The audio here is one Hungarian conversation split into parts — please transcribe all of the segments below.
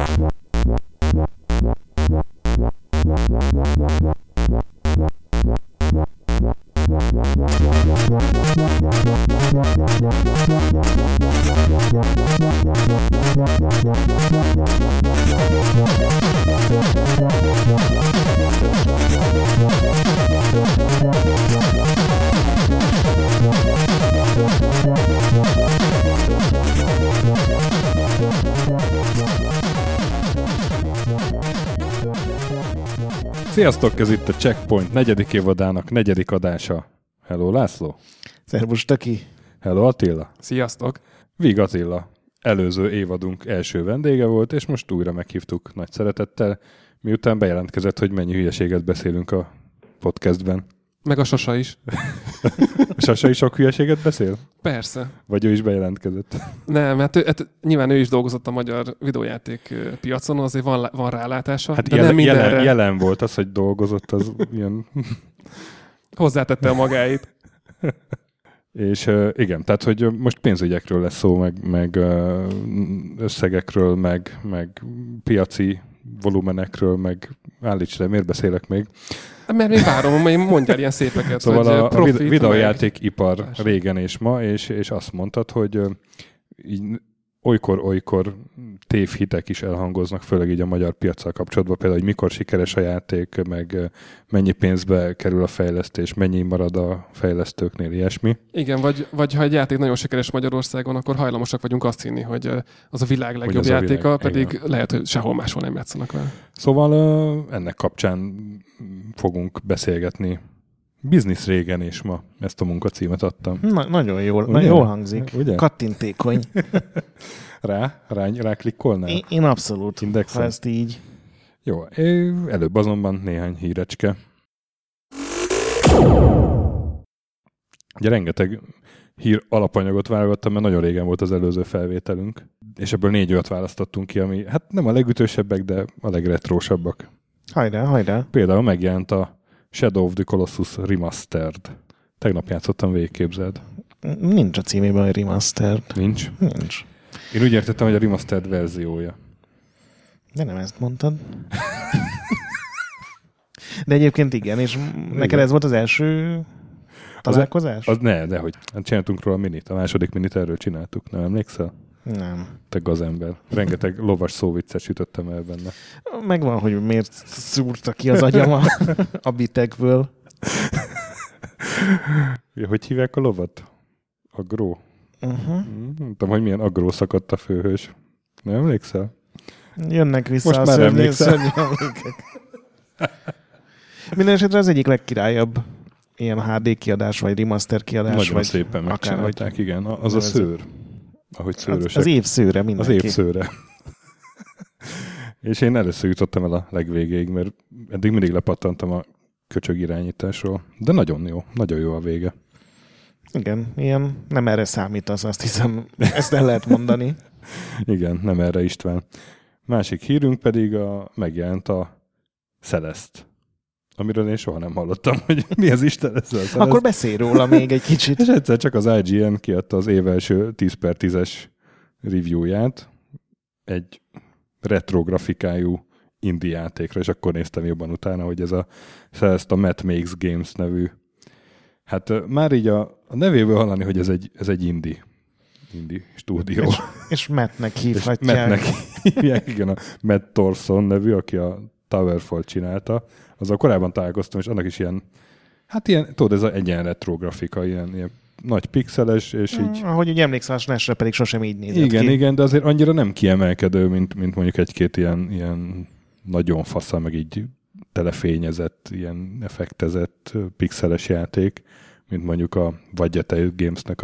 Sziasztok, ez itt a Checkpoint 4. évadának 4. adása. Hello László. Szervus Töki. Hello Attila. Sziasztok. Vig Attila. Előző évadunk első vendége volt, és most újra meghívtuk nagy szeretettel, miután bejelentkezett, hogy mennyi hülyeséget beszélünk a podcastben. Meg a Sasa is. A Sasa is sok hülyeséget beszél? Persze. Vagy ő is bejelentkezett? Nem, hát nyilván ő is dolgozott a magyar videójáték piacon, azért van rálátása, hát de nem mindenre. Jelen volt az, hogy dolgozott, az ilyen... Hozzátette a magáit. És igen, tehát, hogy most pénzügyekről lesz szó, meg összegekről, meg piaci volumenekről, meg állíts le, miért beszélek még? Mert még várom, hogy mondjál ilyen szépeket. Szóval hogy a videójátékipar régen és ma, és azt mondtad, hogy így olykor tévhitek is elhangoznak, főleg így a magyar piaccal kapcsolatban, például, hogy mikor sikeres a játék, meg mennyi pénzbe kerül a fejlesztés, mennyi marad a fejlesztőknél, ilyesmi. Igen, vagy ha egy játék nagyon sikeres Magyarországon, akkor hajlamosak vagyunk azt hinni, hogy az a világ legjobb játéka, pedig igen. Lehet, hogy sehol máshol nem játszanak vele. Szóval ennek kapcsán fogunk beszélgetni. Biznisz régen és ma. Ezt a munkacímet adtam. Nagyon jól hangzik. Ugye? Kattintékony. Rá klikkolnál? Én abszolút, indexen. ha ezt így. Jó, előbb azonban néhány hírecske. Ugye rengeteg hír alapanyagot válogattam, mert nagyon régen volt az előző felvételünk, és ebből 4 olyat választottunk ki, ami hát nem a legütősebbek, de a legretrósabbak. Hajrá. Például megjelent a Shadow of the Colossus Remastered. Tegnap játszottam, végigképzeld. Nincs a címében a Remastered. Nincs? Nincs. Én úgy értettem, hogy a Remastered verziója. De nem ezt mondtad. De egyébként igen, és neked ez volt az első találkozás? Dehogy. Hát csináltunk róla a minit. A második minit erről csináltuk. Nem emlékszel? Nem. Te gazember. Rengeteg lovas szóviccet sütöttem el benne. Megvan, hogy miért szúrta ki az agyam a bitekből. Hogy hívják a lovat? Agró? Nem tudom, hogy milyen agró szakadt a főhős. Nem emlékszel? Jönnek vissza most a már emlékszel. Minden esetre az egyik legkirályabb ilyen HD kiadás, vagy remaster kiadás. Nagyon vagy szépen megcsinálták, igen. Az a szőr. Ahogy szőrösek. Az év szőre mindenki. Az év szőre. És én először jutottam el a legvégéig, mert eddig mindig lepattantam a köcsög irányításról. De nagyon jó a vége. Igen, ilyen nem erre számítasz, azt hiszem, ezt el lehet mondani. Igen, nem erre István. Másik hírünk pedig megjelent a Celeste, amiről én soha nem hallottam, hogy mi az Isten ez a Celeste. Akkor beszélj róla még egy kicsit. És egyszer csak az IGN kiadta az év első 10/10-es reviewját egy retro grafikájú indie játékra, és akkor néztem jobban utána, hogy ez a Celeste a Matt Makes Games nevű. Hát már így a nevéből hallani, hogy ez egy indie stúdió. És Mattnek hívhatják. Mattnek hívják, igen, a Matt Thorson nevű, aki a Towerfall csinálta. Azzal korábban találkoztam, és annak is ilyen, hát ilyen, tudod, ez egy ilyen retro grafika, ilyen nagy pixeles, és így... Ahogy úgy emlékszel, a SNES-re pedig sosem így nézett ki. Igen, de azért annyira nem kiemelkedő, mint mondjuk egy-két ilyen nagyon fasza, meg így telefényezett, ilyen effektezett pixeles játék, mint mondjuk a Vadjete Gamesnek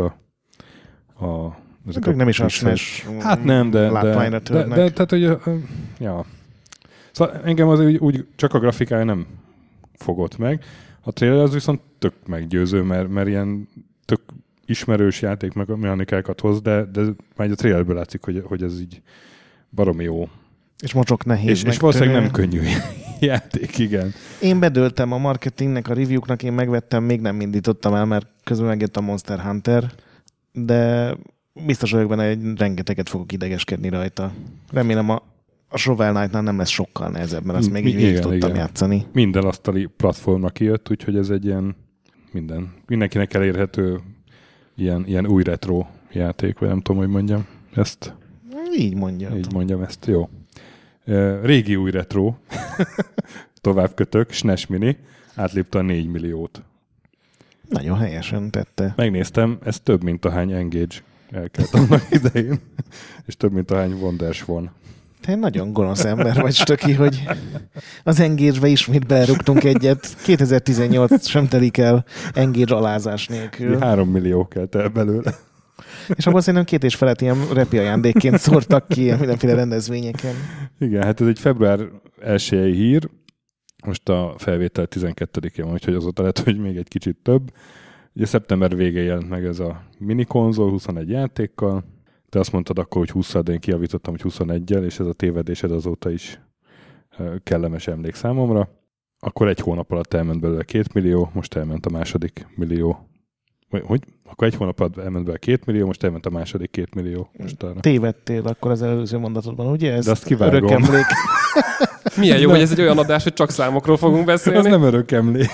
ezek nem is a SNES hát nem, de tehát, hogy ja. Szóval engem az úgy csak a grafikája nem fogott meg. A trailer az viszont tök meggyőző, mert ilyen tök ismerős játék meg a mechanikákat hoz, de már a trailerből látszik, hogy ez így baromi jó. És mocsok nehéz. És valószínűleg nem könnyű játék, igen. Én bedöltem a marketingnek, a reviewknak, én megvettem, még nem indítottam el, mert közben megjött a Monster Hunter, de biztos vagyok benne, hogy rengeteget fogok idegeskedni rajta. Remélem a Shovel Knight-nál nem lesz sokkal nehezebb, mert azt még így végig tudtam játszani. Minden asztali platformnak kijött, úgyhogy ez egy ilyen mindenkinek elérhető ilyen új retro játék, vagy nem tudom, hogy mondjam ezt. Így mondjam. Így mondjam ezt, jó. Régi új retro, tovább kötök, SNES Mini, átlépte a 4 milliót. Nagyon helyesen tette. Megnéztem, ez több, mint ahány Engage elkelt annak idején, és több, mint ahány Wonderswan. Te egy nagyon gonosz ember vagy, Stöki, hogy az Engage-be ismét belerúgtunk egyet. 2018 sem telik el Engage alázás nélkül. 3 millió kelt el belőle. És abban szerintem 2,5 ilyen repi ajándékként szórtak ki mindenféle rendezvényeken. Igen, hát ez egy február 1-i hír, most a felvétel 12-én van, úgyhogy azóta lehet, hogy még egy kicsit több. Ugye szeptember végén jelent meg ez a minikonzol 21 játékkal. Te azt mondtad akkor, hogy 20-szal, de én kijavítottam, hogy 21-jel, és ez a tévedésed azóta is kellemes emlék számomra. Akkor egy hónap alatt elment belőle 2 millió, most elment a második millió. Hogy? Akkor egy hónap alatt elment belőle 2 millió, most elment a második 2 millió. Tévedtél akkor az előző mondatodban, ugye? Ez de azt kivágom. Örök emlék. Milyen jó, hogy ez egy olyan adás, hogy csak számokról fogunk beszélni. Az nem örök emlék.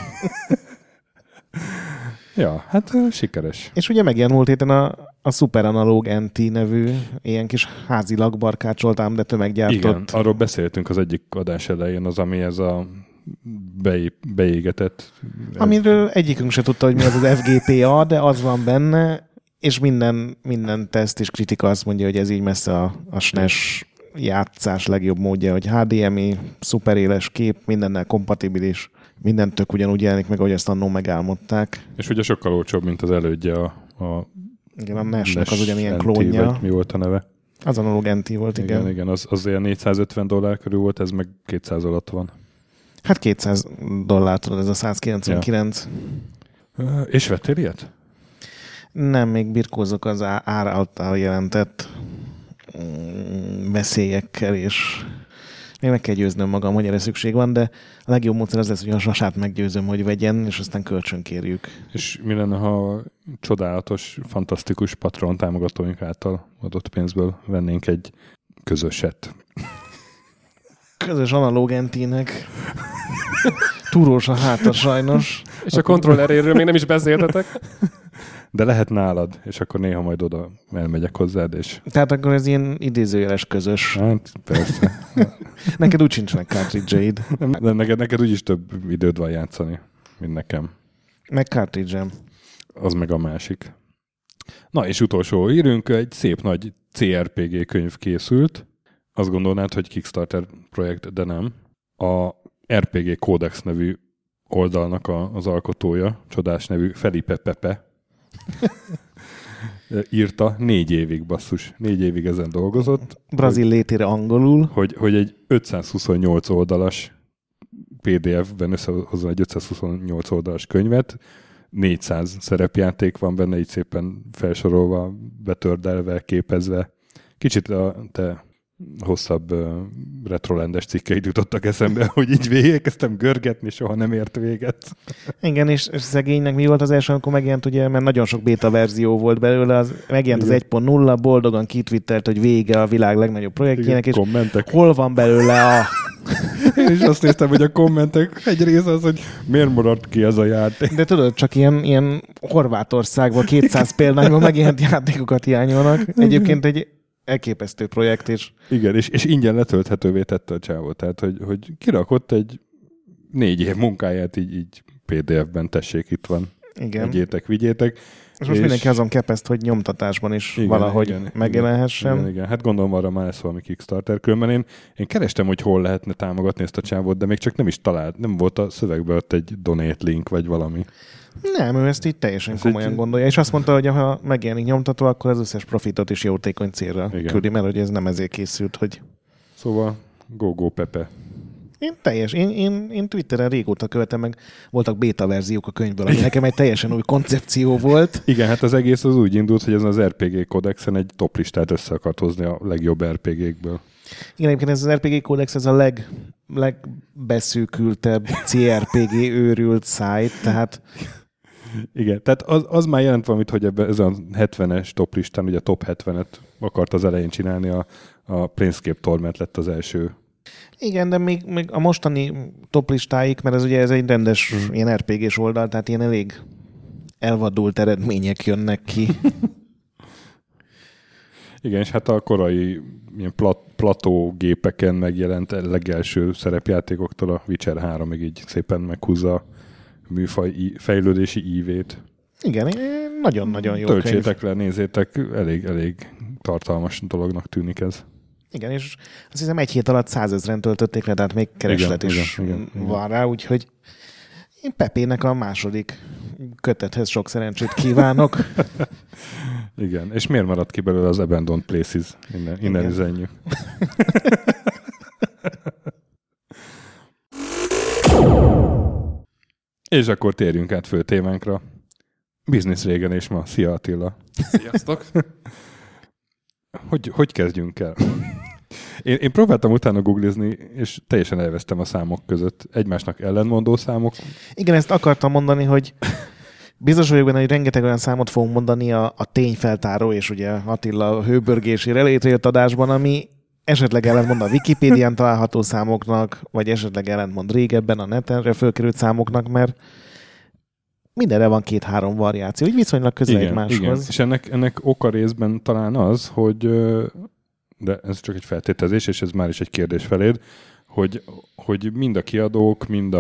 Ja, hát sikeres. És ugye megjelent múlt héten a Super Analog NT nevű ilyen kis házilag barkácsolt, ám de tömeggyártott. Igen, arról beszéltünk az egyik adás elején, az, ami ez a beégetett. Amiről egyikünk se tudta, hogy mi az az FGPA, de az van benne, és minden teszt és kritika azt mondja, hogy ez így messze a SNES játszás legjobb módja, hogy HDMI, szuperéles kép, mindennel kompatibilis, minden tök ugyanúgy jelenik meg, ahogy ezt annó megálmodták. És ugye sokkal olcsóbb, mint az elődje igen, a NES-nek az ugyanilyen klónja. Vagy mi volt a neve? Az Analog NT volt, igen. Igen, az ilyen $450 körül volt, ez meg 200 alatt van. Hát $200 tudod, ez a 199. Ja. És vettél ilyet? Nem, még birkózok az ár által jelentett veszélyekkel, és még meg kell győznöm magam, hogy erre szükség van, de a legjobb módszer az lesz, hogy a Sasát meggyőzöm, hogy vegyen, és aztán kölcsönkérjük. És mi lenne, ha csodálatos, fantasztikus patron támogatóink által adott pénzből vennénk egy közöset? Közös Analog NT-nek. Túrós a háta sajnos. És a kontrolleréről még nem is beszéltetek. De lehet nálad, és akkor néha majd oda elmegyek hozzád, és... Tehát akkor ez ilyen idézőjeles közös. Hát, persze. Neked úgy sincsenek cartridge-eid. De neked úgyis több időd van játszani, mint nekem. Meg cartridge-em. Az meg a másik. Na, és utolsó hírünk, egy szép nagy CRPG könyv készült. Azt gondolnád, hogy Kickstarter projekt, de nem. A RPG Codex nevű oldalnak az alkotója, csodás nevű Felipe Pepe írta 4 évig, basszus. 4 évig ezen dolgozott. Brazil létére angolul. Hogy egy 528 oldalas PDF-ben összehozza egy 528 oldalas könyvet, 400 szerepjáték van benne, így szépen felsorolva, betördelve, képezve. Kicsit a te hosszabb retrolendes cikkeid jutottak eszembe, hogy így végigkezdtem görgetni, soha nem ért véget. Igen, és szegénynek mi volt az első, amikor megjelent, ugye, mert nagyon sok beta verzió volt belőle, megjelent az 1.0, boldogan kitwittelt, hogy vége a világ legnagyobb projektjének, és kommentek. Hol van belőle a... Én is azt néztem, hogy a kommentek egy része az, hogy miért maradt ki ez a játék. De tudod, csak ilyen Horvátországban 200 példányban megjelent játékokat hiányolnak. Egyébként egy elképesztő projekt is. Igen, és ingyen letölthetővé tette a csávó. Tehát, hogy kirakott egy 4 év munkáját így PDF-ben, tessék, itt van. Igen. Egyétek, vigyétek. És most mindenki azon kepeszt, hogy nyomtatásban is igen, valahogy megjelenhessen. Igen. Hát gondolom arra már lesz valami Kickstarter. Különben én kerestem, hogy hol lehetne támogatni ezt a csávót, de még csak nem is talált. Nem volt a szövegben ott egy donate link, vagy valami. Nem, ő ezt így teljesen komolyan gondolja. És azt mondta, hogy ha megjelenik nyomtatva, akkor az összes profitot is jótékony célra küldi, mert hogy ez nem ezért készült, hogy... Szóval go Pepe. Én Twitteren régóta követem, meg voltak beta verziók a könyvből, ami nekem egy teljesen új koncepció volt. Igen, hát az egész az úgy indult, hogy ezen az RPG Codexen egy top listát össze akart hozni a legjobb RPG-kből. Igen, egyébként ez az RPG Codex, ez a legbeszűkültebb CRPG őrült szájt, tehát... Igen, tehát az már jelent valamit, hogy ez a 70-es top listán, ugye a top 70-et akart az elején csinálni a a Planescape Torment lett az első. Igen, de még a mostani top listáik, mert ez egy rendes ilyen RPG-s oldal, tehát ilyen elég elvadult eredmények jönnek ki. Igen, és hát a korai ilyen plató gépeken megjelent legelső szerepjátékoktól a Witcher 3-ig így szépen meghúzza a műfaj fejlődési ívét. Igen, nagyon-nagyon jó Töltsétek le, nézzétek, elég tartalmas dolognak tűnik ez. Igen, és azt hiszem 1 hét alatt 100 000-en töltötték le, tehát még kereslet igen, van rá, úgyhogy én Pepének a második kötethez sok szerencsét kívánok. Igen, és miért maradt ki belőle az Abandoned Places? Innen üzenjük. És akkor térjünk át fő témánkra. Business régen és ma. Szia Attila! Sziasztok! Hogy kezdjünk el? Én próbáltam utána googlizni, és teljesen elvesztem a számok között. Egymásnak ellenmondó számok. Igen, ezt akartam mondani, hogy biztos vagyok benne, hogy rengeteg olyan számot fogunk mondani a tényfeltáró, és ugye Attila hőbörgésére létrejött adásban, ami esetleg ellentmond a Wikipédián található számoknak, vagy esetleg ellentmond régebben a netenre fölkerült számoknak, mert mindenre van 2-3 variáció, így viszonylag közel egymáshoz. Igen. És ennek oka részben talán az, hogy, de ez csak egy feltételezés, és ez már is egy kérdés feléd, hogy mind a kiadók, mind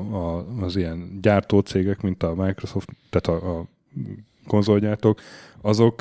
az ilyen gyártócégek, mint a Microsoft, tehát a konzolgyártók, azok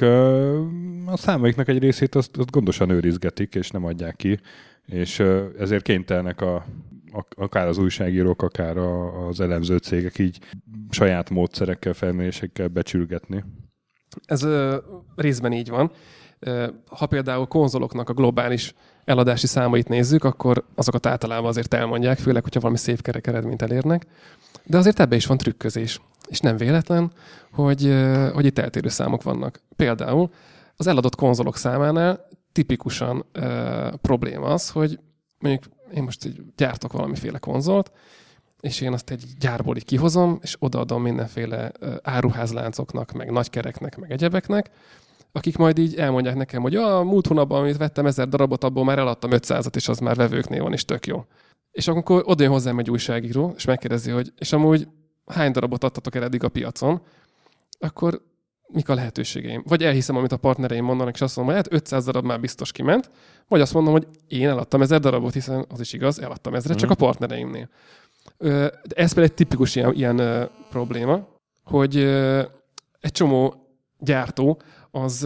a számaiknak egy részét azt gondosan őrizgetik, és nem adják ki, és ezért kénytelenek akár az újságírók, akár az elemző cégek így saját módszerekkel, felmérésekkel becsülgetni. Ez részben így van. Ha például konzoloknak a globális eladási számait nézzük, akkor azokat általában azért elmondják, főleg, hogyha valami szép kerek eredményt elérnek. De azért ebbe is van trükközés. És nem véletlen, hogy itt eltérő számok vannak. Például az eladott konzolok számánál tipikusan probléma az, hogy mondjuk én most így gyártok valamiféle konzolt, és én azt egy gyárból így kihozom, és odaadom mindenféle áruházláncoknak, meg nagykereknek, meg egyebeknek, akik majd így elmondják nekem, hogy a múlt hónapban, amit vettem 1000 darabot, abból már eladtam 500-at, és az már vevőknél van, és tök jó. És akkor oda jön hozzám egy újságíró, és megkérdezi, hogy és amúgy hány darabot adtatok el eddig a piacon, akkor mik a lehetőségeim? Vagy elhiszem, amit a partnereim mondanak, és azt mondom, hogy hát 500 darab már biztos kiment, vagy azt mondom, hogy én eladtam 1000 darabot, hiszen az is igaz, eladtam 1000-et, csak a partnereimnél. De ez például egy tipikus ilyen probléma, hogy egy csomó gyártó az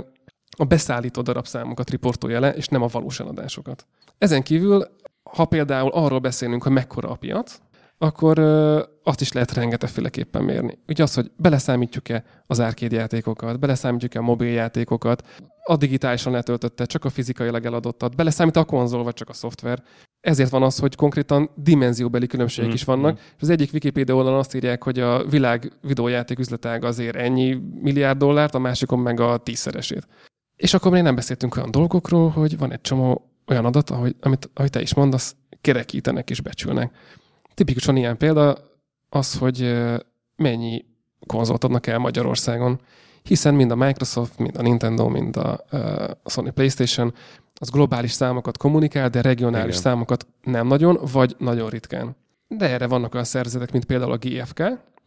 a beszállító darabszámokat riportolja le, és nem a valós eladásokat. Ezen kívül, ha például arról beszélünk, hogy mekkora a piac, akkor azt is lehet rengetegféleképpen mérni. Ugye az, hogy beleszámítjuk-e az arcade játékokat, beleszámítjuk-e a mobiljátékokat, a digitálisan letöltöttet, csak a fizikailag eladottat, beleszámít a konzol, vagy csak a szoftver. Ezért van az, hogy konkrétan dimenzióbeli különbségek is vannak, és az egyik Wikipedia oldalon azt írják, hogy a világ videójáték üzletága azért ennyi milliárd dollárt, a másikon meg a 10-szeresét. És akkor még nem beszéltünk olyan dolgokról, hogy van egy csomó olyan adat, ahogy te is mondasz, kerekítenek és becsülnek. Tipikusan ilyen példa az, hogy mennyi konzolt adnak el Magyarországon, hiszen mind a Microsoft, mind a Nintendo, mind a Sony PlayStation az globális számokat kommunikál, de regionális számokat nem nagyon, vagy nagyon ritkán. De erre vannak olyan szervezetek, mint például a GFK,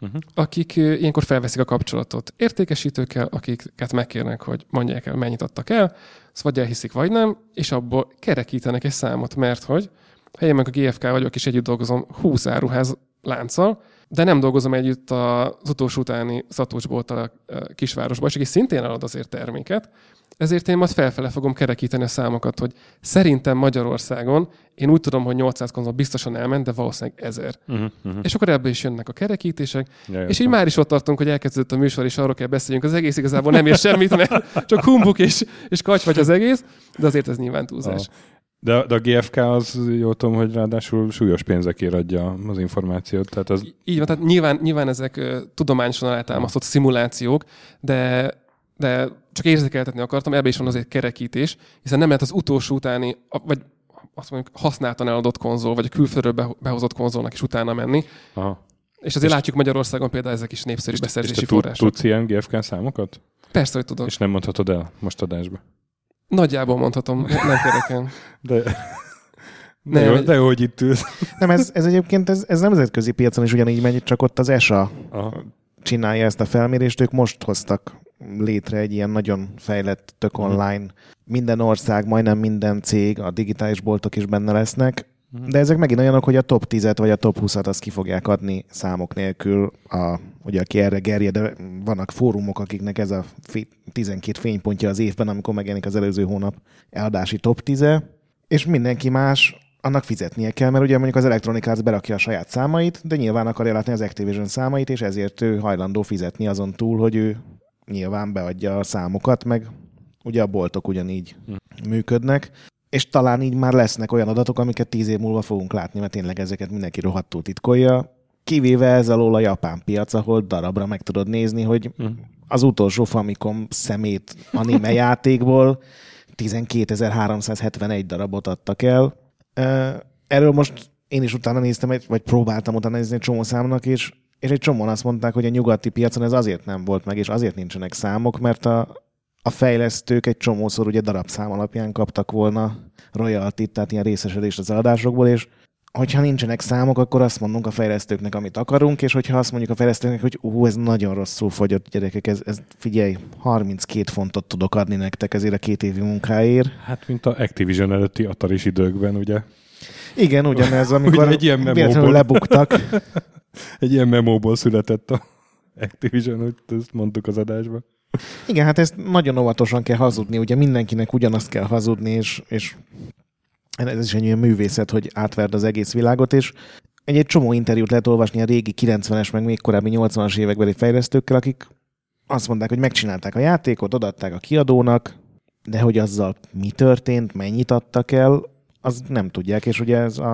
akik ilyenkor felveszik a kapcsolatot értékesítőkkel, akiket megkérnek, hogy mondják el, mennyit adtak el, azt vagy elhiszik, vagy nem, és abból kerekítenek egy számot, mert hogy ha én meg a GFK vagyok, és együtt dolgozom 20 áruház lánccal, de nem dolgozom együtt az utolsó utáni szatócsbolttal a kisvárosban, és aki szintén elad azért terméket, ezért én majd felfele fogom kerekíteni a számokat, hogy szerintem Magyarországon én úgy tudom, hogy 800 konzol biztosan elment, de valószínűleg 1000. És akkor ebből is jönnek a kerekítések, és így már is ott tartunk, hogy elkezdődött a műsor, és arról kell beszéljünk, az egész igazából nem ér semmit, mert csak humbuk és kacsvagy az egész, de azért ez nyilván túlzás. De a GFK az, jól tudom, hogy ráadásul súlyos pénzekért adja az információt. Tehát az... Így van, tehát nyilván ezek tudományosan alátámasztott szimulációk, de csak érzékeltetni akartam, ebben is van azért kerekítés, hiszen nem lehet az utolsó utáni, vagy azt mondjuk használtan eladott konzol, vagy a külföldről behozott konzolnak is utána menni. Aha. És azért látjuk Magyarországon például ezek is népszerű beszerzési források. Tudsz ilyen GFK számokat? Persze, hogy tudok. És nem mondhatod el most adásba? Nagyjából mondhatom, nem kereken. De jó, hogy itt ülsz. Nem, ez egyébként ez nemzetközi piacon is ugyanígy megy, csak ott az ESA csinálja ezt a felmérést. Ők most hoztak létre egy ilyen nagyon fejlett, tök online. Minden ország, majdnem minden cég, a digitális boltok is benne lesznek. De ezek megint olyanok, hogy a top 10-et vagy a top 20-at azt ki fogják adni számok nélkül, ugye aki erre gerjed, de vannak fórumok, akiknek ez a 12 fénypontja az évben, amikor megjelenik az előző hónap eladási top 10-e, és mindenki más annak fizetnie kell, mert ugye mondjuk az Electronic Arts berakja a saját számait, de nyilván akarja látni az Activision számait, és ezért ő hajlandó fizetni azon túl, hogy ő nyilván beadja a számokat, meg ugye a boltok ugyanígy működnek. És talán így már lesznek olyan adatok, amiket 10 év múlva fogunk látni, mert tényleg ezeket mindenki rohadtul titkolja. Kivéve ez alól a japán piac, ahol darabra meg tudod nézni, hogy az utolsó Famicom szemét anime játékból 12.371 darabot adtak el. Erről most én is utána néztem, vagy próbáltam utána nézni egy csomó számnak, és egy csomóan azt mondták, hogy a nyugati piacon ez azért nem volt meg, és azért nincsenek számok, mert a fejlesztők egy csomószor ugye darabszám alapján kaptak volna royaltit, tehát ilyen részesedést az eladásokból, és hogyha nincsenek számok, akkor azt mondunk a fejlesztőknek, amit akarunk, és hogyha azt mondjuk a fejlesztőknek, hogy ez nagyon rosszul fogyott, gyerekek, ez figyelj, 32 fontot tudok adni nektek ezért a 2 évi munkáért. Hát, mint a Activision előtti Ataris időkben, ugye? Igen, ugyanez, amikor véletlenül lebuktak. Egy ilyen memóból született a Activision, hogy ezt mondtuk az adásban. Igen, hát ezt nagyon óvatosan kell hazudni, ugye mindenkinek ugyanazt kell hazudni, és ez is egy olyan művészet, hogy átverd az egész világot, és egy csomó interjút lehet olvasni a régi 90-es, meg még korábbi 80-as évekbeli fejlesztőkkel, akik azt mondták, hogy megcsinálták a játékot, odaadták a kiadónak, de hogy azzal mi történt, mennyit adtak el, az nem tudják, és ugye ez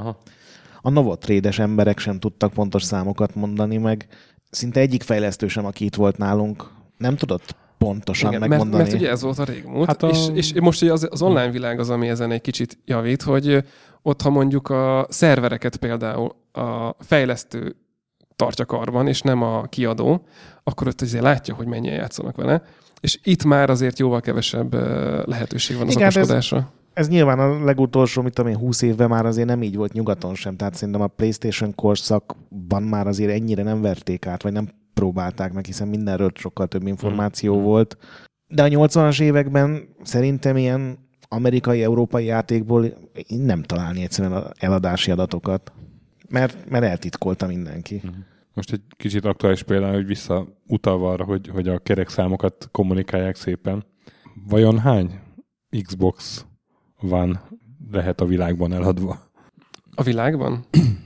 a Novotrade-es emberek sem tudtak pontos számokat mondani, meg szinte egyik fejlesztő sem, aki itt volt nálunk, nem tudott pontosan megmondani. Mert ugye ez volt a régmúlt, hát és most ugye az online világ az, ami ezen egy kicsit javít, hogy ott, ha mondjuk a szervereket például a fejlesztő tartja karban, és nem a kiadó, akkor ott azért látja, hogy mennyien játszanak vele, és itt már azért jóval kevesebb lehetőség van az okoskodásra. Ez nyilván a legutolsó, 20 évben már azért nem így volt nyugaton sem, tehát szerintem a PlayStation korszakban már azért ennyire nem verték át, vagy nem próbálták meg, hiszen mindenről sokkal több információ volt. De a 80-as években szerintem ilyen amerikai-európai játékból nem találni egyszerűen eladási adatokat, mert eltitkolta mindenki. Most egy kicsit aktuális például, hogy visszautalva arra, hogy a kerek számokat kommunikálják szépen. Vajon hány Xbox van lehet a világban eladva? A világban?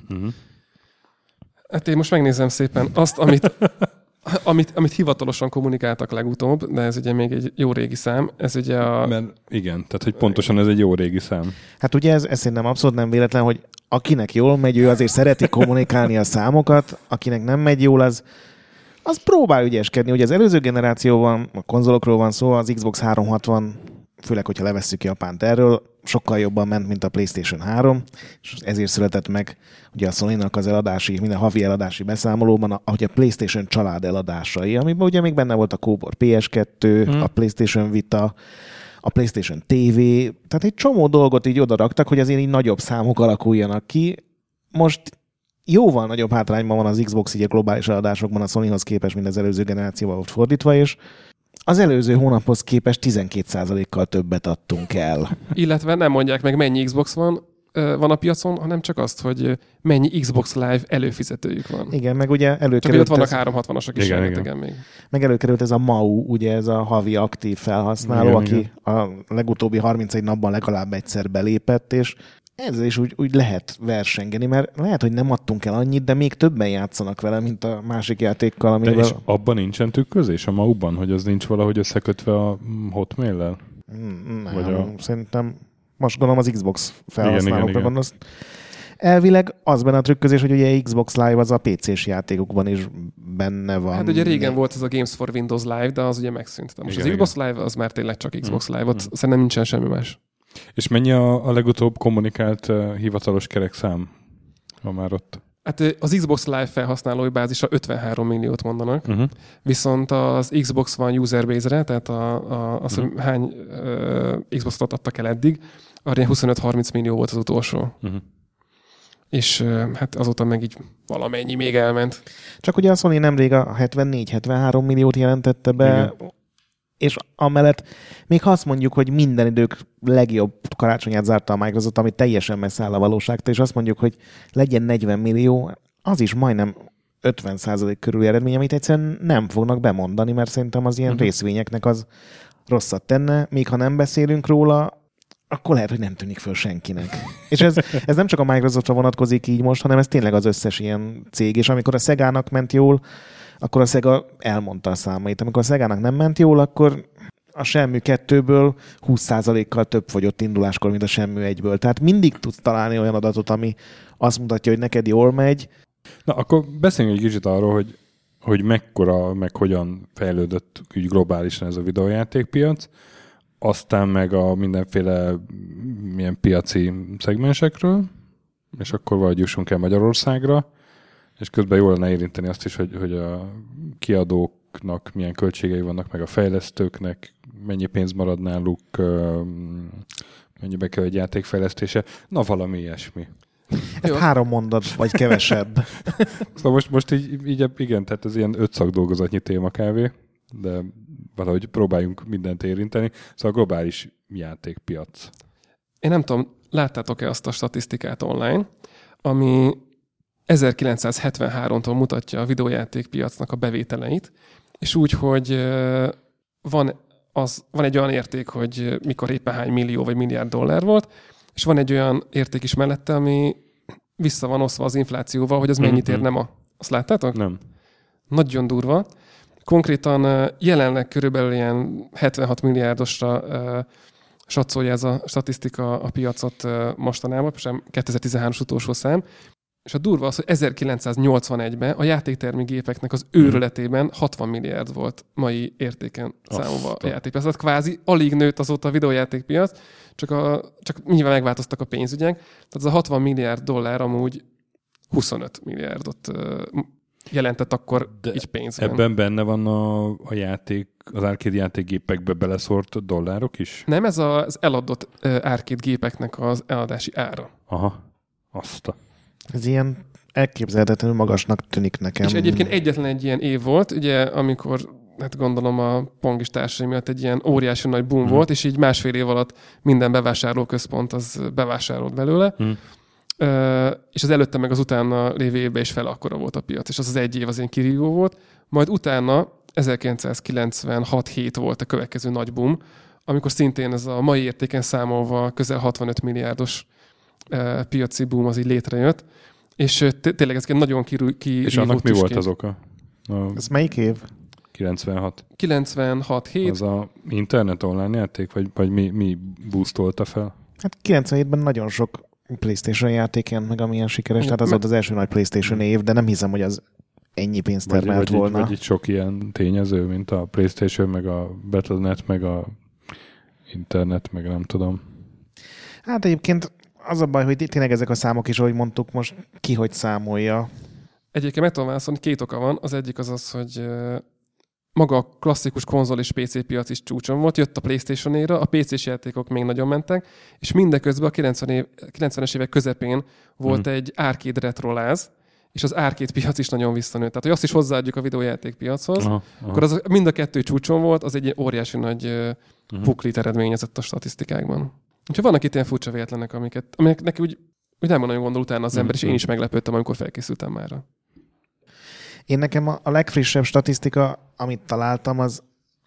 Hát én most megnézem szépen azt, amit hivatalosan kommunikáltak legutóbb, de ez ugye még egy jó régi szám. Ez ugye Mert igen, tehát hogy pontosan ez egy jó régi szám. Hát ugye ez szerintem abszolút nem véletlen, hogy akinek jól megy, ő azért szereti kommunikálni a számokat, akinek nem megy jól, az próbál ügyeskedni. Ugye az előző generációban, a konzolokról van szó, az Xbox 360, főleg, hogyha levesszük Japánt erről, sokkal jobban ment, mint a PlayStation 3, és ezért született meg ugye a Sony-nak az eladási, minden havi eladási beszámolóban, ahogy a PlayStation család eladásai, amiben ugye még benne volt a kóbor PS2, a PlayStation Vita, a PlayStation TV, tehát egy csomó dolgot így odaraktak, hogy azért így nagyobb számok alakuljanak ki. Most jóval nagyobb hátrányban van az Xbox így a globális eladásokban a Sonyhoz képest, mint az előző generációval volt fordítva, és az előző hónaphoz képest 12%-kal többet adtunk el. Illetve nem mondják meg, mennyi Xbox van a piacon, hanem csak azt, hogy mennyi Xbox Live előfizetőjük van. Igen, meg ugye előkerült... Csak ott vannak 360-asak is rengetegen még. Meg előkerült ez a MAU, ugye ez a havi aktív felhasználó, igen, aki a legutóbbi 31 napban legalább egyszer belépett, és ezzel is úgy lehet versengeni, mert lehet, hogy nem adtunk el annyit, de még többen játszanak vele, mint a másik játékkal, amivel... De és abban nincsen tükrözés a MAU-ban, hogy az nincs valahogy összekötve a Hotmail-lel? Nem, szerintem most gondolom az Xbox felhasználókra gondolsz. Elvileg az benne a trükközés, hogy ugye Xbox Live az a PC-s játékokban is benne van. Hát ugye régen volt ez a Games for Windows Live, de az ugye megszűnt. De most igen, az Xbox Live az már tényleg csak Xbox Live, ott szerintem nincsen semmi más. És mennyi a legutóbb kommunikált hivatalos kerekszám, ha már ott? Hát az Xbox Live felhasználói bázisa 53 milliót mondanak, viszont az Xbox One user base-re, tehát hogy hány Xbox-ot adtak el eddig, arra 25-30 millió volt az utolsó. És hát azóta meg így valamennyi még elment. Csak ugye a Sony nemrég a 74-73 milliót jelentette be, és amellett még ha azt mondjuk, hogy minden idők legjobb karácsonyát zárta a Microsoft, ami teljesen messze áll a valóságtól, és azt mondjuk, hogy legyen 40 millió, az is majdnem 50% körüli eredmény, amit egyszerűen nem fognak bemondani, mert szerintem az ilyen részvényeknek az rosszat tenne, még ha nem beszélünk róla, akkor lehet, hogy nem tűnik föl senkinek. És ez nem csak a Microsoftra vonatkozik így most, hanem ez tényleg az összes ilyen cég. És amikor a Segának ment jól, akkor a Sega elmondta a számait. Amikor a Segának nem ment jól, akkor a Shenmue 2-ből 20%-kal több fogyott induláskor, mint a Shenmue 1-ből. Tehát mindig tudsz találni olyan adatot, ami azt mutatja, hogy neked jól megy. Na, akkor beszéljünk egy kicsit arról, hogy mekkora, meg hogyan fejlődött úgy globálisan ez a videójátékpiac, aztán meg a mindenféle milyen piaci szegmensekről, és akkor valahogy jussunk el Magyarországra, és közben jól lenne érinteni azt is, hogy a kiadóknak milyen költségei vannak, meg a fejlesztőknek, mennyi pénz marad náluk, mennyibe kell egy játékfejlesztése. Na, valami ilyesmi. Ez 3 mondat, vagy kevesebb. Szóval most így igen, tehát ez ilyen 5 szakdolgozatnyi téma kávé, de valahogy próbáljunk mindent érinteni. Szóval globális játékpiac. Én nem tudom, láttátok-e azt a statisztikát online, ami 1973-tól mutatja a videójátékpiacnak a bevételeit, és úgy, hogy van egy olyan érték, hogy mikor éppen hány millió vagy milliárd dollár volt, és van egy olyan érték is mellette, ami vissza van oszva az inflációval, hogy az mennyit ér, nem Azt láttátok? Nem. Nagyon durva. Konkrétan jelenleg körülbelül ilyen 76 milliárdosra satszolja ez a statisztika a piacot mostanában, sem 2013-as utolsó szám, és a durva az, hogy 1981-ben a játéktermékgépeknek az őrületében 60 milliárd volt mai értéken számolva a játékpiac. Tehát kvázi alig nőtt azóta a videójátékpiac, csak nyilván megváltoztak a pénzügyek. Tehát az a 60 milliárd dollár amúgy 25 milliárdot jelentett akkor így pénzben. Ebben benne van a játék, az arcade játékgépekbe beleszórt dollárok is? Nem, ez az eladott arcade gépeknek az eladási ára. Aha, azt Ez ilyen elképzelhetetlenül magasnak tűnik nekem. És egyébként egyetlen egy ilyen év volt, ugye, amikor hát gondolom a Pongis társai miatt egy ilyen óriási nagy boom volt, és így másfél év alatt minden bevásárlóközpont az bevásárolt belőle. És az előtte meg az utána lévő évben is fel akkora volt a piac, és az egy év az ilyen kirívó volt. Majd utána 1996-7 volt a következő nagy boom, amikor szintén ez a mai értéken számolva közel 65 milliárdos piaci boom az így létrejött, és tényleg ez nagyon kirívó. És annak mi volt az oka? Ez melyik év? 96. 96-7. Az a internet online játék, vagy mi boostolta fel? Hát 97-ben nagyon sok PlayStation játék jelent meg, amilyen sikeres, tehát az volt az első nagy PlayStation év, de nem hiszem, hogy az ennyi pénzt termelt volna. Vagy itt sok ilyen tényező, mint a PlayStation, meg a Battle.net, meg a internet, meg nem tudom. Hát egyébként az a baj, hogy tényleg ezek a számok is, ahogy mondtuk, most ki hogy számolja. Egyébként meg tudom válaszolni, 2 oka van. Az egyik az, hogy maga a klasszikus konzol és PC piac is csúcson volt, jött a PlayStation éra, a PC-s játékok még nagyon mentek, és mindeközben a 90-es évek közepén volt egy arcade retroláz, és az arcade piac is nagyon visszanőtt. Tehát, hogy azt is hozzáadjuk a videójáték piachoz, akkor az mind a 2 csúcson volt, az egy óriási nagy buklit eredményezett a statisztikákban. Úgyhogy vannak itt ilyen furcsa véletlenek, amiknek neki úgy nem nagyon gondol utána az ember, és én is meglepődtem, amikor felkészültem már. Én nekem a legfrissebb statisztika, amit találtam, az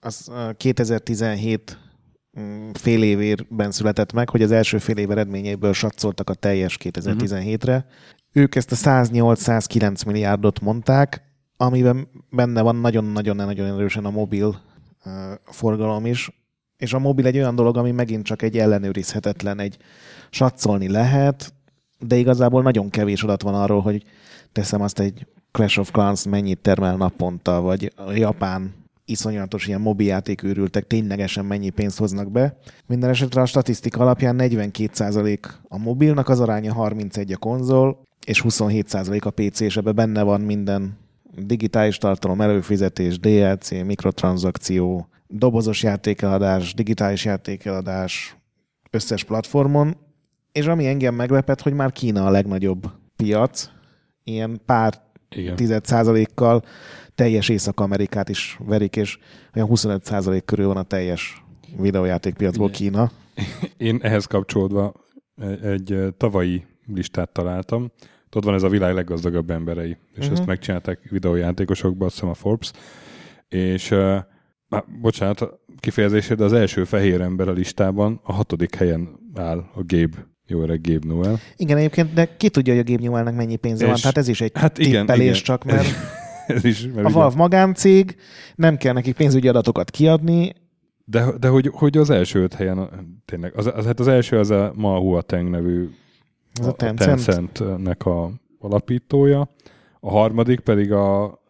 2017 fél évében született meg, hogy az első fél év eredményeiből satszoltak a teljes 2017-re. Ők ezt a 108-109 milliárdot mondták, amiben benne van nagyon-nagyon erősen a mobil forgalom is. És a mobil egy olyan dolog, ami megint csak egy ellenőrizhetetlen, egy satszolni lehet, de igazából nagyon kevés adat van arról, hogy teszem azt egy Clash of Clans mennyit termel naponta, vagy a japán iszonyatos ilyen mobiljáték őrültek ténylegesen mennyi pénzt hoznak be. Minden esetre a statisztika alapján 42% a mobilnak az aránya, 31% a konzol, és 27% a PC, és ebben benne van minden digitális tartalom, előfizetés, DLC, mikrotranszakció, dobozos játékeladás, digitális játékeladás, összes platformon, és ami engem meglepett, hogy már Kína a legnagyobb piac, ilyen pár 10%-kal teljes Észak-Amerikát is verik, és olyan 25% körül van a teljes videójátékpiacból Kína. Én ehhez kapcsolódva egy tavalyi listát találtam. Ott van ez a világ leggazdagabb emberei, és ezt megcsinálták videójátékosokban, azt hiszem a Forbes, és bocsánat, kifejezésed, de az első fehér ember a listában a 6. helyen áll a Gabe. Jó öreg Gabe Newell. Igen, egyébként, de ki tudja, hogy a Gabe Newellnek mennyi pénze van? Tehát ez is egy tippelés csak, mert ez is, a Valve magáncég, nem kell nekik pénzügyi adatokat kiadni. De hogy az első 5 helyen tényleg, az első az a Mahua Teng nevű a Tencentnek a alapítója, a harmadik pedig a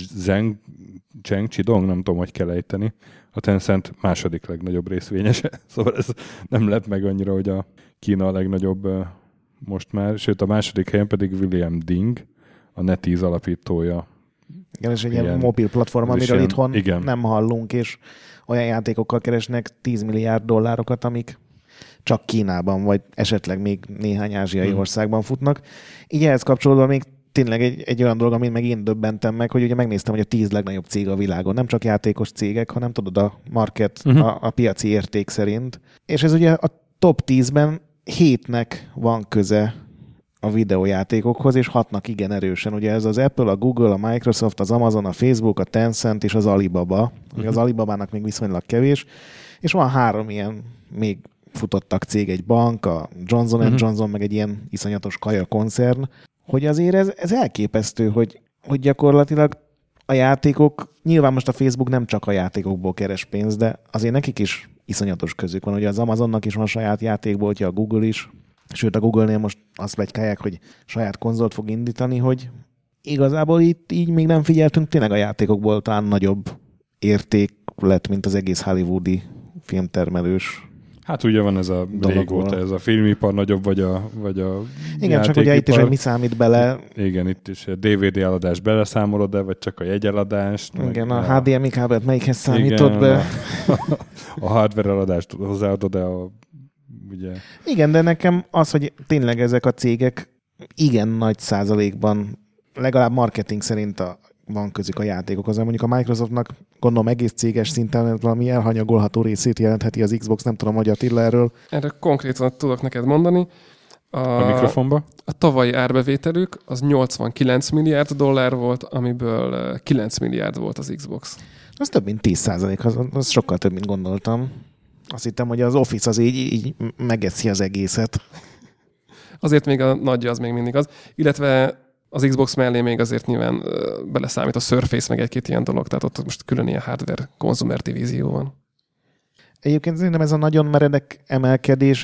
Zheng Chidong, nem tudom, hogy kell ejteni, a Tencent második legnagyobb részvényese. Szóval ez nem lett meg annyira, hogy a Kína a legnagyobb most már, sőt a második helyen pedig William Ding, a NetEase alapítója. Igen, és egy ilyen mobil platform, amiről itthon nem hallunk, és olyan játékokkal keresnek 10 milliárd dollárokat, amik csak Kínában, vagy esetleg még néhány ázsiai országban futnak. Így ehhez kapcsolódva még tényleg egy olyan dolog, amit meg én döbbentem meg, hogy ugye megnéztem, hogy a 10 legnagyobb cég a világon, nem csak játékos cégek, hanem tudod a market, a piaci érték szerint. És ez ugye a top 10-ben 7-nek van köze a videójátékokhoz, és 6-nak igen erősen. Ugye ez az Apple, a Google, a Microsoft, az Amazon, a Facebook, a Tencent és az Alibaba. Az Alibabának még viszonylag kevés, és van 3 ilyen még futottak cég, egy bank, a Johnson & Johnson, meg egy ilyen iszonyatos kaja koncern, hogy azért ez elképesztő, hogy gyakorlatilag a játékok, nyilván most a Facebook nem csak a játékokból keres pénzt, de azért nekik is iszonyatos közük van. Ugye az Amazonnak is van saját játékboltja, a Google is, sőt a Google-nél most azt pletykálják, hogy saját konzolt fog indítani, hogy igazából itt így még nem figyeltünk, tényleg a játékokból talán nagyobb érték lett, mint az egész hollywoodi filmtermelős. Hát ugye van ez a régóta, ez a filmipar nagyobb, vagy a igen, csak ugye itt is egy mi számít bele. Igen, itt is a DVD eladást beleszámolod-e, vagy csak a jegyeladást. Igen, a HDMI kábelt melyikhez számítod be? A hardware eladást hozzáadod-e ugye... Igen, de nekem az, hogy tényleg ezek a cégek igen nagy százalékban, legalább marketing szerint van közük a játékokhoz. Mondjuk a Microsoftnak gondolom egész céges szinten valami elhanyagolható részét jelentheti az Xbox, nem tudom, hogy Attila erről. Erre konkrétan tudok neked mondani. A mikrofonba? A tavalyi árbevételük az 89 milliárd dollár volt, amiből 9 milliárd volt az Xbox. Az több mint 10%, az sokkal több, mint gondoltam. Azt hittem, hogy az Office az így megeszi az egészet. Azért még a nagyja az még mindig az. Illetve az Xbox mellé még azért nyilván beleszámít a Surface, meg egy-két ilyen dolog, tehát ott most külön ilyen hardware konzumer divízió van. Egyébként szerintem ez a nagyon meredek emelkedés,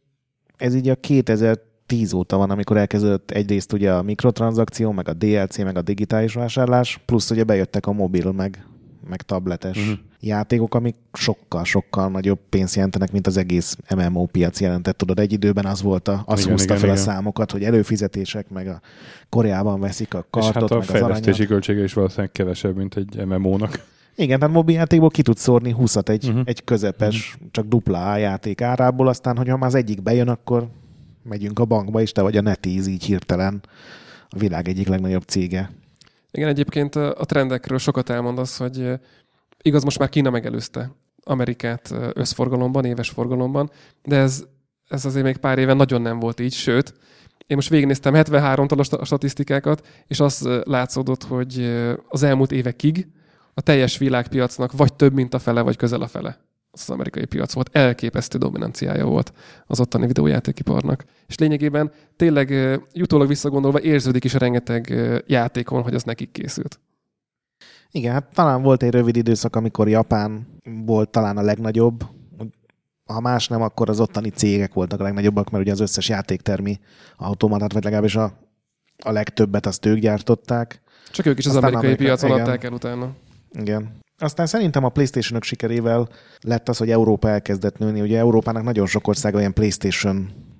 ez így a 2010 óta van, amikor elkezdődött egyrészt ugye a mikrotranszakció, meg a DLC, meg a digitális vásárlás, plusz ugye bejöttek a mobil, meg tabletes játékok, amik sokkal nagyobb pénzt jelentenek, mint az egész MMO piac jelentett. Tudod, egy időben az volt, az húzta fel a számokat, hogy előfizetések, meg a Koreában veszik a kartot, és hát meg az aranyat. És a fejlesztési költsége is valószínűleg kevesebb, mint egy MMO-nak. Igen, tehát mobiljátékból ki tudsz szórni 20-at egy közepes, csak dupla A játék árából, aztán, hogyha már az egyik bejön, akkor megyünk a bankba, és te vagy a NetEase így hirtelen a világ egyik legnagyobb cége. Igen, egyébként a trendekről sokat elmondasz, hogy igaz, most már Kína megelőzte Amerikát összforgalomban, éves forgalomban, de ez azért még pár éve nagyon nem volt így, sőt, én most végignéztem 73-tól a statisztikákat, és az látszódott, hogy az elmúlt évekig a teljes világpiacnak vagy több, mint a fele, vagy közel a fele. Az amerikai piac volt. Elképesztő dominanciája volt az ottani videójátékiparnak. És lényegében tényleg utólag visszagondolva érződik is a rengeteg játékon, hogy az nekik készült. Igen, hát talán volt egy rövid időszak, amikor Japán volt talán a legnagyobb. Ha más nem, akkor az ottani cégek voltak a legnagyobbak, mert ugye az összes játéktermi automatát, vagy legalábbis a legtöbbet azt ők gyártották. Csak ők is az amerikai piacon adták el utána. Igen. Aztán szerintem a PlayStation-ök sikerével lett az, hogy Európa elkezdett nőni. Ugye Európának nagyon sok országa olyan PlayStation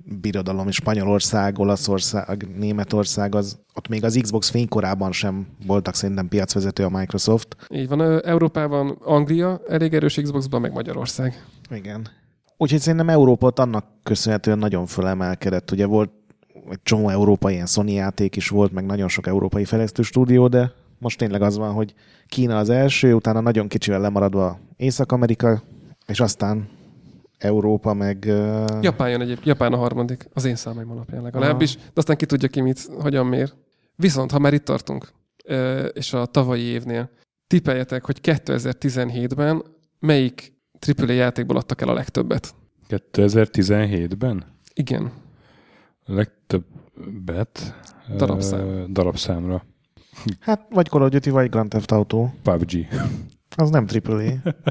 birodalom, Spanyolország, Olaszország, Németország, ott még az Xbox fénykorában sem voltak szerintem piacvezető a Microsoft. Így van, Európában Anglia elég erős Xboxban, meg Magyarország. Igen. Úgyhogy szerintem Európa ott annak köszönhetően nagyon fölemelkedett. Ugye volt egy csomó európai ilyen Sony játék is volt, meg nagyon sok európai fejlesztő stúdió, de most tényleg az van, hogy Kína az első, utána nagyon kicsivel lemaradva Észak-Amerika, és aztán Európa, meg... Japán jön egyébként, Japán a harmadik, az én számaim alapján legalábbis, de aztán ki tudja ki mit, hogyan mér. Viszont, ha már itt tartunk, és a tavalyi évnél, tippeljetek, hogy 2017-ben melyik AAA játékból adtak el a legtöbbet? 2017-ben? Igen. A legtöbbet? Darabszámra. Hát vagy Call of Duty, vagy Grand Theft Auto. PUBG. Az nem AAA.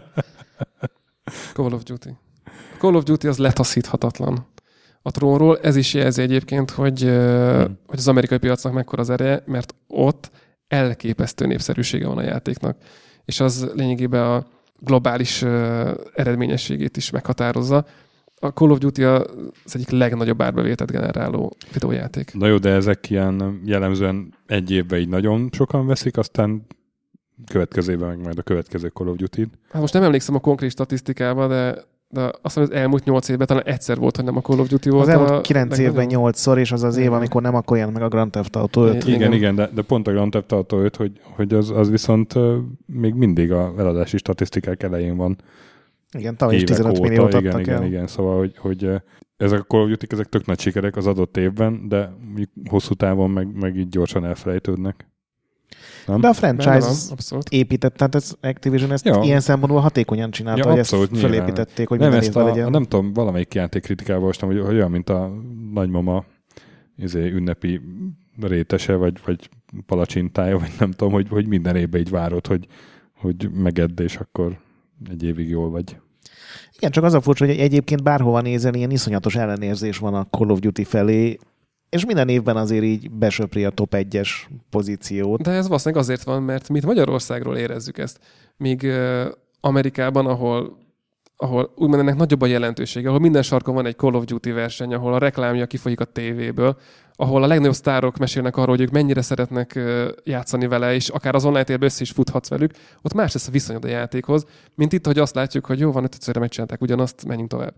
Call of Duty. Call of Duty az letaszíthatatlan a trónról. Ez is jelzi egyébként, hogy az amerikai piacnak mekkora az ereje, mert ott elképesztő népszerűsége van a játéknak. És az lényegében a globális eredményességét is meghatározza. A Call of Duty az egyik legnagyobb árbevételt generáló videójáték. Na jó, de ezek ilyen jellemzően egy évben így nagyon sokan veszik, aztán következőben meg majd a következő Call of Duty-t. Hát most nem emlékszem a konkrét statisztikába, de azt hiszem, az elmúlt 8 évben talán egyszer volt, hogy nem a Call of Duty volt. Az elmúlt 9 évben 8-szor, és az év, amikor nem, akkor jelent meg a Grand Theft Auto 5. Igen, de pont a Grand Theft Auto 5, hogy az viszont még mindig a eladási statisztikák elején van. Igen, tavaly is 15 milliót adtak el. Igen, szóval, hogy ezek a Call of Duty, ezek tök nagy sikerek az adott évben, de hosszú távon meg így gyorsan elfelejtődnek. Nem? De a franchise épített, tehát ez Activision ezt ilyen szempontból hatékonyan csinálta, hogy ezt felépítették, hogy minden évben legyen. Nem tudom, valamelyik játékkritikával olvastam, hogy olyan, mint a nagymama ünnepi rétese, vagy palacsintája, vagy nem tudom, hogy minden évben így várod, hogy megedd, és akkor egy évig jól vagy. Igen, csak az a furcsa, hogy egyébként bárhova nézel, ilyen iszonyatos ellenérzés van a Call of Duty felé, és minden évben azért így besöpri a top 1-es pozíciót. De ez valószínűleg azért van, mert mi Magyarországról érezzük ezt. Míg Amerikában, ahol úgymond ennek nagyobb a jelentősége, ahol minden sarkon van egy Call of Duty verseny, ahol a reklámja kifolyik a tévéből, ahol a legnagyobb sztárok mesélnek arról, hogy ők mennyire szeretnek játszani vele, és akár az online térben össze is futhatsz velük, ott más lesz a viszonyod a játékhoz, mint itt, hogy azt látjuk, hogy jó, van, 5-szörre megcsinálták ugyanazt, menjünk tovább.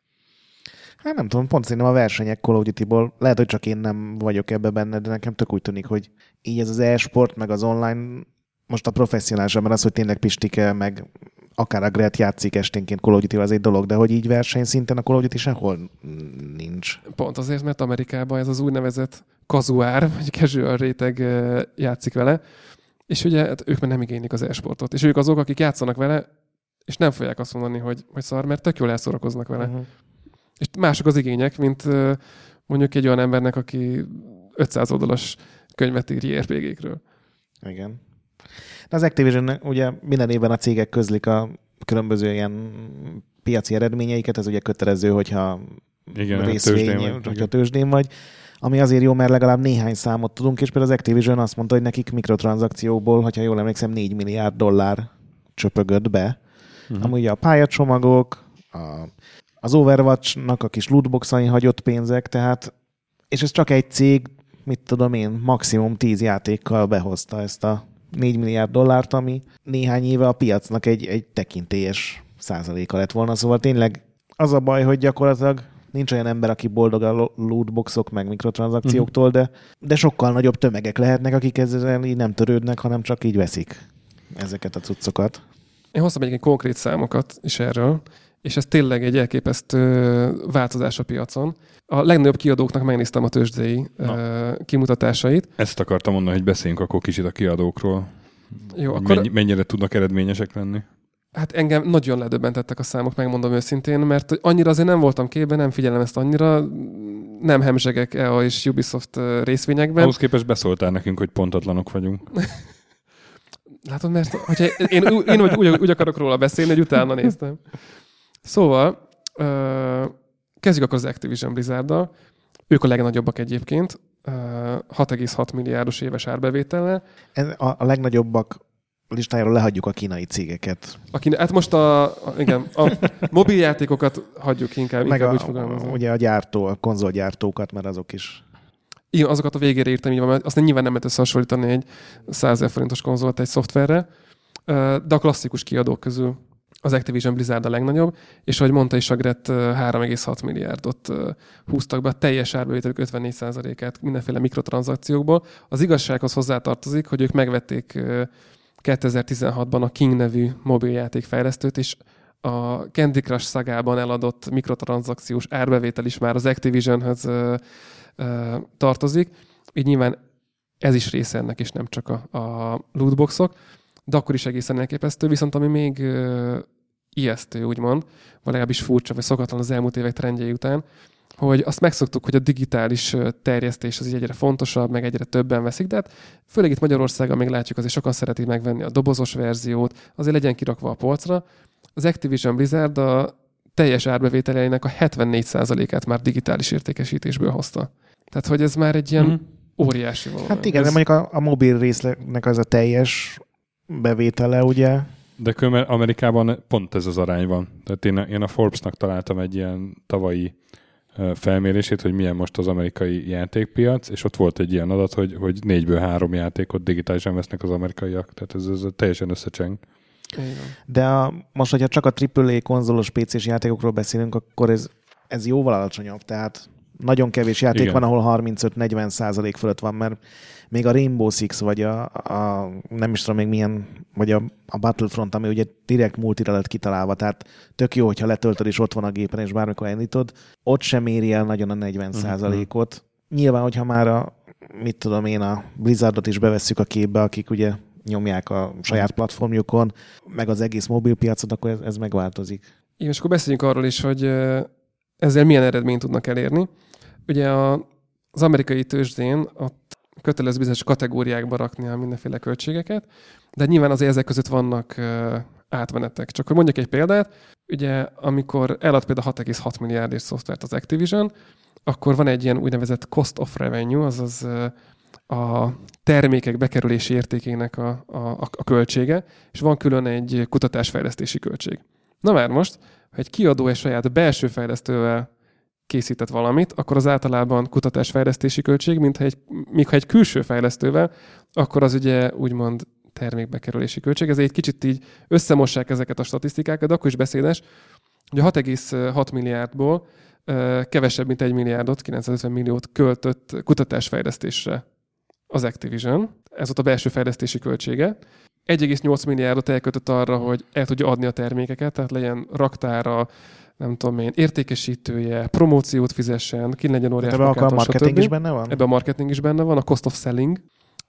Hát nem tudom, pont szerintem a versenyek Call of Duty-ból, lehet, hogy csak én nem vagyok ebbe benne, de nekem tök úgy tűnik, hogy így ez az e-sport, meg az online, most a professzionálisabb, mert az, hogy tényleg Pistike, meg akár a Gret játszik esténként Call of Duty, az egy dolog, de hogy így versenyszinten a Call of Duty sehol nincs. Pont azért, mert Amerikában ez az úgynevezett kazuár, vagy casual réteg játszik vele, és ugye hát ők már nem igénylik az e-sportot. És ők azok, akik játszanak vele, és nem fogják azt mondani, hogy szar, mert tök jól elszórakoznak vele. Uh-huh. És mások az igények, mint mondjuk egy olyan embernek, aki 500 oldalas könyvet ír JRPG-kről. Igen. De az Activision ugye minden évben a cégek közlik a különböző ilyen piaci eredményeiket, ez ugye kötelező, hogyha részvény, hogyha tőzsdén vagy, ami azért jó, mert legalább néhány számot tudunk, és például az Activision azt mondta, hogy nekik mikrotranszakciókból, hogyha jól emlékszem, $4 milliárd csöpögött be. Ami ugye a pályacsomagok, az Overwatch-nak a kis lootboxain hagyott pénzek, tehát, és ez csak egy cég, mit tudom én, maximum 10 játékkal behozta ezt a $4 milliárd, ami néhány éve a piacnak egy tekintélyes százaléka lett volna. Szóval tényleg az a baj, hogy gyakorlatilag nincs olyan ember, aki boldog a lootboxok meg mikrotranszakcióktól, de sokkal nagyobb tömegek lehetnek, akik ezzel így nem törődnek, hanem csak így veszik ezeket a cuccokat. Én hoztam egy konkrét számokat is erről, és ez tényleg egy elképesztő változás a piacon. A legnagyobb kiadóknak megnéztem a tőzsdei kimutatásait. Ezt akartam mondani, hogy beszéljünk akkor kicsit a kiadókról. Jó, akkor... Mennyire tudnak eredményesek lenni? Hát engem nagyon ledöbbentettek a számok, megmondom őszintén, mert annyira azért nem voltam képben, nem figyelem ezt annyira, nem hemzsegek EA és Ubisoft részvényekben. Ahhoz képest beszóltál nekünk, hogy pontatlanok vagyunk. Látod, mert hogyha én úgy akarok róla beszélni, hogy utána néztem. Szóval, kezdjük akkor az Activision Blizzarddal. Ők a legnagyobbak egyébként, 6,6 milliárdos éves árbevétellel. A legnagyobbak listájáról lehagyjuk a kínai cégeket. Hát most a mobiljátékokat hagyjuk inkább úgy fogalmazom. Ugye a konzolgyártókat, mert azok is. Igen, azokat a végére írtam, így van, mert azt nyilván nem lehet összehasonlítani egy 100 000 forintos konzolt egy szoftverre, de a klasszikus kiadók közül az Activision Blizzard a legnagyobb, és ahogy mondta is Agret, 3,6 milliárdot húztak be, a teljes árbevételük 54%-át mindenféle mikrotranszakciókból. Az igazsághoz hozzátartozik, hogy ők megvették 2016-ban a King nevű mobiljátékfejlesztőt, és a Candy Crush szagában eladott mikrotranszakciós árbevétel is már az Activisionhöz tartozik. Így nyilván ez is része ennek, és nem csak a lootboxok, de akkor is egészen elképesztő. Viszont ami még ijesztő, úgymond, vagy legalábbis furcsa, vagy szokatlan az elmúlt évek trendjei után, hogy azt megszoktuk, hogy a digitális terjesztés az így egyre fontosabb, meg egyre többen veszik, de hát főleg itt Magyarországon még látjuk, azért sokan szeretik megvenni a dobozos verziót, azért legyen kirakva a polcra. Az Activision Blizzard a teljes árbevételeinek a 74%-át már digitális értékesítésből hozta. Tehát, hogy ez már egy ilyen óriási valami. Hát igen, de mondjuk a mobil résznek az a teljes bevétele, ugye? De különben Amerikában pont ez az arány van. Tehát én a Forbes-nak találtam egy ilyen tavalyi felmérését, hogy milyen most az amerikai játékpiac, és ott volt egy ilyen adat, hogy 4-ből 3 játékot digitálisan vesznek az amerikaiak. Tehát ez teljesen összecseng. De most, hogyha csak a AAA konzolos PC-s játékokról beszélünk, akkor ez jóval alacsonyabb. Tehát nagyon kevés játék igen. van, ahol 35-40% fölött van, mert még a Rainbow Six, vagy a nem is tudom még milyen, vagy a Battlefront, ami ugye direkt multira lett kitalálva, tehát tök jó, hogyha letöltöd és ott van a gépen, és bármikor elindítod, ott sem éri el nagyon a 40%-ot. Nyilván, hogyha már a Blizzardot is bevesszük a képbe, akik ugye nyomják a saját platformjukon, meg az egész mobilpiacot, akkor ez megváltozik. Igen, és akkor beszéljünk arról is, hogy ezzel milyen eredményt tudnak elérni. Ugye az amerikai tőzsdén ott kötelező bizonyos kategóriákba rakni a mindenféle költségeket, de nyilván azért ezek között vannak átmenetek. Csak hogy mondjak egy példát, ugye amikor elad például 6,6 milliárdért szoftvert az Activision, akkor van egy ilyen úgynevezett cost of revenue, azaz a termékek bekerülési értékének a költsége, és van külön egy kutatásfejlesztési költség. Na már most, ha egy kiadó egy saját belső fejlesztővel készített valamit, akkor az általában kutatásfejlesztési költség, míg ha egy külső fejlesztővel, akkor az ugye úgymond termékbekerülési költség. Ezért egy kicsit így összemossák ezeket a statisztikákat, de akkor is beszédes, hogy a 6,6 milliárdból kevesebb, mint 1 milliárdot, 950 milliót költött kutatásfejlesztésre az Activision. Ez volt a belső fejlesztési költsége. 1,8 milliárdot elköltött arra, hogy el tudja adni a termékeket, tehát legyen raktára, nem tudom én, értékesítője, promóciót fizessen, ki legyen óriás markátor, a marketing is benne van? Ebben a marketing is benne van, a cost of selling.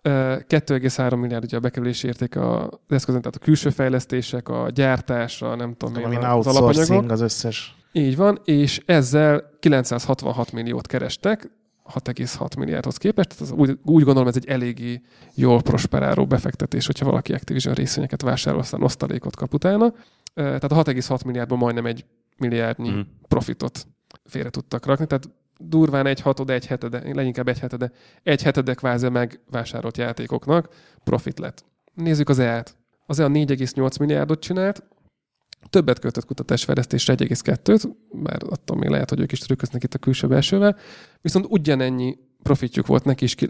2,3 milliárd ugye a bekerülési érték az eszközön, tehát a külső fejlesztések, a gyártás, a nem tudom én, az alapanyagok. Az összes. Így van, és ezzel 966 milliót kerestek, 6,6 milliárdhoz képest, tehát úgy gondolom ez egy eléggé jól prosperáló befektetés, hogyha valaki Activision részvényeket vásárol, aztán osztalékot kap utána. Tehát a 6,6 milliárdból majdnem 1 milliárdnyi profitot félre tudtak rakni, tehát durván egy hetede, leginkább egy hetede kvázi megvásárolt játékoknak profit lett. Nézzük az EA-t. Az EA 4,8 milliárdot csinált, többet költött kutatásfejlesztésre 1,2-t, mert attól még lehet, hogy ők is trükköznek itt a külső-belsővel, viszont ugyanennyi profitjuk volt neki is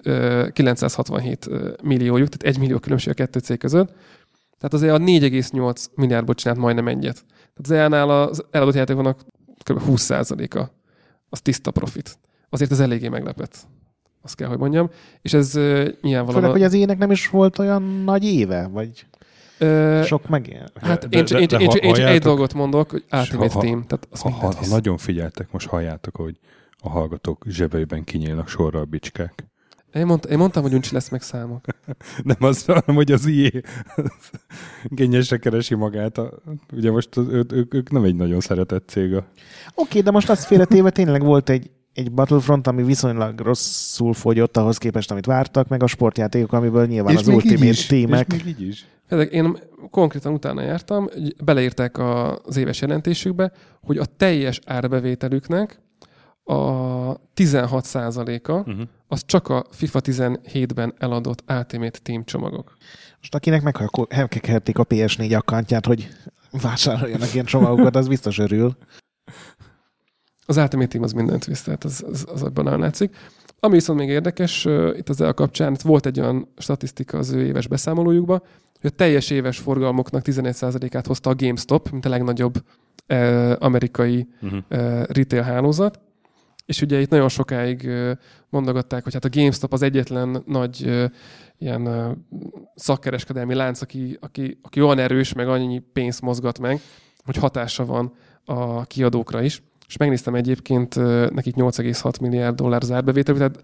967 milliójuk, tehát 1 millió különbség a kettő cég között. Tehát azért a 4,8 milliárdból csinált majdnem egyet. Tehát az EA-nál az eladott játékoknak kb. 20%-a az tiszta profit. Azért ez eléggé meglepett. Azt kell, hogy mondjam. És ez nyilvánvalóan... Főleg, hogy az ének nem is volt olyan nagy éve, vagy... Sok meg... Hát én csak egy dolgot mondok, hogy Ultimate Team. Tehát ha nagyon figyeltek, most halljátok, hogy a hallgatók zsebeiben kinyílnak sorra a bicskák. Én mondtam, hogy uncsi lesz meg számok. Nem az, hanem, hogy az IE gényesre keresi magát. Ugye most ők nem egy nagyon szeretett cég. Oké, de most azt félretéve tényleg volt egy Battlefront, ami viszonylag rosszul fogyott ahhoz képest, amit vártak, meg a sportjátékok, amiből nyilván és az Ultimate Teamek. És még így is. Én konkrétan utána jártam, beleírták az éves jelentésükbe, hogy a teljes árbevételüknek a 16%-a az csak a FIFA 17-ben eladott Ultimate Team csomagok. Most akinek meghekelték a PS4 akkantját, hogy vásároljanak ilyen csomagokat, az biztos örül. Az Ultimate Team az mindent visz, tehát az abban ellátszik. Ami viszont még érdekes, itt az EA kapcsán, itt volt egy olyan statisztika az ő éves beszámolójukban, hogy a teljes éves forgalmoknak 11%-át hozta a GameStop, mint a legnagyobb amerikai retail hálózat. És ugye itt nagyon sokáig mondogatták, hogy hát a GameStop az egyetlen nagy ilyen szakkereskedelmi lánc, aki olyan erős, meg annyi pénzt mozgat meg, hogy hatása van a kiadókra is. És megnéztem egyébként, nekik 8,6 milliárd dollár az árbevétel, tehát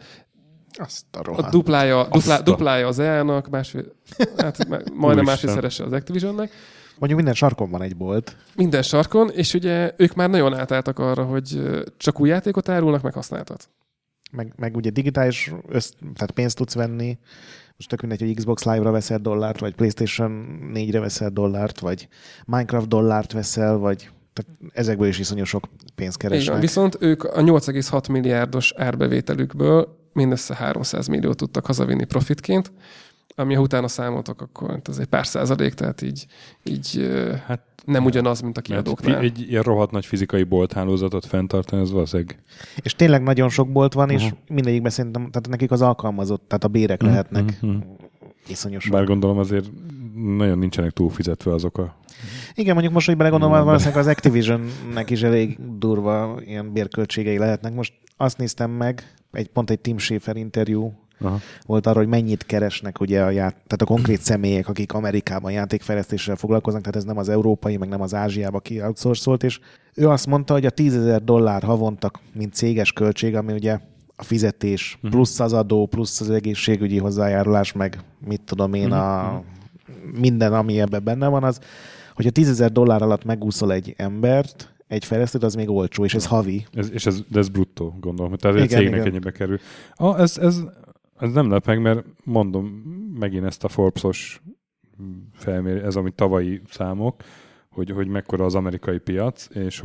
a duplája az EA-nak, majdnem másfélszerese az Activisionnek. Mondjuk minden sarkon van egy bolt. Minden sarkon, és ugye ők már nagyon átálltak arra, hogy csak új játékot árulnak, meg használtat. Meg ugye digitális tehát pénzt tudsz venni. Most tök mindegy, hogy Xbox Live-ra veszel dollárt, vagy PlayStation 4-re veszel dollárt, vagy Minecraft dollárt veszel, vagy tehát ezekből is iszonyú sok pénzt keresnek. Igen, viszont ők a 8,6 milliárdos árbevételükből mindössze 300 milliót tudtak hazavinni profitként, ami ha utána számoltak, akkor ez egy pár százalék, tehát így hát, nem ugyanaz, mint a kiadóknál. Egy ilyen rohadt nagy fizikai bolthálózatot fenntartani, ez valószínűleg. És tényleg nagyon sok bolt van, és mindegyikben szerintem, tehát nekik az alkalmazott, tehát a bérek lehetnek iszonyosak. Bár gondolom azért nagyon nincsenek túlfizetve azok a... Igen, mondjuk most, hogy belegondolom, valószínűleg az Activisionnek is elég durva ilyen bérköltségei lehetnek. Most azt néztem meg, pont egy Tim Schafer interjú volt arra, hogy mennyit keresnek ugye tehát a konkrét személyek, akik Amerikában játékfejlesztéssel foglalkoznak, tehát ez nem az európai, meg nem az Ázsiába ki-outsourcolt, és ő azt mondta, hogy a $10,000 havonta, mint céges költség, ami ugye a fizetés, plusz az adó, plusz az egészségügyi hozzájárulás, meg mit tudom én, minden, ami ebben benne van, az, hogy a $10,000 alatt megúszol egy embert, egy fejlesztőt, az még olcsó, és ez havi. De ez bruttó, gondolom. Tehát egy cégnek ennyibe kerül. Ez nem lep meg, mert mondom megint ezt a Forbes-os felmérés, ez ami tavalyi számok, hogy mekkora az amerikai piac, és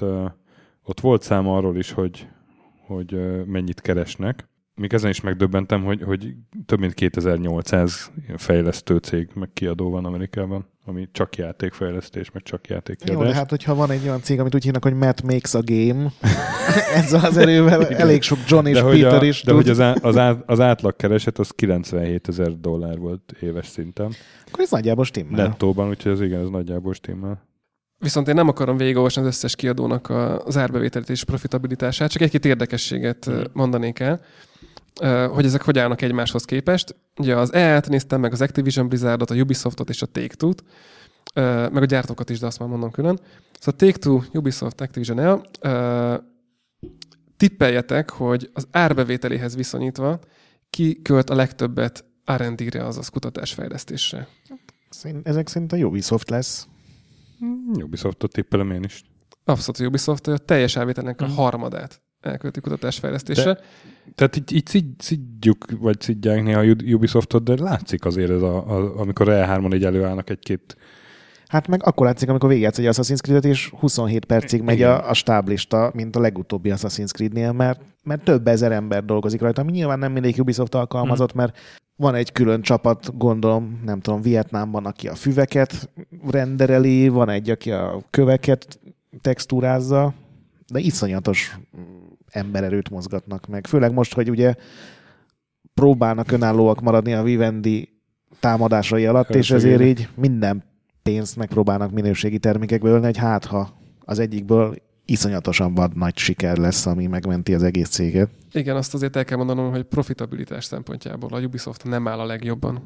ott volt szám arról is, hogy mennyit keresnek. Még ezen is megdöbbentem, hogy több mint 2800 fejlesztő cég meg kiadó van Amerikában, ami csak játékfejlesztés, meg csak játékkiadás. Jó, de hát hogyha van egy olyan cég, amit úgy hívnak, hogy Matt Makes a Game, ezzel az erővel elég sok John és Peter is tud. De hogy az átlagkereset az $97,000 volt éves szinten. Akkor ez nagyjából stimmel. Nettóban, úgyhogy ez nagyjából stimmel. Viszont én nem akarom végigolvasni az összes kiadónak az árbevételét és profitabilitását, csak egy-két érdekességet mondanék el, hogy ezek hogy állnak egymáshoz képest. Ugye az EA-t néztem, meg az Activision Blizzardot, a Ubisoftot és a Take-Two-t, meg a gyártókat is, de azt már mondom külön. Szóval Take-Two, Ubisoft, Activision, EA, tippeljetek, hogy az árbevételéhez viszonyítva ki költ a legtöbbet R&D-re, azaz kutatásfejlesztésre. Ezek szerint a Ubisoft lesz. Ubisoftot tippelem én is. Abszolút Ubisoft, a teljes árbevételnek a harmadát elkölti kutatásfejlesztésre. Tehát így szidják néha a Ubisoftot, de látszik azért ez amikor E3-on így előállnak egy-két... Hát meg akkor látszik, amikor végigjátsz egy Assassin's Creed-et, és 27 percig megy a stáblista, mint a legutóbbi Assassin's Creed-nél, mert több ezer ember dolgozik rajta, ami nyilván nem mindig Ubisoft alkalmazott, mert van egy külön csapat, gondolom, nem tudom, Vietnámban, aki a füveket rendereli, van egy, aki a köveket textúrázza, de iszonyatos embererőt mozgatnak meg. Főleg most, hogy ugye próbálnak önállóak maradni a Vivendi támadásai alatt, és ezért így minden pénzt megpróbálnak minőségi termékekből ölni, hogy hát ha az egyikből iszonyatosan vad nagy siker lesz, ami megmenti az egész céget. Igen, azt azért el kell mondanom, hogy profitabilitás szempontjából a Ubisoft nem áll a legjobban.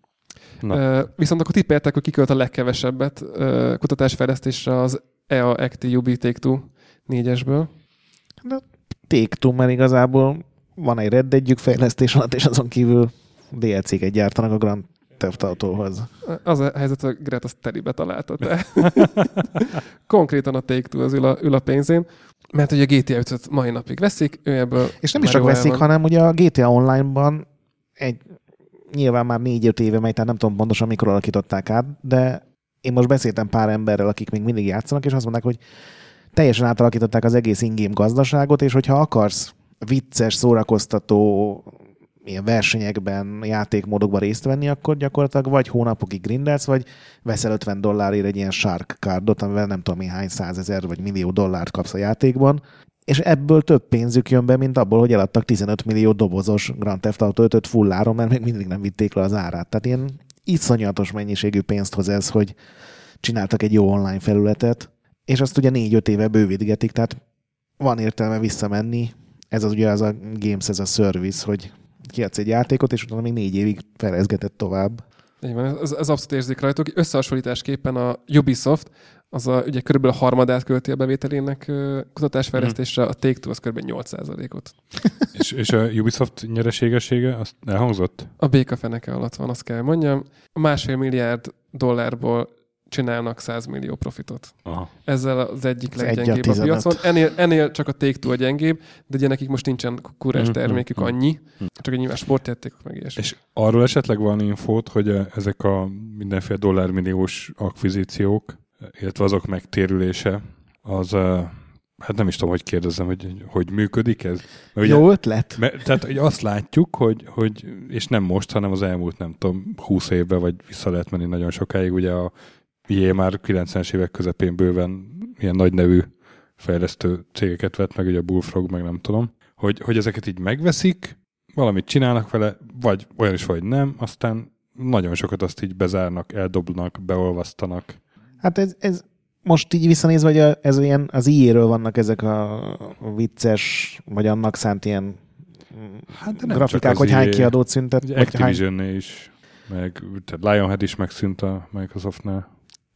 Viszont akkor tippeltek, hogy kikölt a legkevesebbet kutatásfejlesztésre az EA Acti Ubi Take-Two 4-esből. De Take-Two, mert igazából van egy Red Deadjük fejlesztés alatt, és azon kívül DLC-ket gyártanak a Grand Theft Autóhoz. Az a helyzet, hogy Gret azt telibe találta, de konkrétan a Take-Two az ül a pénzén, mert ugye a GTA 5-öt mai napig veszik, ő ebből... És nem is csak veszik, hanem ugye a GTA Online-ban nyilván már 4-5 éve megy, tehát nem tudom pontosan mikor alakították át, de én most beszéltem pár emberrel, akik még mindig játszanak, és azt mondták, hogy teljesen átalakították az egész in-game gazdaságot, és hogyha akarsz vicces, szórakoztató ilyen versenyekben, játékmódokban részt venni, akkor gyakorlatilag vagy hónapokig grindelsz, vagy veszel $50 egy ilyen Shark cardot, amivel nem tudom hány 100 000 vagy millió dollárt kapsz a játékban, és ebből több pénzük jön be, mint abból, hogy eladtak 15 millió dobozos Grand Theft Auto 5-öt fulláron, mert még mindig nem vitték le az árát. Tehát ilyen iszonyatos mennyiségű pénzt hoz ez, hogy csináltak egy jó online felületet, és azt ugye 4-5 éve bővítgetik, tehát van értelme visszamenni. Ez az ugye az a Games as a Service, hogy kiadsz egy játékot, és utána még 4 évig fejleszgetett tovább. Így van, ez abszolút érzik rajtuk. Összehasonlításképpen a Ubisoft, az ugye körülbelül a harmadát költi a bevételének kutatásfejlesztésre, a Take-Two az kb. 8%-ot. és a Ubisoft nyereségessége, azt elhangzott? A béka feneke alatt van, azt kell mondjam. $1,5 milliárd csinálnak 100 millió profitot. Aha. Ezzel az egyik leggyengébb a piacon. Ennél csak a Take-Two a gyengébb, de ugye nekik most nincsen kurás termékük annyi, csak egy nyilván sportjátékok meg ilyesmi. És arról esetleg van infót, hogy ezek a mindenféle dollármilliós akvizíciók, illetve azok megtérülése, az, hát nem is tudom, hogy kérdezzem, hogy működik ez? Mert jó ugye, ötlet. Tehát hogy azt látjuk, hogy, és nem most, hanem az elmúlt, nem tudom, 20 évben, vagy vissza lehet menni nagyon sokáig, ugye a EA már 90-es évek közepén bőven ilyen nagy nevű fejlesztő cégeket vett meg, ugye a Bullfrog, meg nem tudom, hogy ezeket így megveszik, valamit csinálnak vele, vagy olyan is, vagy nem, aztán nagyon sokat azt így bezárnak, eldobnak, beolvasztanak. Hát ez most így visszanézve, hogy ez ilyen, az EA-ről vannak ezek a vicces, vagy annak szánt ilyen grafikák, hogy hány kiadót szüntet. Activision-nél is, meg Lionhead is megszűnt a Microsoftnál.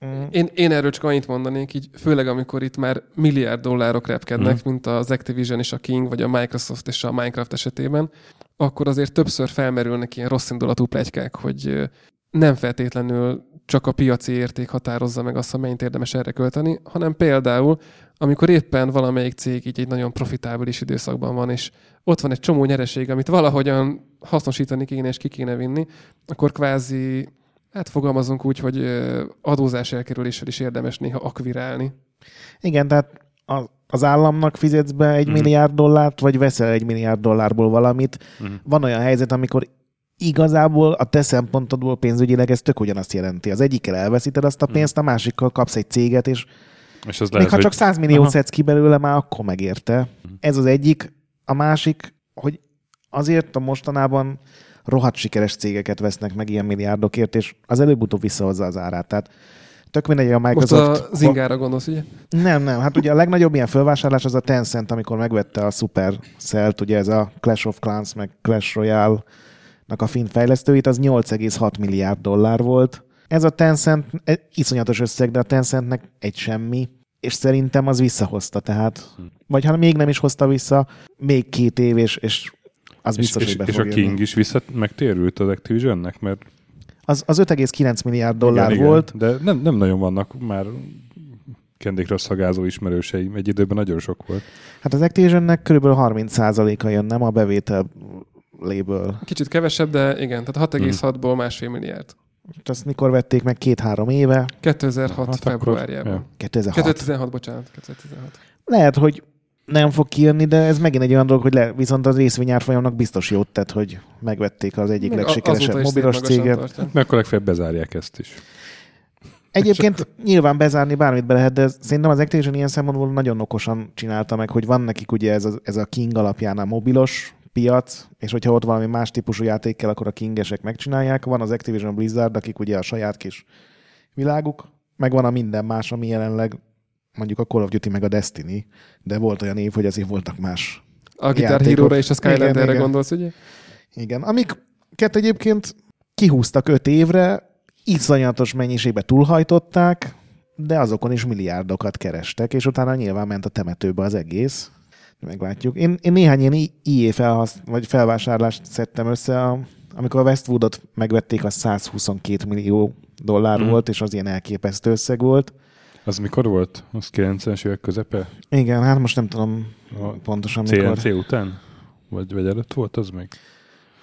Én erről csak annyit mondanék, így főleg amikor itt már $1 milliárd repkednek, mint az Activision és a King, vagy a Microsoft és a Minecraft esetében, akkor azért többször felmerülnek ilyen rosszindulatú pletykák, hogy nem feltétlenül csak a piaci érték határozza meg azt, hogy mennyit érdemes erre költeni, hanem például, amikor éppen valamelyik cég így egy nagyon profitábilis időszakban van, és ott van egy csomó nyereség, amit valahogyan hasznosítani kéne és ki kéne vinni, akkor kvázi, hát fogalmazunk úgy, hogy adózás elkerüléssel is érdemes néha akvirálni. Igen, tehát az államnak fizetsz be $1 milliárd, vagy veszel $1 milliárd valamit. Van olyan helyzet, amikor igazából a te szempontodból pénzügyileg ez tök ugyanazt jelenti. Az egyikkel elveszíted azt a pénzt, a másikkal kapsz egy céget, és az még lehet, ha csak 100 milliót szedsz ki belőle, már akkor megérte. Ez az egyik. A másik, hogy azért a mostanában rohadt sikeres cégeket vesznek meg ilyen milliárdokért, és az előbb-utóbb visszahozza az árát. Tehát tök mindegy, a Microsoft... Most a Zingára gondolsz, ugye? Nem. Hát ugye a legnagyobb ilyen fölvásárlás az a Tencent, amikor megvette a Supercell-t, ugye ez a Clash of Clans, meg Clash Royale-nak a finn fejlesztőit, az $8,6 milliárd volt. Ez a Tencent iszonyatos összeg, de a Tencentnek egy semmi, és szerintem az visszahozta, tehát. Vagy ha még nem is hozta vissza, még 2 év, és az biztos, hogy be fog jönni. És a King is megtérült az Activisionnek, mert... Az $5,9 milliárd volt. Igen, de nem nagyon vannak már Candy Crush szagázó ismerőseim. Egy időben nagyon sok volt. Hát az Activisionnek körülbelül 30%-a jön, nem a bevételéből. Kicsit kevesebb, de igen, tehát 6,6-ból $1,5 milliárd. Azt mikor vették meg 2-3 éve? 2006 februárjában. Ja. 2016, bocsánat. 2016. Lehet, hogy nem fog kijönni, de ez megint egy olyan dolog, hogy viszont a részvényárfolyamnak biztos jót tett, hogy megvették az egyik legsikeresebb mobilos céget. Meg akkor legfeljebb bezárják ezt is. Egyébként nyilván bezárni bármit be lehet, de szerintem az Activision ilyen szempontból nagyon okosan csinálta meg, hogy van nekik ugye ez a King alapján a mobilos piac, és hogyha ott valami más típusú játék kell, akkor a Kingesek megcsinálják. Van az Activision Blizzard, akik ugye a saját kis világuk, meg van a minden más, ami jelenleg mondjuk a Call of Duty meg a Destiny, de volt olyan év, hogy azért voltak más a Guitar Hero-ra és a Skylanderre gondolsz, ugye? Igen. Amiket egyébként kihúztak 5 évre, iszonyatos mennyiségbe túlhajtották, de azokon is milliárdokat kerestek, és utána nyilván ment a temetőbe az egész. Meglátjuk. Én néhány ilyen EA felvásárlást szedtem össze, amikor a Westwoodot megvették, az $122 millió volt, és az ilyen elképesztő összeg volt. Az mikor volt? Az 90-es évek közepe? Igen, hát most nem tudom pontosan mikor. CNC után? Vagy előtt volt az még?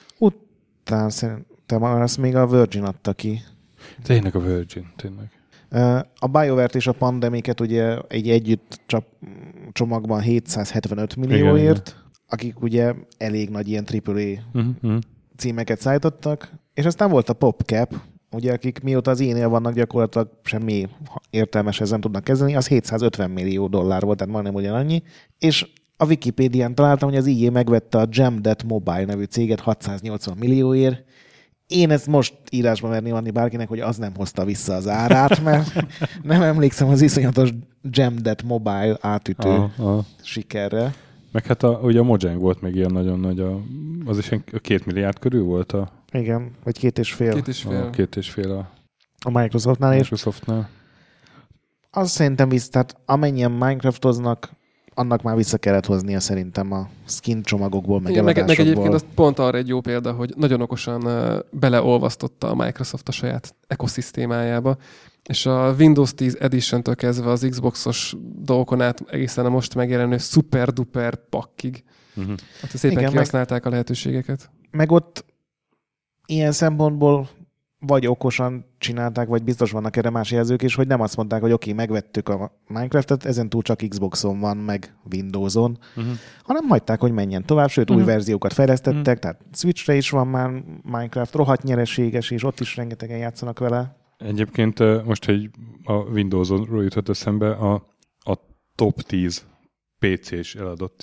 Után szerintem azt még a Virgin adta ki. Tényleg a Virgin, tényleg. A BioWare-t és a Pandemic-et ugye egy együtt csomagban 775 millióért, akik ugye elég nagy ilyen AAA címeket szállítottak, és aztán volt a PopCap, ugye akik mióta az EA-nél vannak, gyakorlatilag semmi értelmes ezen tudnak kezdeni, az 750 millió dollár volt, tehát majdnem ugyanannyi, és a Wikipédián találtam, hogy az EA megvette a Jamdet Mobile nevű céget 680 millióért. Én ezt most írásba verném adni bárkinek, hogy az nem hozta vissza az árát, mert nem emlékszem az iszonyatos Jamdet Mobile átütő sikerre. Meg hát ugye a Mojang volt még ilyen nagyon nagy, az is 2 milliárd körül volt Igen, vagy 2,5. 2,5 a Microsoftnál. Microsoftnál. Az szerintem tehát amennyien Minecraftoznak, annak már vissza kellett hoznia szerintem a skin csomagokból, meg eladásokból. Meg egyébként az pont arra egy jó példa, hogy nagyon okosan beleolvasztotta a Microsoft a saját ekoszisztémájába, és a Windows 10 Edition-től kezdve az Xboxos dolgokon át egészen a most megjelenő super-duper pakkig. Hát szépen kihasználták a lehetőségeket. Meg ott ilyen szempontból vagy okosan csinálták, vagy biztos vannak erre más jelzők is, hogy nem azt mondták, hogy oké, megvettük a Minecraftet, ezen túl csak Xboxon van, meg Windowson, hanem hagyták, hogy menjen tovább, sőt, új verziókat fejlesztettek, tehát Switchre is van már Minecraft, rohadt nyereséges, és ott is rengetegen játszanak vele. Egyébként most, hogy a Windowsonról jutott eszembe, a top 10 PC-n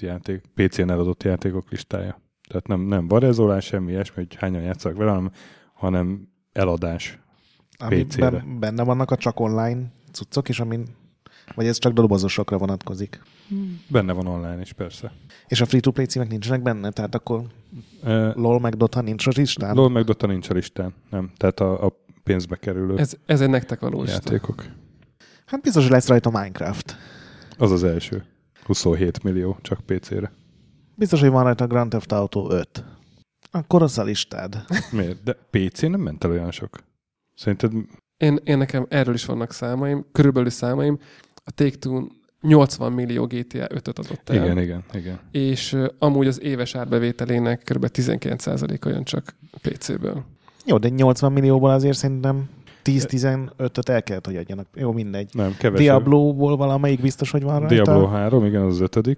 eladott játékok listája. Tehát nem varezolás, semmi ilyesmi, hogy hányan játszanak vele, hanem eladás PC-re. Benne vannak a csak online cuccok is, vagy ez csak dobozosokra vonatkozik? Benne van online is, persze. És a free-to-play címek nincsenek benne? Tehát akkor LOL meg Dota nincs a listán? LOL meg Dota nincs a listán, nem. Tehát a pénzbe kerülő ez egy nektek való játékok. Hát biztos, hogy lesz rajta Minecraft. Az az első. 27 millió csak PC-re. Biztos, hogy van rajta Grand Theft Auto 5. Akkor az a listád. Miért? De PC nem ment el olyan sok. Szerinted... Én nekem erről is vannak számaim, körülbelül számaim. A Take-Two 80 millió GTA 5-öt adott el. Igen. És amúgy az éves árbevételének kb. 19%-a jön csak PC-ből. Jó, de 80 millióból azért szerintem 10-15-öt el kellett, hogy adjanak. Jó, mindegy. Nem, kevesebb. Diablo-ból valamelyik biztos, hogy van rajta. Diablo 3, igen, az 5.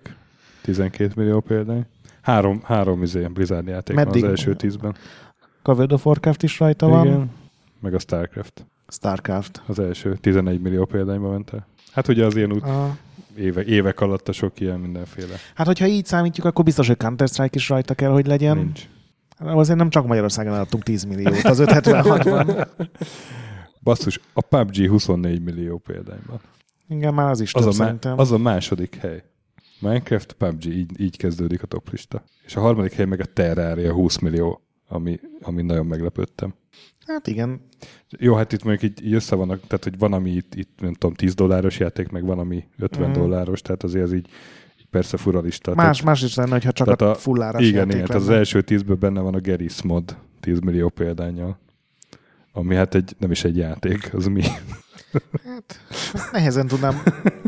12 millió példány. Három Blizzard játék van az első 10-ben. A World of Warcraft is rajta van. Igen, meg a Starcraft. Az első 11 millió példányban ment el. Hát ugye az ilyen évek alatt a sok ilyen mindenféle. Hát hogyha így számítjuk, akkor biztos, hogy Counter-Strike is rajta kell, hogy legyen. Nincs. Azért nem csak Magyarországon adtunk 10 milliót, az 576-ban. Basszus, a PUBG 24 millió példányban. Igen, már az is több szerintem. Az a második hely. Minecraft, PUBG, így kezdődik a toplista. És a harmadik hely meg a Terraria 20 millió, ami nagyon meglepődtem. Hát igen. Jó, hát itt mondjuk így össze vannak, tehát hogy van, ami itt nem tudom, $10 játék, meg van, ami $50, tehát azért az így persze fura lista. Más is lenne, hogyha csak a fulláras játék lenne. Igen, az első 10-ből benne van a Garry's Mod 10 millió példánnyal, ami hát nem is egy játék, az mi? Hát, nehezen tudnám.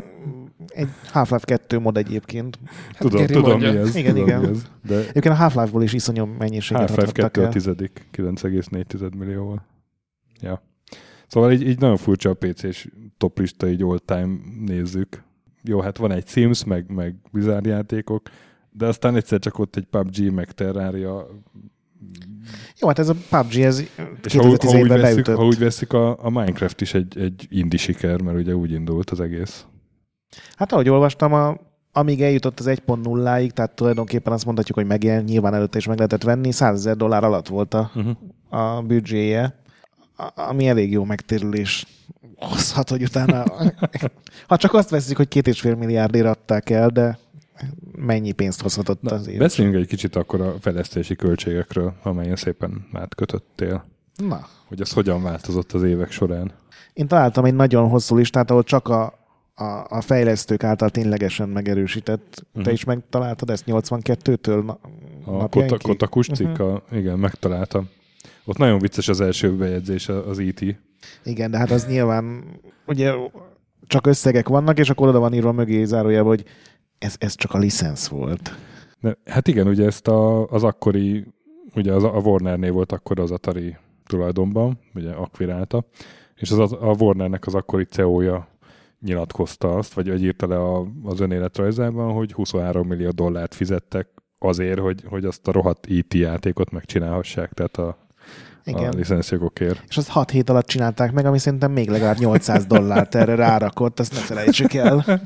Egy Half-Life 2 mod egyébként. Hát tudom mi ez. Igen. De egyébként a Half-Life-ból is iszonyú mennyiséget Half-Life 2 a 9,4 millióval. Ja. Szóval így nagyon furcsa a PC-s toplista, így all-time nézzük. Jó, hát van egy Sims, meg Blizzard játékok, de aztán egyszer csak ott egy PUBG, meg Terraria. Jó, hát ez a PUBG, ez 2017-ben beütött. Ha úgy veszik, a Minecraft is egy indie siker, mert ugye úgy indult az egész. Hát ahogy olvastam, amíg eljutott az 1.0-ig, tehát tulajdonképpen azt mondhatjuk, hogy megjelent, nyilván előtte is meg lehetett venni, $100,000 alatt volt a büdzséje, ami elég jó megtérülés hozhat, hogy utána, ha csak azt veszik, hogy 2,5 milliárdért adták el, de mennyi pénzt hozhatott azért. Beszéljünk egy kicsit akkor a fejlesztési költségekről, amelyen szépen átkötöttél. Na. Hogy ez hogyan változott az évek során. Én találtam egy nagyon hosszú listát, ahol csak a fejlesztők által ténylegesen megerősített. Te is megtaláltad ezt 82-től a Kotakus cikk, igen, megtaláltam. Ott nagyon vicces az első bejegyzés, az E.T. Igen, de hát az nyilván ugye csak összegek vannak, és akkor oda van írva mögé zárójában, hogy ez csak a licensz volt. Hát igen, ugye ezt az akkori, ugye a Warnernél volt akkor az Atari tulajdonban, ugye akvirálta, És a Warnernek az akkori CEO-ja nyilatkozta azt, vagy írta le az önéletrajzában, hogy 23 millió dollárt fizettek azért, hogy azt a rohadt E.T. játékot megcsinálhassák, tehát a licenszjogokért. És azt 6 hét alatt csinálták meg, ami szerintem még legalább $800 erre rárakott, azt ne felejtsük el.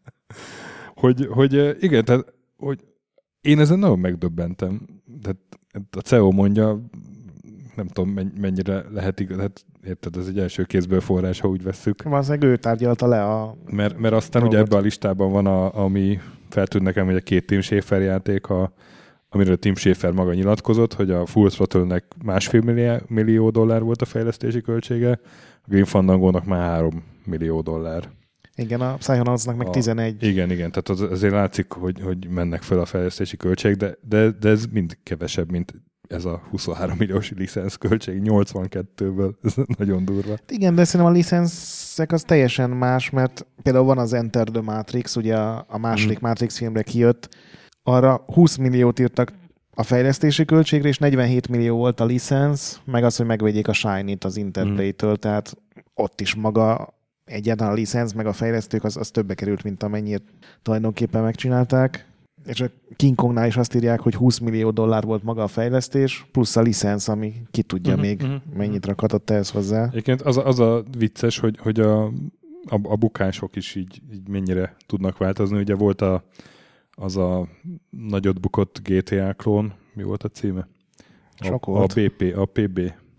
hogy igen, tehát hogy én ezen nagyon megdöbbentem. Tehát a CEO mondja, nem tudom mennyire lehet igaz, hát érted, ez egy első kézből forrás, ha úgy vesszük. Valószínűleg ő tárgyalta le a... Mert aztán ugye ebben a listában van, ami feltűnt nekem, hogy a 2 Tim Schafer játék, amiről Tim Schafer maga nyilatkozott, hogy a Full Throttle-nek $1,5 millió volt a fejlesztési költsége, a Grim Fandango-nak már $3 millió. Igen, a Psychonautsnak meg 11. Igen, tehát azért látszik, hogy mennek fel a fejlesztési költség, de ez mind kevesebb, mint ez a 23 milliós licensz költség 82-ből. Ez nagyon durva. Igen, de szerintem a licenszek az teljesen más, mert például van az Enter the Matrix, ugye a második Matrix filmre kijött, arra 20 milliót írtak a fejlesztési költségre, és 47 millió volt a licensz, meg az, hogy megvédjék a Shiny-t az Interplay-től, tehát ott is maga egyáltalán a licensz, meg a fejlesztők az többe került, mint amennyit tulajdonképpen megcsinálták. És a King Kongnál is azt írják, hogy $20 millió volt maga a fejlesztés, plusz a licensz, ami ki tudja még mennyit rakhatott ehhez hozzá. Egyébként az a vicces, hogy a bukások is így mennyire tudnak változni. Ugye volt az a nagyot bukott GTA klón, mi volt a címe? Sok volt. A PB.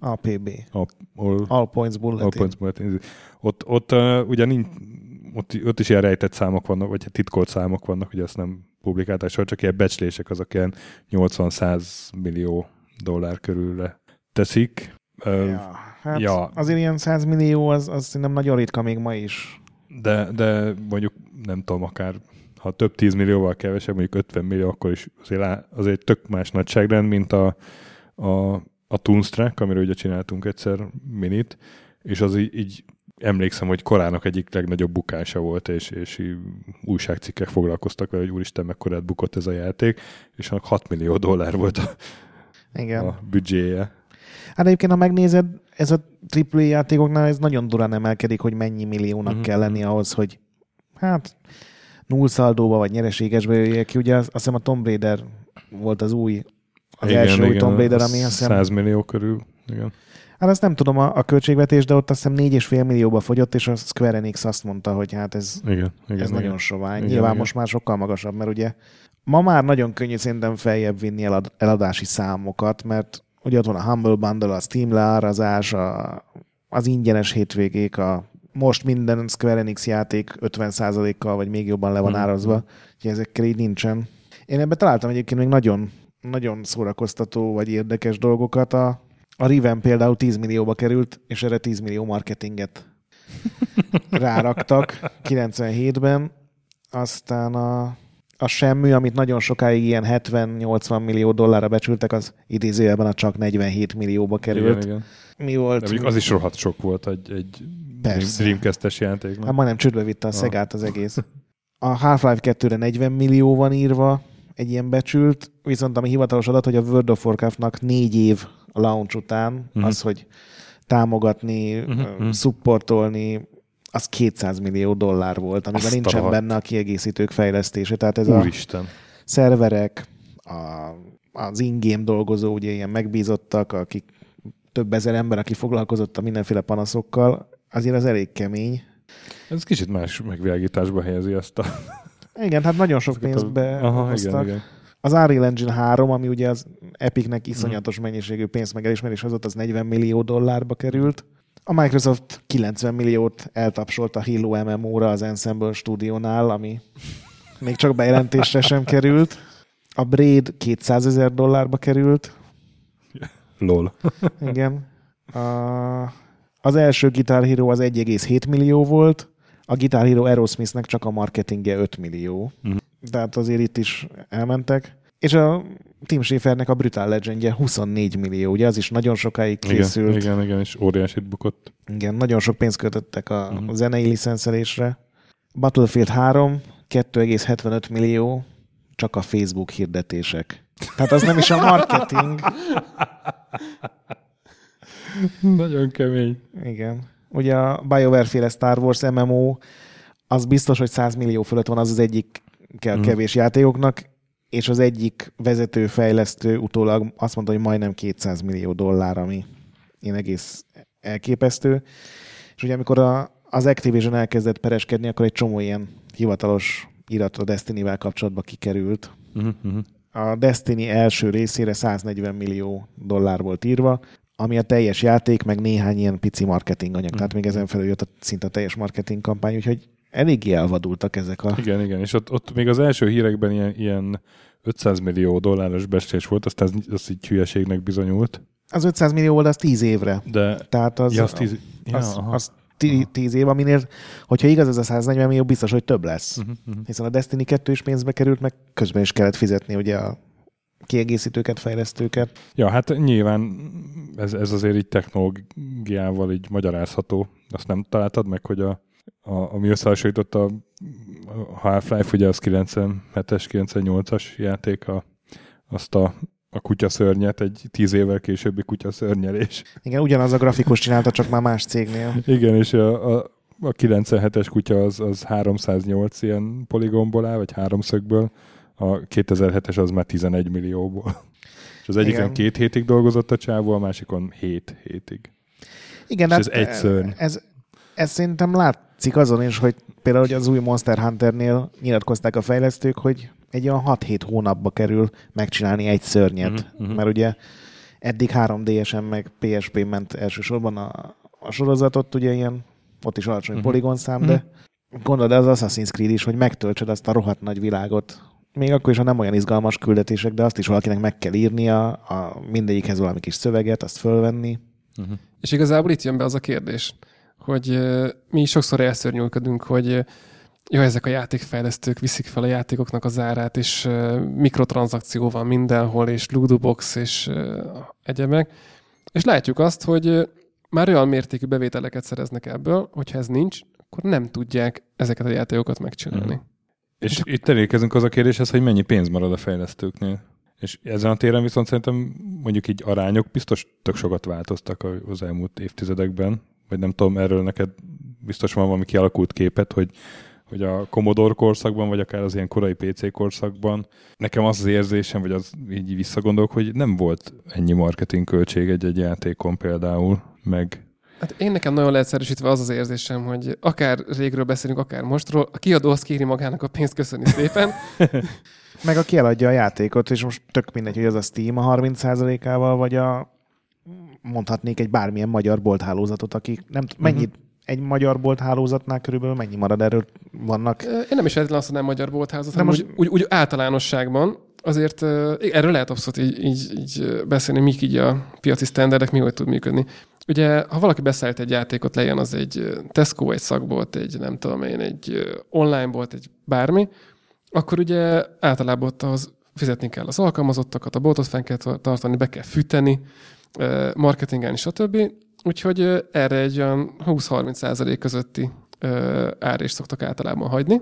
All Points Bulletin. Ott ugye ott is ilyen rejtett számok vannak, vagy titkolt számok vannak, hogy azt nem publikálták, csak ilyen becslések, azok ilyen 80-100 millió dollár körülre teszik. Azért ilyen 100 millió, az nem nagyon ritka még ma is. De mondjuk nem tudom, akár ha több 10 millióval kevesebb, mondjuk 50 millió, akkor is azért tök más nagyságrend, mint a Toonstruck, amiről ugye csináltunk egyszer minit, és az így emlékszem, hogy korának egyik legnagyobb bukása volt, és újságcikkek foglalkoztak vele, hogy úristen, mekkorát bukott ez a játék, és annak $6 millió volt a büdzséje. Hát egyébként, ha megnézed, ez a AAA játékoknál ez nagyon durán emelkedik, hogy mennyi milliónak kell lenni ahhoz, hogy nullszaldóba vagy nyereségesbe jöjjek ki. Ugye azt hiszem a Tomb Raider volt az első új Tomb Raider, ami azt hiszem... 100 millió körül, igen. Hát azt nem tudom a költségvetés, de ott azt hiszem 4,5 millióba fogyott, és a Square Enix azt mondta, hogy hát ez nagyon sovány. Nyilván most már sokkal magasabb, mert ugye ma már nagyon könnyű szerintem feljebb vinni eladási számokat, mert ugye ott van a Humble Bundle, a Steam leárazás, az ingyenes hétvégék, most minden Square Enix játék 50%-kal, vagy még jobban le van árazva, úgyhogy ezekkel így nincsen. Én ebben találtam egyébként még nagyon, nagyon szórakoztató, vagy érdekes dolgokat. A Riven például 10 millióba került, és erre 10 millió marketinget ráraktak 97-ben. Aztán a Shenmue, amit nagyon sokáig ilyen 70-80 millió dollárra becsültek, az idézőjelben a csak 47 millióba került. Igen. Mi volt? De az is rohadt sok volt egy Dreamcast-es játék. Hát majdnem csődbe vitte a Szegát az egész. A Half-Life 2-re 40 millió van írva, egy ilyen becsült, viszont ami hivatalos adat, hogy a World of Warcraftnak 4 év a launch után az, hogy támogatni, supportolni, az 200 millió dollár volt, amiben nincsen benne a kiegészítők fejlesztése. Tehát ez Úristen. A szerverek, az in-game dolgozó, ugye ilyen megbízottak, akik több ezer ember, aki foglalkozott a mindenféle panaszokkal, azért az elég kemény. Ez kicsit más megvilágításba helyezi ezt a... Igen, hát nagyon sok pénzbe hoztak. Igen. Az Unreal Engine 3, ami ugye az Epicnek iszonyatos mennyiségű pénzt meg elismerés hozott, az 40 millió dollárba került. A Microsoft 90 milliót eltapsolt a Halo MMO-ra az Ensemble stúdiónál, ami még csak bejelentésre sem került. A Braid 200 000 dollárba került. Lol. Igen. Az első Guitar Hero az 1,7 millió volt, a Guitar Hero Aerosmithnek csak a marketingje 5 millió. Tehát azért itt is elmentek. És a Tim Schafernek a Brutal Legendje 24 millió, ugye az is nagyon sokáig készült. Igen, és óriásit bukott. Igen, nagyon sok pénzt költöttek a zenei licenszelésre. Battlefield 3, 2,75 millió, csak a Facebook hirdetések. Tehát az nem is a marketing. Nagyon kemény. Igen. Ugye a BioWare-féle Star Wars MMO, az biztos, hogy 100 millió fölött van, az egyik kevés játékoknak, és az egyik vezető fejlesztő utólag azt mondta, hogy majdnem $200 millió, ami én egész elképesztő. És ugye amikor az Activision elkezdett pereskedni, akkor egy csomó ilyen hivatalos irat a Destiny-vel kapcsolatban kikerült. A Destiny első részére $140 millió volt írva, ami a teljes játék, meg néhány ilyen pici marketing anyag. Tehát még ezen felül jött szinte a teljes marketing kampány, úgyhogy eléggé elvadultak ezek a... Igen, és ott még az első hírekben ilyen $500 millió becslés volt, aztán az így hülyeségnek bizonyult. Az 500 millió volt, az 10 évre. De... Tehát az... Ja, az 10 év, aminél, hogyha igaz ez a 140 millió, biztos, hogy több lesz. Hiszen a Destiny 2 is pénzbe került, meg közben is kellett fizetni ugye a kiegészítőket, fejlesztőket. Ja, hát nyilván ez azért így technológiával így magyarázható. Azt nem találtad meg, hogy ami összehasonlított a Half-Life, ugye az 97-es, 98-as játék, azt a kutyaszörnyet, egy 10 évvel későbbi kutyaszörnyelés. Igen, ugyanaz a grafikus csinálta, csak már más cégnél. Igen, és a 97-es kutya az 308 ilyen poligomból áll, vagy háromszögből, a 2007-es az már 11 millióból. És az egyiken 2 hétig dolgozott a csávó, a másikon 7 hétig. Igen, és ez egy szörny. Ez szerintem látszik azon is, hogy például hogy az új Monster Hunternél nyilatkozták a fejlesztők, hogy egy olyan 6-7 hónapba kerül megcsinálni egy szörnyet. Mert ugye eddig 3DS-en meg PSP ment elsősorban a sorozatot, ugye ilyen, ott is alacsony poligonszám, de gondold az Assassin's Creed is, hogy megtöltsed azt a rohadt nagy világot. Még akkor is, ha nem olyan izgalmas küldetések, de azt is valakinek meg kell írnia, mindegyikhez valami kis szöveget, azt fölvenni. És igazából itt jön be az a kérdés, hogy mi sokszor elszörnyűködünk, hogy ezek a játékfejlesztők viszik fel a játékoknak az árát, és mikrotranszakció van mindenhol, és lootbox, és egyebek. És látjuk azt, hogy már olyan mértékű bevételeket szereznek ebből, hogyha ez nincs, akkor nem tudják ezeket a játékokat megcsinálni. És itt elérkezünk az a kérdéshez, hogy mennyi pénz marad a fejlesztőknél. És ezen a téren viszont szerintem mondjuk így arányok biztos tök sokat változtak az elmúlt évtizedekben. Vagy nem tudom, erről neked biztos van valami kialakult képet, hogy a Commodore korszakban, vagy akár az ilyen korai PC korszakban nekem az érzésem, vagy az így visszagondolok, hogy nem volt ennyi marketing költség egy játékon például, meg... Hát én nekem nagyon leegyszerűsítve az érzésem, hogy akár régről beszélünk, akár mostról, a kiadó azt kéri magának a pénzt, köszöni szépen. Meg aki eladja a játékot, és most tök mindegy, hogy az a Steam a 30%-ával, vagy mondhatnék egy bármilyen magyar bolthálózatot, akik nem mennyit egy magyar bolthálózatnál körülbelül mennyi marad, erről vannak? Én nem is feltétlenül azt mondanám magyar bolthálózat, hanem úgy általánosságban azért erről lehet abszolút így beszélni, mik így a piaci sztenderdek, mi hogy tud működni. Ugye, ha valaki beszállít egy játékot, legyen az egy Tesco, egy szakbolt, egy nem tudom én, egy online bolt, egy bármi, akkor ugye általában ott ahhoz fizetni kell az alkalmazottakat, a boltot fenn kell tartani, be kell fűteni, marketingelni, stb. Úgyhogy erre egy olyan 20-30% közötti árést szoktak általában hagyni.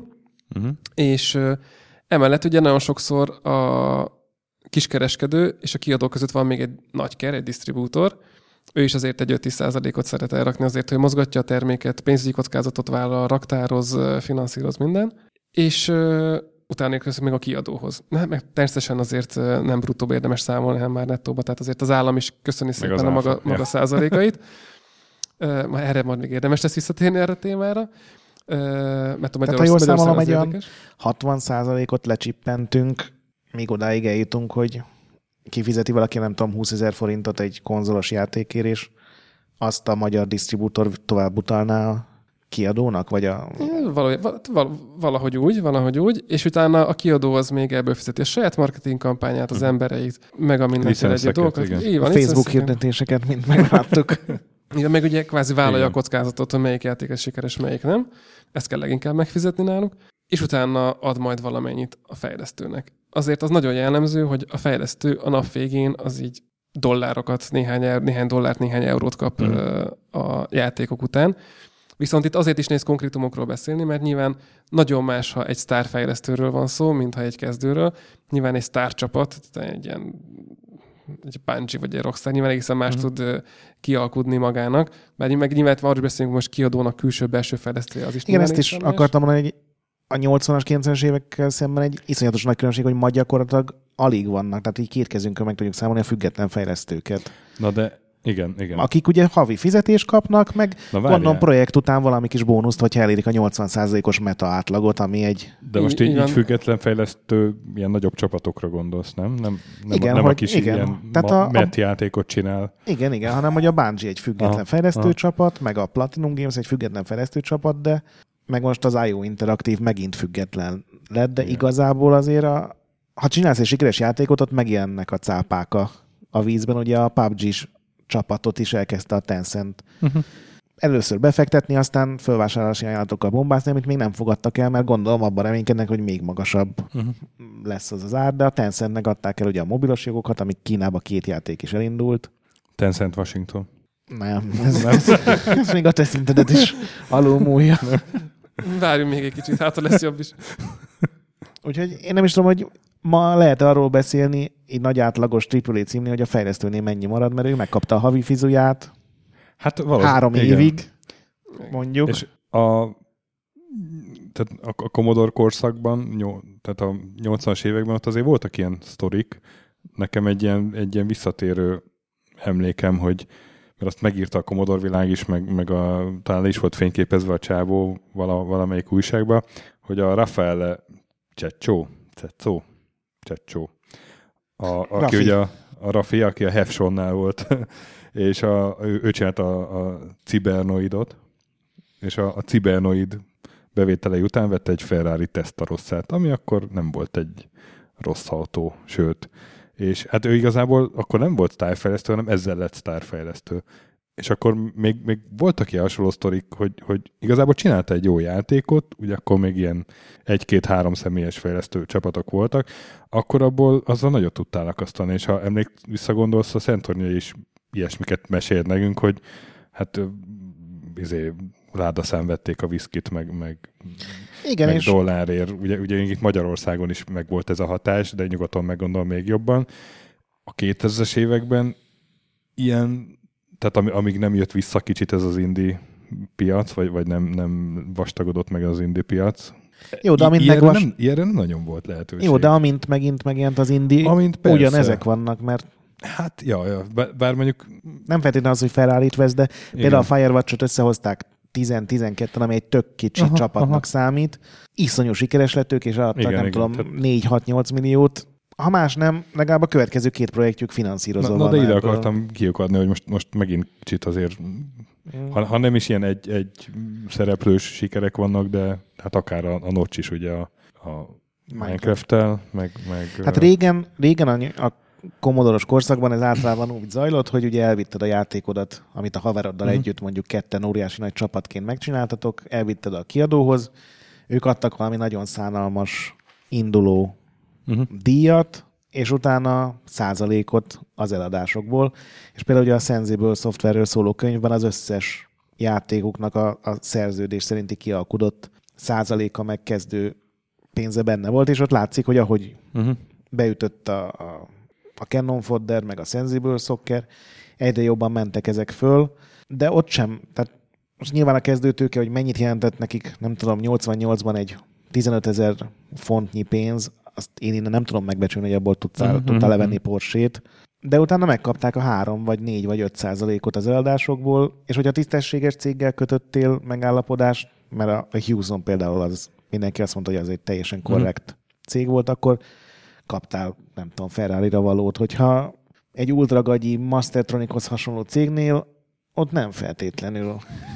És emellett ugye nagyon sokszor a kiskereskedő és a kiadó között van még egy nagy egy disztribútor. Ő is azért egy 5-10%-ot szeret elrakni azért, hogy mozgatja a terméket, pénzügyi kockázatot vállal, raktároz, finanszíroz minden. És utána érkezik még a kiadóhoz. Meg természetesen azért nem bruttóba érdemes számolni, hanem már nettóba, tehát azért az állam is köszöni szépen a maga százalékait. Erre majd még érdemes lesz visszatérni erre a témára. Mert tehát ha jól számolom, egy olyan 60%-ot lecsippentünk, még odáig eljutunk, hogy kifizeti valaki, nem tudom, 20 000 forintot egy konzolos játékért, és azt a magyar disztribútor tovább utalná a kiadónak, vagy a... Valahogy úgy, és utána a kiadó az még ebből fizeti a saját marketing kampányát, az embereit, meg a mindenféle egyéb dolgokat. A Facebook hirdetéseket mind megláttuk. Igen, meg ugye kvázi vállalja a kockázatot, hogy melyik játék sikeres, melyik nem. Ezt kell leginkább megfizetni náluk, és utána ad majd valamennyit a fejlesztőnek. Azért az nagyon jellemző, hogy a fejlesztő a nap végén az így dollárokat, néhány dollárt, néhány eurót kap a játékok után. Viszont itt azért is néz konkrétumokról beszélni, mert nyilván nagyon más, ha egy sztárfejlesztőről van szó, mint ha egy kezdőről. Nyilván egy sztárcsapat, egy ilyen egy Bungie vagy egy Rockstar nyilván egészen más tud kialkudni magának. Bár meg nyilván arról beszélünk most kiadónak külső-belső fejlesztője, az is. Igen, ezt is akartam mondani, hogy a 80-as, 90-es évekkel szemben egy iszonyatos nagy különbség, hogy ma gyakorlatilag alig vannak, tehát így két kezünkön meg tudjuk számolni a független fejlesztőket. Na de igen. Akik ugye havi fizetést kapnak, meg gondolom projekt után valami kis bónuszt, hogyha elérik a 80%-os meta átlagot, ami egy... De most így független fejlesztő ilyen nagyobb csapatokra gondolsz, nem? Igen, nem a kis ilyen met játékot csinál. Igen, hanem hogy a Bungie egy független fejlesztő csapat, meg a Platinum Games egy független fejlesztő csapat, de meg most az IO Interactive megint független lett, de igazából azért ha csinálsz egy sikeres játékot, ott megjelennek a cápák a vízben. Ugye a PUBG-s csapatot is elkezdte a Tencent először befektetni, aztán fölvásárlási ajánlatokkal bombázni, amit még nem fogadtak el, mert gondolom abban reménykednek, hogy még magasabb lesz az ár, de a Tencentnek adták el ugye a mobilos jogokat, amik Kínába 2 játék is elindult. Tencent Washington. Nem, ez még a te szintedet is alulmúlja. Várjunk még egy kicsit, hát lesz jobb is. Úgyhogy én nem is tudom, hogy ma lehet arról beszélni, egy nagy átlagos AAA címnél, hogy a fejlesztőnél mennyi marad, mert ő megkapta a havi fizuját 3 évig, mondjuk. És tehát a Commodore korszakban, tehát a 80-as években ott azért voltak ilyen sztorik. Nekem egy ilyen visszatérő emlékem, hogy mert azt megírta a Commodore világ is, meg talán is volt fényképezve a csávó valamelyik újságban, hogy a Raffaele Cecco, aki ugye a Raffi, aki a Hefsonnál volt, és ő csinálta a Cybernoidot, és a Cybernoid bevételei után vette egy Ferrari Testarosszát, ami akkor nem volt egy rossz autó, sőt. És hát ő igazából akkor nem volt sztárfejlesztő, hanem ezzel lett sztárfejlesztő. És akkor még voltak ilyen hasonló sztorik, hogy igazából csinálta egy jó játékot, ugye akkor még ilyen 1-2-3 személyes fejlesztő csapatok voltak, akkor abból azzal nagyot tudtál akasztani, és ha visszagondolsz, a Centornia is ilyesmiket mesél nekünk, hogy hát ládaszám vették a viszkit, meg dollárért. Ugye itt Magyarországon is meg volt ez a hatás, de nyugaton meggondolom még jobban. A 2000-es években ilyen, tehát amíg nem jött vissza kicsit ez az indie piac, vagy nem vastagodott meg az indie piac. Jó, de amint ilyenre nem nagyon volt lehetőség. Jó, de amint megint megjelent az indie, ugyanezek vannak, mert hát, ja, bár mondjuk... Nem feltétlenül az, hogy Ferrari-t vesz, de például a Firewatch-ot összehozták 10-12-en, ami egy tök kicsi csapatnak számít. Iszonyú sikeres lett ők, és adtak, nem tudom, 4-6-8 milliót. Ha más nem, legalább a következő 2 projektjük finanszírozó van. De ide akartam kiukadni, hogy most megint kicsit azért, ha nem is ilyen egy szereplős sikerek vannak, de hát akár a Notch is ugye a Minecraft-tel, meg... Hát régen a Commodore-os korszakban ez általában úgy zajlott, hogy ugye elvitted a játékodat, amit a haveroddal együtt mondjuk ketten óriási nagy csapatként megcsináltatok, elvitted a kiadóhoz, ők adtak valami nagyon szánalmas induló díjat, és utána százalékot az eladásokból. És például ugye a Sensible Software-ről szóló könyvben az összes játékoknak a szerződés szerinti kialkudott százaléka megkezdő pénze benne volt, és ott látszik, hogy ahogy beütött a Cannon Fodder, meg a Sensible Soccer, egyre jobban mentek ezek föl, de ott sem, tehát most nyilván a kezdőtőke, hogy mennyit jelentett nekik, nem tudom, 88-ban egy 15 000 fontnyi pénz, azt én innen nem tudom megbecsülni, hogy abból tudtál levenni Porsét, de utána megkapták a 3 vagy 4 vagy 5% az eladásokból, és hogyha tisztességes céggel kötöttél megállapodást, mert a Hewson például az mindenki azt mondta, hogy az egy teljesen korrekt cég volt, akkor kaptál, nem tudom, Ferrari-ra valót. Hogyha egy ultragagyi Mastertronichoz hasonló cégnél, ott nem feltétlenül.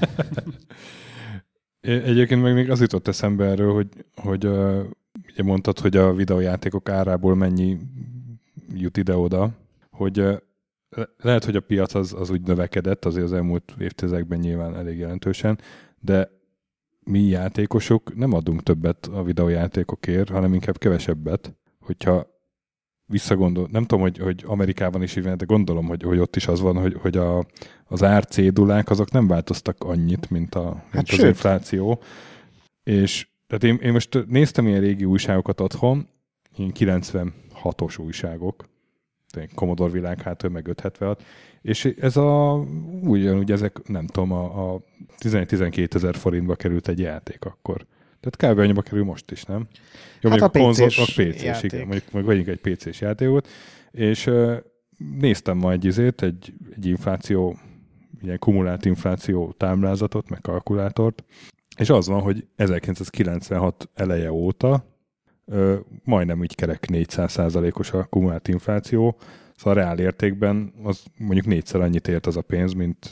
Egyébként meg még az jutott eszembe erről, hogy ugye mondtad, hogy a videójátékok árából mennyi jut ide-oda, hogy lehet, hogy a piac az úgy növekedett azért az elmúlt évtizedekben nyilván elég jelentősen, de mi játékosok nem adunk többet a videójátékokért, hanem inkább kevesebbet. Hogyha visszagondol, nem tudom, hogy Amerikában is így van, de gondolom, hogy ott is az van, hogy az árcédulák azok nem változtak annyit, mint az infláció. És tehát én most néztem ilyen régi újságokat otthon, ilyen 96-os újságok, Commodore világhátő, meg 576, és ez ugyanúgy ezek, nem tudom, a 11-12 ezer forintba került egy játék akkor. Tehát kb. Annyiba kerül most is, nem? Jó, hát a PC-s játék. igen, mondjuk vegyünk egy PC-s játékot, és néztem ma egy infláció, ilyen kumulált infláció táblázatot, meg kalkulátort, és az van, hogy 1996 eleje óta majdnem így kerek 400%-os a kumulált infláció, szóval a reál értékben az mondjuk 4-szer annyit ért az a pénz,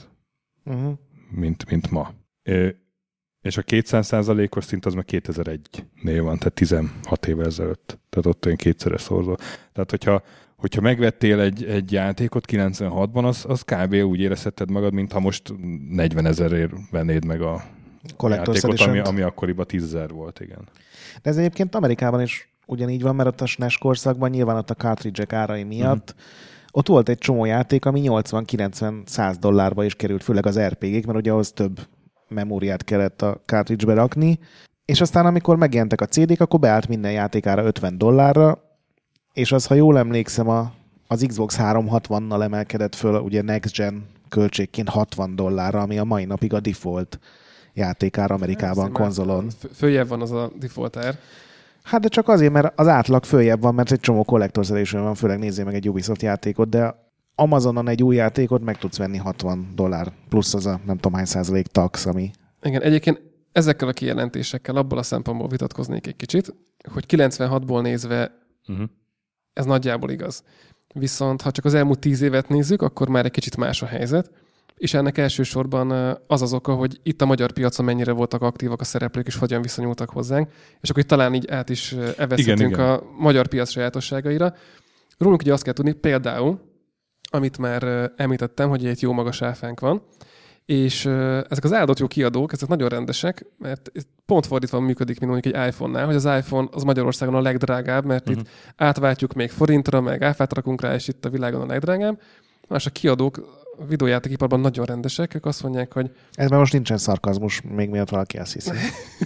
mint ma. És a 200%-os szint az meg 2001-nél van, tehát 16 évvel ezelőtt. Tehát ott olyan kétszeres szorzó. Tehát hogyha megvettél egy játékot 96-ban, az kb. Úgy érezheted magad, mintha most 40 000-ért vennéd meg a játékot, ami akkoriban 10 000 volt, igen. De ez egyébként Amerikában is ugyanígy van, mert ott a SNES korszakban nyilván ott a cartridge-ek árai miatt ott volt egy csomó játék, ami 80-90-100 dollárba is került, főleg az RPG-k, mert ugye ahhoz több memóriát kellett a cartridge-be rakni, és aztán amikor megjelentek a CD-k, akkor beállt minden játékára 50 dollárra, és az, ha jól emlékszem, az Xbox 360-nal emelkedett föl, ugye Next Gen költségként 60 dollárra, ami a mai napig a default játékára Amerikában konzolon. Följebb van az a default ár. Hát de csak azért, mert az átlag följebb van, mert egy csomó Collector's Edition van, főleg nézzél meg egy Ubisoft játékot, de Amazonon egy új játékot meg tudsz venni 60 dollár, plusz az a nem tudom hány százalék tax, ami... Igen, egyébként ezekkel a kijelentésekkel abból a szempontból vitatkoznék egy kicsit, hogy 96-ból nézve ez nagyjából igaz. Viszont ha csak az elmúlt 10 évet nézzük, akkor már egy kicsit más a helyzet, és ennek elsősorban az oka, hogy itt a magyar piacon mennyire voltak aktívak a szereplők, és hogyan viszonyultak hozzánk, és akkor itt talán így át is evezhetünk a magyar piac sajátosságaira. Rólunk ugye azt kell tudni, például, amit már említettem, hogy egy jó magas áfánk van, és ezek az áldott jó kiadók, ezek nagyon rendesek, mert pont fordítva működik, mint mondjuk egy iPhone-nál, hogy az iPhone az Magyarországon a legdrágább, mert itt átváltjuk még forintra, meg áfát rakunk rá, és itt a világon a legdrágább. Más a kiadók a videójátékiparban nagyon rendesek, ők azt mondják, hogy... Ez már most nincsen szarkazmus, még miatt valaki azt hiszi.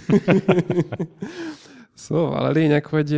Szóval a lényeg, hogy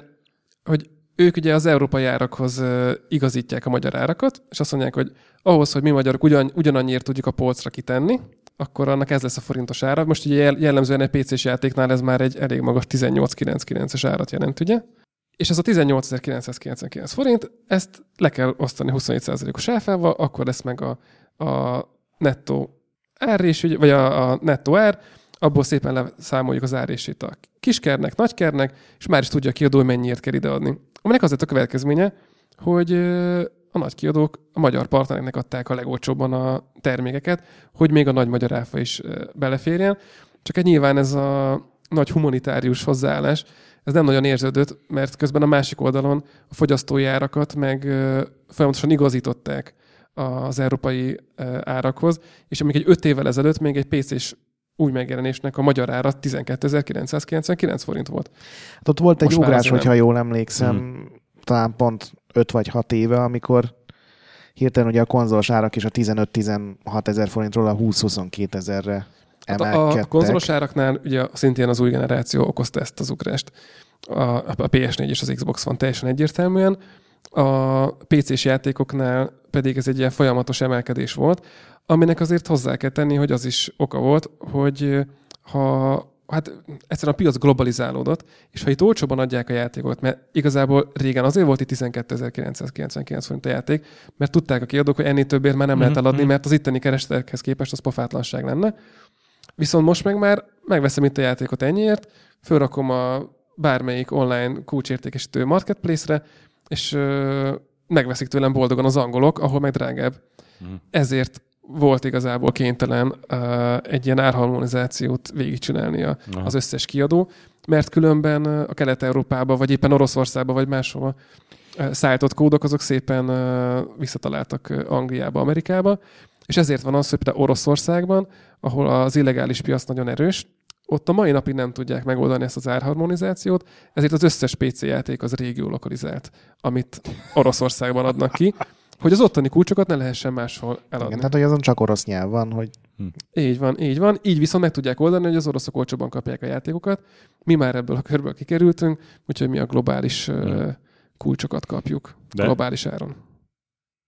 ők ugye az európai árakhoz igazítják a magyar árakat, és azt mondják, hogy ahhoz, hogy mi magyarok ugyanannyiért tudjuk a polcra kitenni, akkor annak ez lesz a forintos ára. Most ugye jellemzően egy PC-s játéknál ez már egy elég magas 18.990-es árat jelent, ugye? És ez a 18.999 forint, ezt le kell osztani 27%-os áfával, akkor lesz meg a nettó árrés, vagy a nettó ár, abból szépen leszámoljuk az árrését a kiskernek, nagykernek, és már is tudja a kiadó, hogy mennyiért kell ideadni. Aminek az lett a következménye, hogy a nagy kiadók a magyar partnereknek adták a legolcsóbban a termékeket, hogy még a nagy magyar áfa is beleférjen. Csak nyilván ez a nagy humanitárius hozzáállás, ez nem nagyon érződött, mert közben a másik oldalon a fogyasztói árakat meg folyamatosan igazították az európai árakhoz, és amíg egy 5 évvel ezelőtt még egy PC-s új megjelenésnek a magyar ára 12.999 forint volt. Hát ott volt egy ugrás, hogyha jól emlékszem, talán pont 5 vagy 6 éve, amikor hirtelen ugye a konzolos árak is a 15-16 ezer forintról a 20-22 ezerre emelkedtek. A konzolos áraknál ugye szintén az új generáció okozta ezt az ugrást. A PS4 és az Xbox One teljesen egyértelműen. A PC-s játékoknál pedig ez egy ilyen folyamatos emelkedés volt, aminek azért hozzá kell tenni, hogy az is oka volt, hogy hát egyszerűen a piac globalizálódott, és ha itt olcsóban adják a játékot, mert igazából régen azért volt itt 12.999 forint a játék, mert tudták a kiadók, hogy ennél többért már nem lehet eladni, mert az itteni keresletekhez képest az pofátlanság lenne. Viszont most meg már megveszem itt a játékot ennyiért, fölrakom a bármelyik online kulcsértékesítő marketplace-re, és megveszik tőlem boldogan az angolok, ahol meg drágább. Ezért volt igazából kénytelen egy ilyen árharmonizációt végigcsinálni az összes kiadó, mert különben a Kelet-Európába, vagy éppen Oroszországba, vagy máshova szállított kódok, azok szépen visszataláltak Angliába, Amerikába, és ezért van az, hogy például Oroszországban, ahol az illegális piac nagyon erős, ott a mai napig nem tudják megoldani ezt az árharmonizációt, ezért az összes PC játék az régió lokalizált, amit Oroszországban adnak ki, hogy az ottani kulcsokat ne lehessen máshol eladni. Igen, tehát hogy azon csak orosz nyelv van, hogy... Így van. Így viszont meg tudják oldani, hogy az oroszok olcsóban kapják a játékokat. Mi már ebből a körből kikerültünk, úgyhogy mi a globális kulcsokat kapjuk globális áron.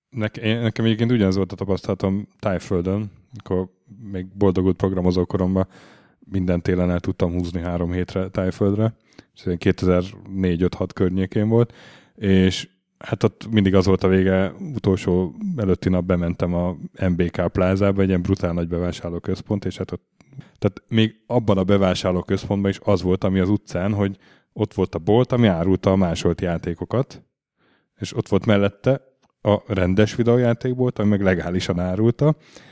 Nekem egyébként ugyanaz volt a tapasztalatom Tájföldön, akkor még boldogult programozókoromban minden télen el tudtam húzni 3 hétre Tájföldre, és 2004-5-6 környékén volt, és hát ott mindig az volt a vége, utolsó előtti nap bementem a MBK plázába, egy ilyen brutál nagy bevásárlóközpont, és hát ott, tehát még abban a bevásárlóközpontban is az volt, ami az utcán, hogy ott volt a bolt, ami árulta a másolt játékokat, és ott volt mellette a rendes videójátékbolt, ami meg legálisan árulta,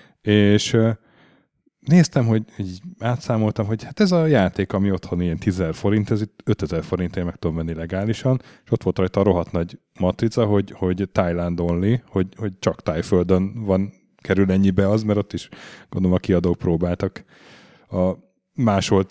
és néztem, hogy így átszámoltam, hogy hát ez a játék, ami otthon ilyen 10 000 forint, ez itt 5000 forintért meg tudom venni legálisan, és ott volt rajta a rohadt nagy matrica, hogy Thailand only, hogy csak Tájföldön kerül ennyibe az, mert ott is gondolom a kiadók próbáltak a másolt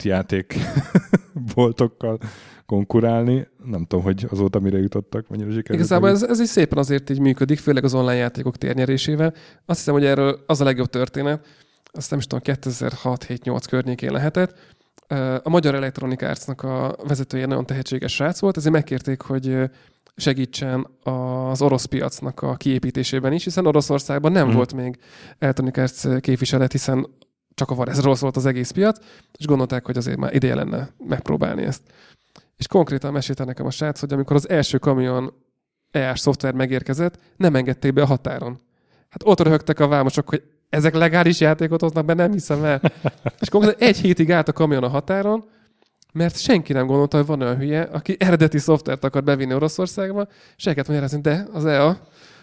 játékboltokkal konkurálni. Nem tudom, hogy azóta mire jutottak, mennyire sikerült. Igazából ez is szépen azért így működik, főleg az online játékok térnyerésével. Azt hiszem, hogy erről az a legjobb történet, azt nem is tudom, 2006-7-8 környékén lehetett. A Magyar Electronic Arts-nak a vezetője nagyon tehetséges srác volt, ezért megkérték, hogy segítsen az orosz piacnak a kiépítésében is, hiszen Oroszországban nem volt még Electronic Arts képviselet, hiszen csak a Varezról szólt az egész piac, és gondolták, hogy azért már ideje lenne megpróbálni ezt. És konkrétan mesélte nekem a srác, hogy amikor az első kamion EA-s szoftver megérkezett, nem engedték be a határon. Hát ott röhögtek a vámosok, hogy ezek legális játékot hoznak be, nem hiszem el. És konkrétan 1 hétig állt a kamion a határon, mert senki nem gondolta, hogy van olyan hülye, aki eredeti szoftvert akar bevinni Oroszországba, és el kellett magyarázni, de az EA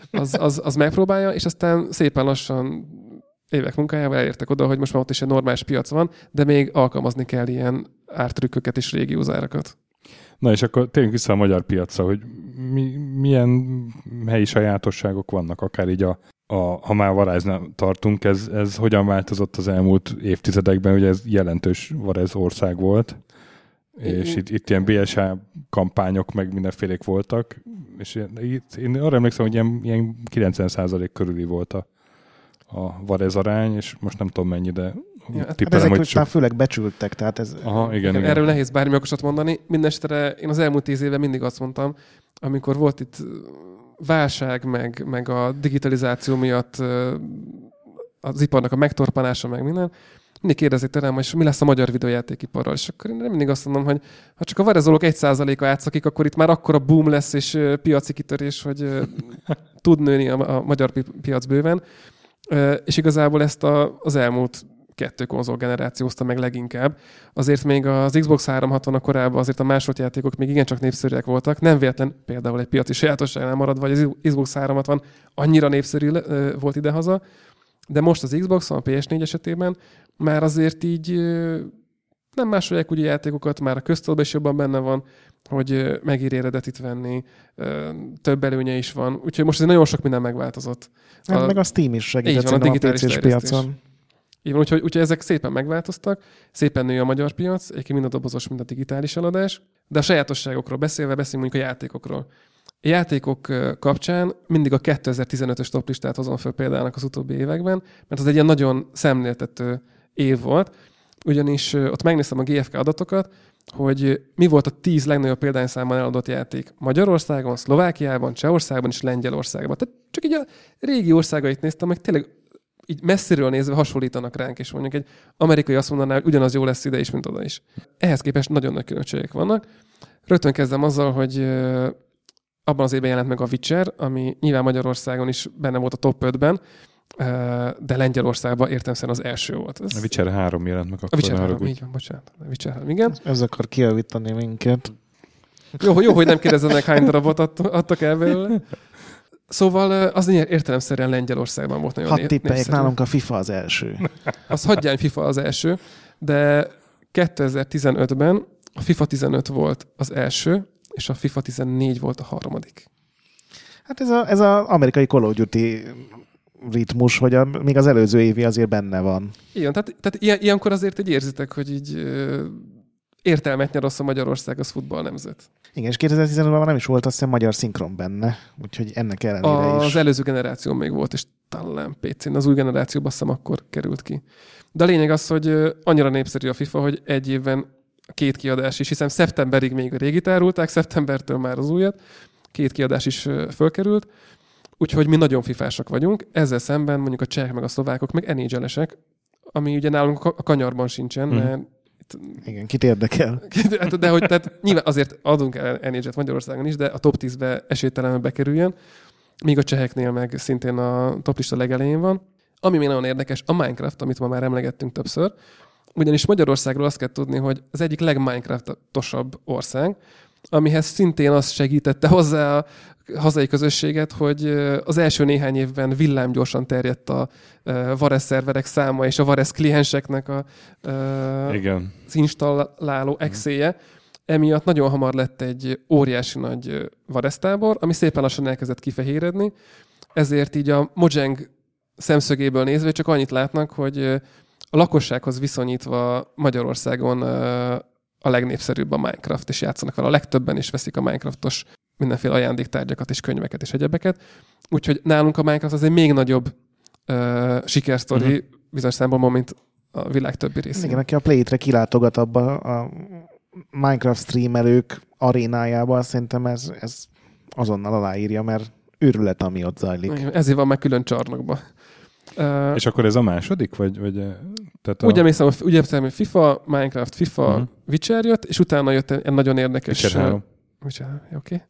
az megpróbálja, és aztán szépen lassan évek munkájával elértek oda, hogy most már ott is egy normális piac van, de még alkalmazni kell ilyen ártrükköket és régiózárakat. Na és akkor térjünk vissza a magyar piacra, hogy milyen helyi sajátosságok vannak, akár így ha már Vareznál tartunk, ez hogyan változott az elmúlt évtizedekben, ugye ez jelentős Varez ország volt, és itt ilyen BSA kampányok meg mindenfélék voltak, és én arra emlékszem, hogy ilyen 90% körüli volt a Varez arány, és most nem tudom mennyi, de tippelem, hogy már főleg becsültek, tehát ez... Aha, igen. Erről nehéz bármi okosat mondani. Mindenesetre én az elmúlt 10 éve mindig azt mondtam, amikor volt itt válság, meg a digitalizáció miatt az iparnak a megtorpanása, meg minden, mindig kérdezik tőlem, hogy mi lesz a magyar videójátékiparral, és akkor én mindig azt mondom, hogy ha csak a varezolók 1%-a átszakik, akkor itt már akkora boom lesz, és piaci kitörés, hogy tud nőni a magyar piac bőven. És igazából ezt az elmúlt 2 konzol generáció hozta meg leginkább. Azért még az Xbox 360 korábban azért a másolt játékok még igencsak népszerűek voltak. Nem véletlen például egy piaci sajátosságnál maradva, vagy az Xbox 360 annyira népszerű volt idehaza, de most az Xbox, a PS4 esetében már azért így nem másolják úgy a játékokat, már a köztudatban is jobban benne van, hogy megéri eredetit venni, több előnye is van. Úgyhogy most nagyon sok minden megváltozott. Meg a Steam is segített a digitális piacon. Így van, úgyhogy ezek szépen megváltoztak, szépen nő a magyar piac, egyébként mind a dobozos, mind a digitális eladás, de a sajátosságokról beszélünk mondjuk a játékokról. A játékok kapcsán mindig a 2015-ös toplistát hozom föl példának az utóbbi években, mert az egy ilyen nagyon szemléltető év volt, ugyanis ott megnéztem a GfK adatokat, hogy mi volt a 10 legnagyobb példányszámban eladott játék Magyarországon, Szlovákiában, Csehországban és Lengyelországban. Tehát csak így a régi országait néztem, meg tényleg így messziről nézve hasonlítanak ránk, és mondjuk egy amerikai azt mondaná, hogy ugyanaz jó lesz ide is, mint oda is. Ehhez képest nagyon nagy különbségek vannak. Rögtön kezdem azzal, hogy abban az évben jelent meg a Witcher, ami nyilván Magyarországon is benne volt a top 5-ben, de Lengyelországban értelemszerűen az első volt. A Witcher 3 jelent meg akkor. A Witcher 3, így van, bocsánat. A Witcher 3, igen. Ez akar kijavítani minket. Jó, hogy nem kérdezzenek, hány darabot adtak el belőle. Szóval az értelemszerűen Lengyelországban volt nagyon népszerű. Tippeljék, nálunk a FIFA az első. Az hagyján FIFA az első, de 2015-ben a FIFA 15 volt az első, és a FIFA 14 volt a harmadik. Hát ez az amerikai Call of Duty ritmus, hogy még az előző évi azért benne van. Igen, tehát ilyenkor azért egy érzitek, hogy így értelmet nyer a Magyarország, az futball nemzet. Igen, és 2015-ben nem is volt azt hiszem magyar szinkron benne, úgyhogy ennek ellenére is. Az előző generáció még volt, és talán PC-n, az új generációban azt hiszem akkor került ki. De a lényeg az, hogy annyira népszerű a FIFA, hogy egy évben 2 kiadás is, hiszen szeptemberig még a régit árulták, szeptembertől már az újat, 2 kiadás is fölkerült. Úgyhogy mi nagyon fifásak vagyunk, ezzel szemben mondjuk a csehek meg a szlovákok meg NHL-esek, ami ugye nálunk a kanyarban sincsen, mert igen, kit érdekel? De hogy tehát nyilván azért adunk NHL-t Magyarországon is, de a top 10-be esélytelenül bekerüljön, míg a cseheknél meg szintén a top lista legelején van. Ami még nagyon érdekes, a Minecraft, amit ma már emlegettünk többször, ugyanis Magyarországról azt kell tudni, hogy az egyik legminecraftosabb ország, amihez szintén az segítette hozzá a hazai közösséget, hogy az első néhány évben villámgyorsan terjedt a Vares szerverek száma és a Vares klienseknek az installáló exéje. Emiatt nagyon hamar lett egy óriási nagy Vares tábor, ami szépen lassan elkezdett kifehéredni, ezért így a Mojang szemszögéből nézve csak annyit látnak, hogy a lakossághoz viszonyítva Magyarországon a legnépszerűbb a Minecraft, és játszanak vele. A legtöbben is veszik a Minecraftos mindenféle ajándéktárgyakat és könyveket és egyebeket. Úgyhogy nálunk a Minecraft az egy még nagyobb sikersztori bizonyos számból, mint a világ többi részén. Igen, aki a Play-re kilátogat abba a Minecraft streamelők arénájába, szerintem ez azonnal aláírja, mert őrület, ami ott zajlik. Ezért van meg külön csarnokba. És akkor ez a második? Tehát úgy emlékszem, hogy FIFA, Minecraft, FIFA, Witcher jött, és utána jött egy nagyon érdekes... Witcher 3. Oké.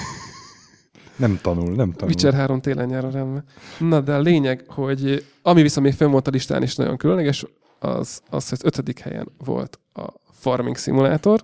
Nem tanul. Witcher 3 télen-nyáron rendben. Na, de a lényeg, hogy ami viszont még fönn volt a listán is nagyon különleges, az hogy 5. helyen volt a Farming Simulator,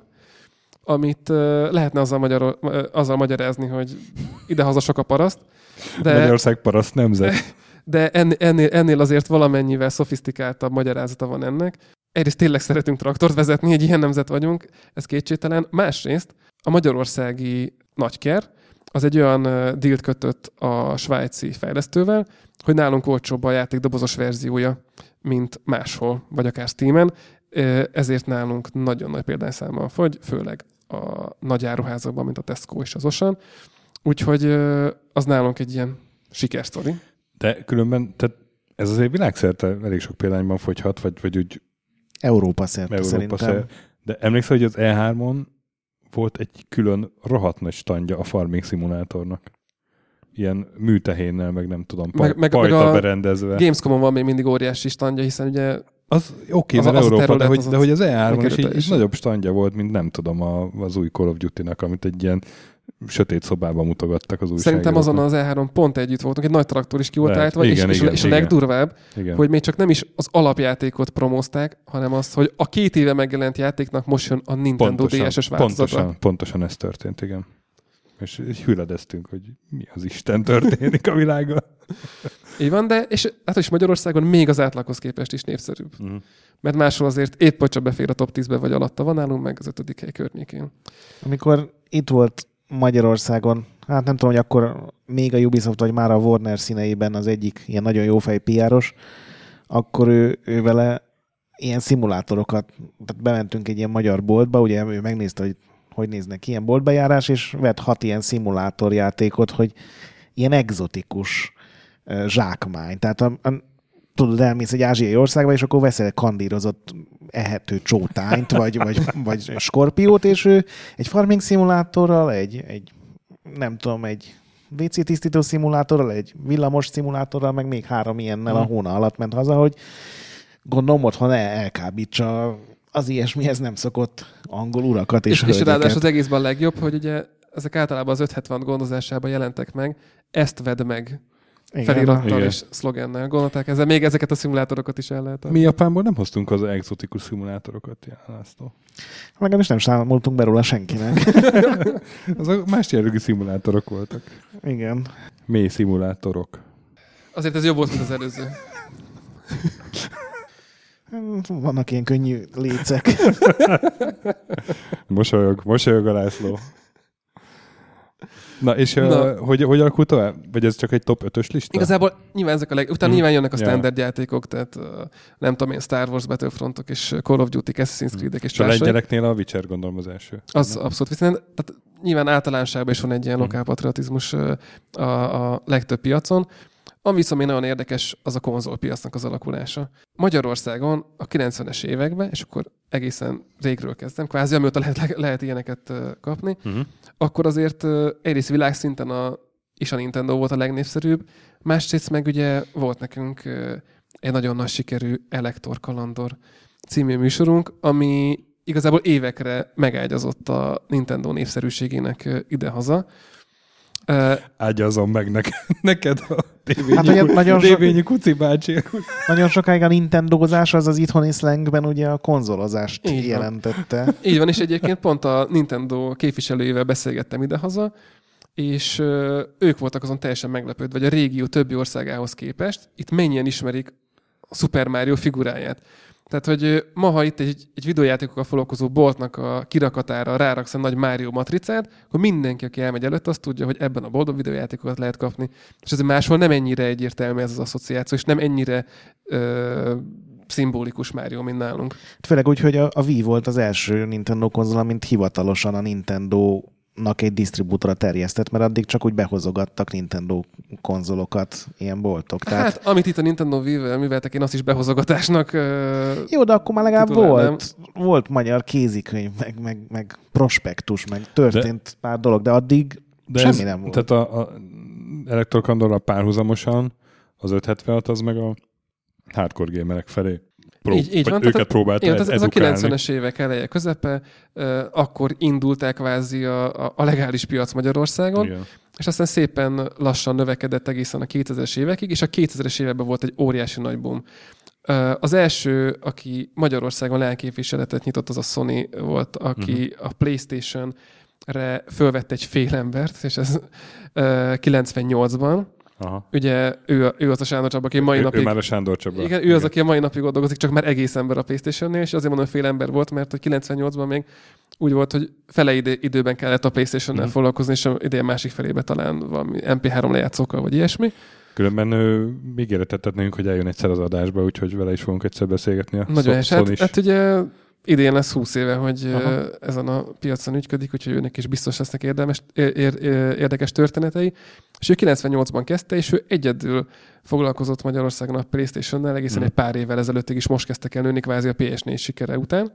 amit lehetne azzal magyarázni, hogy idehaza sok a paraszt. De Magyarország paraszt nemzet. De ennél azért valamennyivel szofisztikáltabb magyarázata van ennek. Egyrészt tényleg szeretünk traktort vezetni, egy ilyen nemzet vagyunk, ez kétségtelen. Másrészt a magyarországi nagyker az egy olyan dílt kötött a svájci fejlesztővel, hogy nálunk olcsóbb a játék dobozos verziója, mint máshol, vagy akár Steamen. Ezért nálunk nagyon nagy példányszámmal fogy, főleg a nagy áruházakban, mint a Tesco és az Ocean. Úgyhogy az nálunk egy ilyen sikersztori. De különben, tehát ez azért világszerte elég sok példányban fogyhat, vagy úgy... Európa szerte szerintem. De emlékszel, hogy az E3-on volt egy külön rohadt nagy standja a Farming Simulatornak. Ilyen műtehénnel, meg nem tudom, pajta berendezve. Gamescomon van még mindig óriási standja, hiszen ugye... Az oké, mert Európa, de hogy az E3-on is egy nagyobb standja volt, mint nem tudom, az új Call of Duty-nak, amit egy ilyen sötét szobában mutogattak az újságíróknak. Szerintem azon az E3 pont együtt voltunk, egy nagy traktor is ki volt állítva, és a legdurvább, hogy még csak nem is az alapjátékot promózták, hanem azt, hogy a 2 éve megjelent játéknak most jön a Nintendo DS-es változata. Pontosan ez történt, igen. És hüledeztünk, hogy mi az Isten történik a világgal. Így van, de és hát is Magyarországon még az átlaghoz képest is népszerűbb. Mert máshol azért épp hogy csak befér a top 10-be vagy alatta van, nálunk meg az 5. hely környékén. Amikor itt volt Magyarországon, hát nem tudom, hogy akkor még a Ubisoft vagy már a Warner színeiben az egyik ilyen nagyon jófej PR-os, akkor ő vele ilyen szimulátorokat, tehát bementünk egy ilyen magyar boltba, ugye ő megnézte, hogy néznek ki ilyen boltbejárás, és vett 6 ilyen szimulátorjátékot, hogy ilyen egzotikus zsákmány. Tehát tudod, elmész egy ázsiai országba, és akkor veszel kandírozott ehető csótányt, vagy skorpiót, és ő egy farming szimulátorral, egy nem tudom, egy WC tisztító szimulátorral, egy villamos szimulátorral, meg még 3 ilyennel a hóna alatt ment haza, hogy gondolom otthon elkábítsa az ilyesmihez nem szokott angol urakat és hölgyeket. És ráadásul az egészben a legjobb, hogy ugye ezek általában az 570 gondozásában jelentek meg, ezt vedd meg felirattal és szlogennel. Gondolták ezzel, még ezeket a szimulátorokat is el lehet. Mi Japánból nem hoztunk az egzotikus szimulátorokat, László. Legalábbis nem számoltunk be róla senkinek. Azok más jellegű szimulátorok voltak. Igen. Mély szimulátorok. Azért ez jobb volt, mint az előző. Vannak ilyen könnyű lécek. Mosolyog a László. Na, és hogy alakult tovább? Vagy ez csak egy top 5-ös lista? Igazából nyilván ezek utána nyilván jönnek a standard játékok, tehát nem tudom én, Star Wars Battlefrontok és Call of Duty, Assassin's Creed-ek és társai. A lengyeleknél a Witcher gondolom az első. Az abszolút. Viszont tehát nyilván általánosságban is van egy ilyen lokálpatriotizmus a legtöbb piacon. Ami viszont még nagyon érdekes, az a konzolpiacnak az alakulása. Magyarországon a 90-es években, és akkor egészen régről kezdtem, kvázi amióta lehet ilyeneket kapni, akkor azért egyrészt világszinten a és a Nintendo volt a legnépszerűbb. Másrészt meg ugye volt nekünk egy nagyon nagy sikerű Elektor Kalandor című műsorunk, ami igazából évekre megágyazott a Nintendo népszerűségének idehaza. Ágyazom meg neked a nagyon Kuci bácsi. Nagyon sokáig a Nintendozás az itthoni szlengben ugye a konzolozást jelentette. Így van, és egyébként pont a Nintendo képviselőjével beszélgettem idehaza, és ők voltak azon teljesen meglepődve, hogy a régió többi országához képest itt mennyien ismerik a Super Mario figuráját. Tehát, hogy ma, ha itt egy videójátékokkal foglalkozó boltnak a kirakatára ráraksz egy nagy Mario matricát, akkor mindenki, aki elmegy előtt, azt tudja, hogy ebben a boltban videójátékokat lehet kapni. És azért máshol nem ennyire egyértelmű ez az asszociáció, és nem ennyire szimbolikus Mario, mint nálunk. Főleg úgy, hogy a Wii volt az első Nintendo konzola, mint hivatalosan a Nintendo-nak egy disztribútora terjesztett, mert addig csak úgy behozogattak Nintendo konzolokat ilyen boltok. Tehát... Hát, amit itt a Nintendo Wii-vel műveltek, én azt is behozogatásnak Jó, de akkor már legalább volt magyar kézikönyv, meg prospektus, meg történt pár dolog, de addig semmi nem volt. Tehát a Elektor Kalandorral párhuzamosan az 576 az meg a hardcore gamerek felé. Így van, őket próbálta ez a 90-es évek eleje közepe, akkor indult el kvázi a legális piac Magyarországon, igen. És aztán szépen lassan növekedett egészen a 2000-es évekig, és a 2000-es években volt egy óriási nagy boom. Az első, aki Magyarországon leánképviseletet nyitott, az a Sony volt, aki a PlayStation-re fölvett egy fél embert, és ez 98-ban. Aha. Ugye ő az a Sándor Csaba, aki mai napig... Ő már a Sándor Csaba. Igen, ő az, aki a mai napig ott dolgozik, csak már egész ember a PlayStation-nél, és azért mondom, hogy fél ember volt, mert hogy 98-ban még úgy volt, hogy fele időben kellett a PlayStation-nel foglalkozni, és idén másik felébe talán valami MP3 lejátszókkal, vagy ilyesmi. Különben ígéretet tett nekünk, hogy eljön egyszer az adásba, úgyhogy vele is fogunk egyszer beszélgetni a Nagyon hát ugye idén lesz 20 éve, hogy ezen a piacon ügyködik, úgyhogy őnek is biztos lesznek érdekes történetei. És ő 98-ban kezdte, és ő egyedül foglalkozott Magyarországon a PlayStation-nel egészen egy pár évvel ezelőttig is, most kezdtek el nőni kvázi a PS4 sikere után.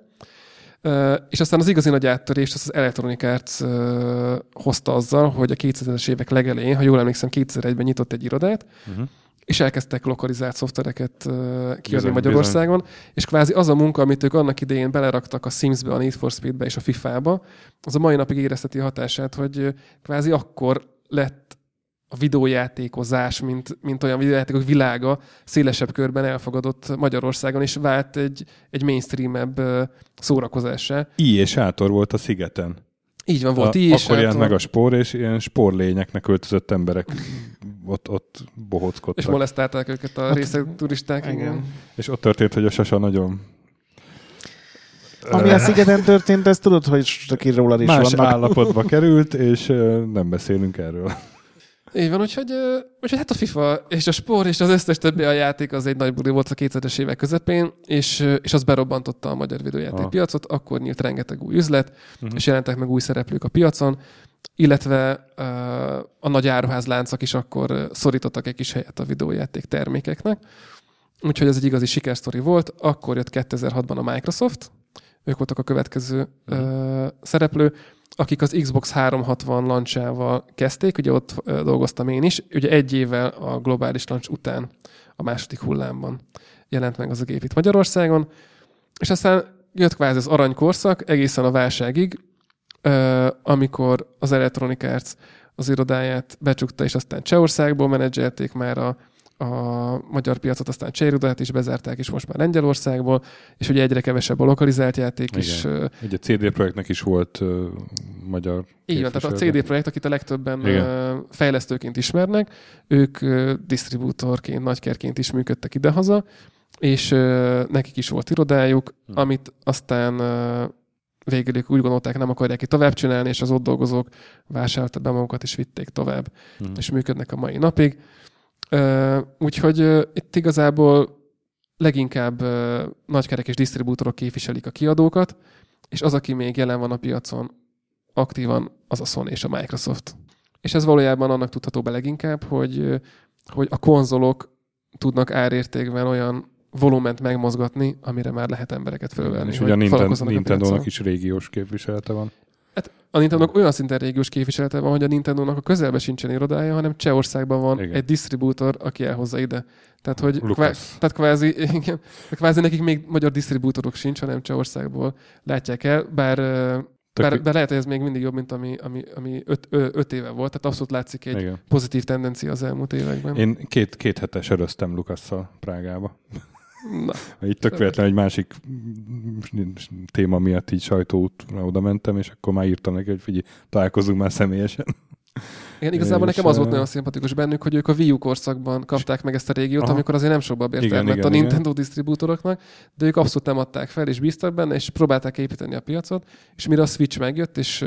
És aztán az igazi nagy áttörést az Electronic Arts hozta azzal, hogy a 2000-es évek legelején, ha jól emlékszem, 2001-ben nyitott egy irodát, és elkezdtek lokalizált szoftvereket kiadni Magyarországon, és kvázi az a munka, amit ők annak idején beleraktak a Sims-be, a Need for Speed-be és a FIFA-ba, az a mai napig érezteti hatását, hogy kvázi akkor lett a videójátékozás, mint olyan videójátékok világa szélesebb körben elfogadott Magyarországon, és vált egy mainstream-ebb szórakozássá. És sátor volt a szigeten. Így van, volt és akkor jelent meg a spór, és ilyen spórlényeknek öltözött emberek ott bohóckodtak. És molesztálták őket a részek turisták. Igen. És ott történt, hogy a Sasa nagyon... Ami a szigeten történt, ezt tudod, hogy csak így rólad is más vannak. állapotba került, és nem beszélünk erről. Így van, úgyhogy hát a FIFA és a spór és az összes többi a játék az egy nagy buli volt a 2000-es évek közepén, és az berobbantotta a magyar videójátékpiacot, akkor nyílt rengeteg új üzlet, és jelentek meg új szereplők a piacon, illetve a nagy áruházláncok is akkor szorítottak egy kis helyet a videójáték termékeknek. Úgyhogy ez egy igazi sikersztori volt. Akkor jött 2006-ban a Microsoft, ők voltak a következő szereplő, akik az Xbox 360 launchával kezdték, ugye ott dolgoztam én is, ugye egy évvel a globális launch után a második hullámban jelent meg az a gép itt Magyarországon, és aztán jött kvázi az aranykorszak egészen a válságig, amikor az Electronic Arts az irodáját becsukta, és aztán Csehországból menedzselték már a magyar piacot, aztán Cseh-irodát is bezárták, és most már Lengyelországból, és ugye egyre kevesebb a lokalizált játék is. Ugye a CD Projektnek is volt magyar így van, tehát a CD Projekt, akit a legtöbben fejlesztőként ismernek, ők disztribútorként, nagykerként is működtek idehaza, és nekik is volt irodájuk, amit aztán végül úgy gondolták, nem akarják itt tovább csinálni, és az ott dolgozók vásároltak be magukat, és vitték tovább, és működnek a mai napig. Úgyhogy itt igazából leginkább nagykerek és disztribútorok képviselik a kiadókat, és az, aki még jelen van a piacon aktívan, az a Sony és a Microsoft. És ez valójában annak tudható be leginkább, hogy a konzolok tudnak árértékben olyan volument megmozgatni, amire már lehet embereket fölvenni. És ugye a Nintendo-nak is régiós képviselete van. Hát a Nintendo-nak olyan szinten régiós képviselete van, hogy a Nintendo-nak a közelben sincsen irodája, hanem Csehországban van egy disztribútor, aki elhozza ide. Tehát, hogy kvázi nekik még magyar disztribútorok sincs, hanem Csehországból látják el, bár lehet, hogy ez még mindig jobb, mint ami 5 éve volt. Tehát abszolút látszik egy pozitív tendencia az elmúlt években. Én két hetes öröztem Lukasszal Prágába. Így tök véletlen egy másik téma miatt így sajtóútra oda mentem, és akkor már írtam neki, hogy figyelj, találkozzunk már személyesen. Igen, igazából nekem az volt nagyon szimpatikus bennük, hogy ők a Wii U korszakban kapták meg ezt a régiót, amikor azért nem sokba bért a Nintendo disztribútoroknak, de ők abszolút nem adták fel, és bíztak benne, és próbálták építeni a piacot, és mire a Switch megjött, és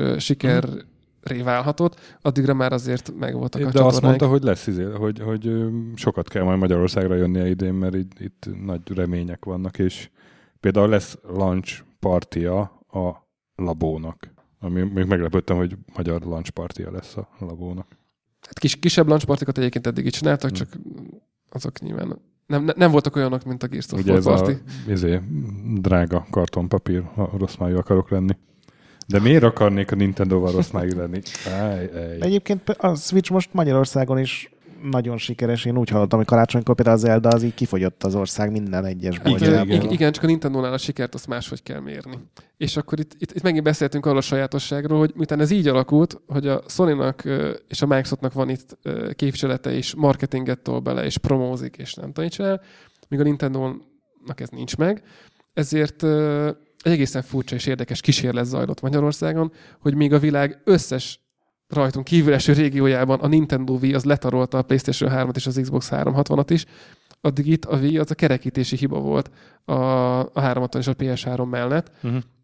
sikerré válhatott, addigra már azért megvoltak a csatornáik. De azt mondta, hogy lesz hogy sokat kell majd Magyarországra jönnie idén, mert itt nagy remények vannak, és például lesz launch partia a Labónak. Ami még meglepődtem, hogy magyar launch partia lesz a Labónak. Hát kisebb launch partikat egyébként eddig is csináltak, csak azok nyilván nem voltak olyanok, mint a Gears of War party. Ugye ez a drága kartonpapír, ha rossz májú akarok lenni. De miért akarnék a Nintendo-val rossz májú lenni? Egyébként a Switch most Magyarországon is nagyon sikeres. Én úgy hallottam, hogy karácsonykor például az Zelda az így kifogyott az ország minden egyes boltjában. Igen, csak a Nintendo-nál a sikert azt máshogy kell mérni. És akkor itt megint beszéltünk arról a sajátosságról, hogy miután ez így alakult, hogy a Sony-nak és a Microsoftnak van itt képviselete, és marketinget tol bele, és promózik, és nem tudom, csinál, míg a Nintendo-nak ez nincs meg. Ezért egy egészen furcsa és érdekes kísérlet zajlott Magyarországon, hogy még a világ összes rajtunk kívül eső régiójában a Nintendo Wii az letarolta a PlayStation 3-at és az Xbox 360-at is, addig itt a Wii az a kerekítési hiba volt a 360 és a PS3 mellett,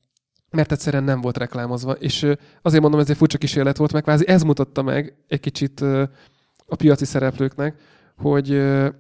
mert egyszerűen nem volt reklámozva, és azért mondom, ez egy furcsa kísérlet volt, meg kvázi ez mutatta meg egy kicsit a piaci szereplőknek, hogy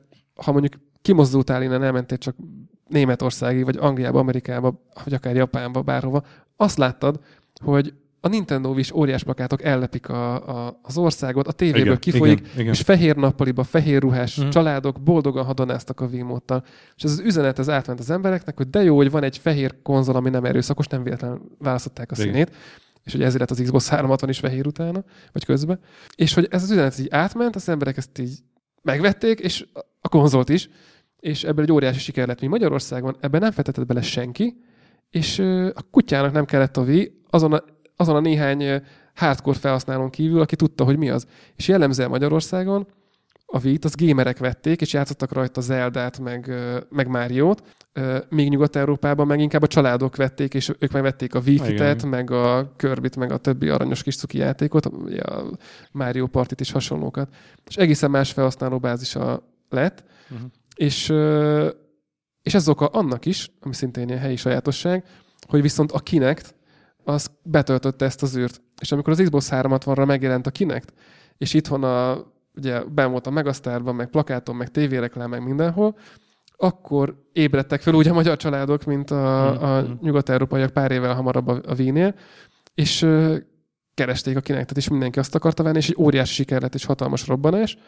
ha mondjuk kimozdultál innen, elmentél csak Németországig, vagy Angliába, Amerikába, vagy akár Japánba, bárhova, azt láttad, hogy a Nintendo is óriás plakátok ellepik az országot, a tévéből kifolyik, és fehér nappaliba, fehér ruhás családok boldogan hadonáztak a Wiimote-tal. És ez az üzenet ez átment az embereknek, hogy de jó, hogy van egy fehér konzol, ami nem erőszakos, nem véletlenül választották a színét, és hogy ezért lett az Xbox 360 is fehér utána, vagy közben. És hogy ez az üzenet így átment, az emberek ezt így megvették, és a konzolt is, és ebből egy óriási siker lett, mi Magyarországon, ebben nem fektetett bele senki, és a kutyának nem kellett a Wii, azon a néhány hardcore felhasználón kívül, aki tudta, hogy mi az. És jellemzően Magyarországon a Wii-t az gamerek vették, és játszottak rajta Zeldát, meg Máriót, még Nyugat-Európában meg inkább a családok vették, és ők megvették a Wii Fit-et, meg a Kirbyt, meg a többi aranyos kis cuki játékot, a Mario Partit és hasonlókat. És egészen más felhasználó bázisa lett, és ez oka annak is, ami szintén ilyen helyi sajátosság, hogy viszont a Kinect az betöltötte ezt az űrt. És amikor az Xbox 360-ra megjelent a Kinect, és itthon ugye benn volt a Megasztárban, meg plakáton, meg tévéreklám, meg mindenhol, akkor ébredtek fel úgy a magyar családok, mint a nyugat-európaiak pár évvel hamarabb a Wii-nél, és keresték a Kinectet, és mindenki azt akarta venni, és egy óriási siker lett, és hatalmas robbanás.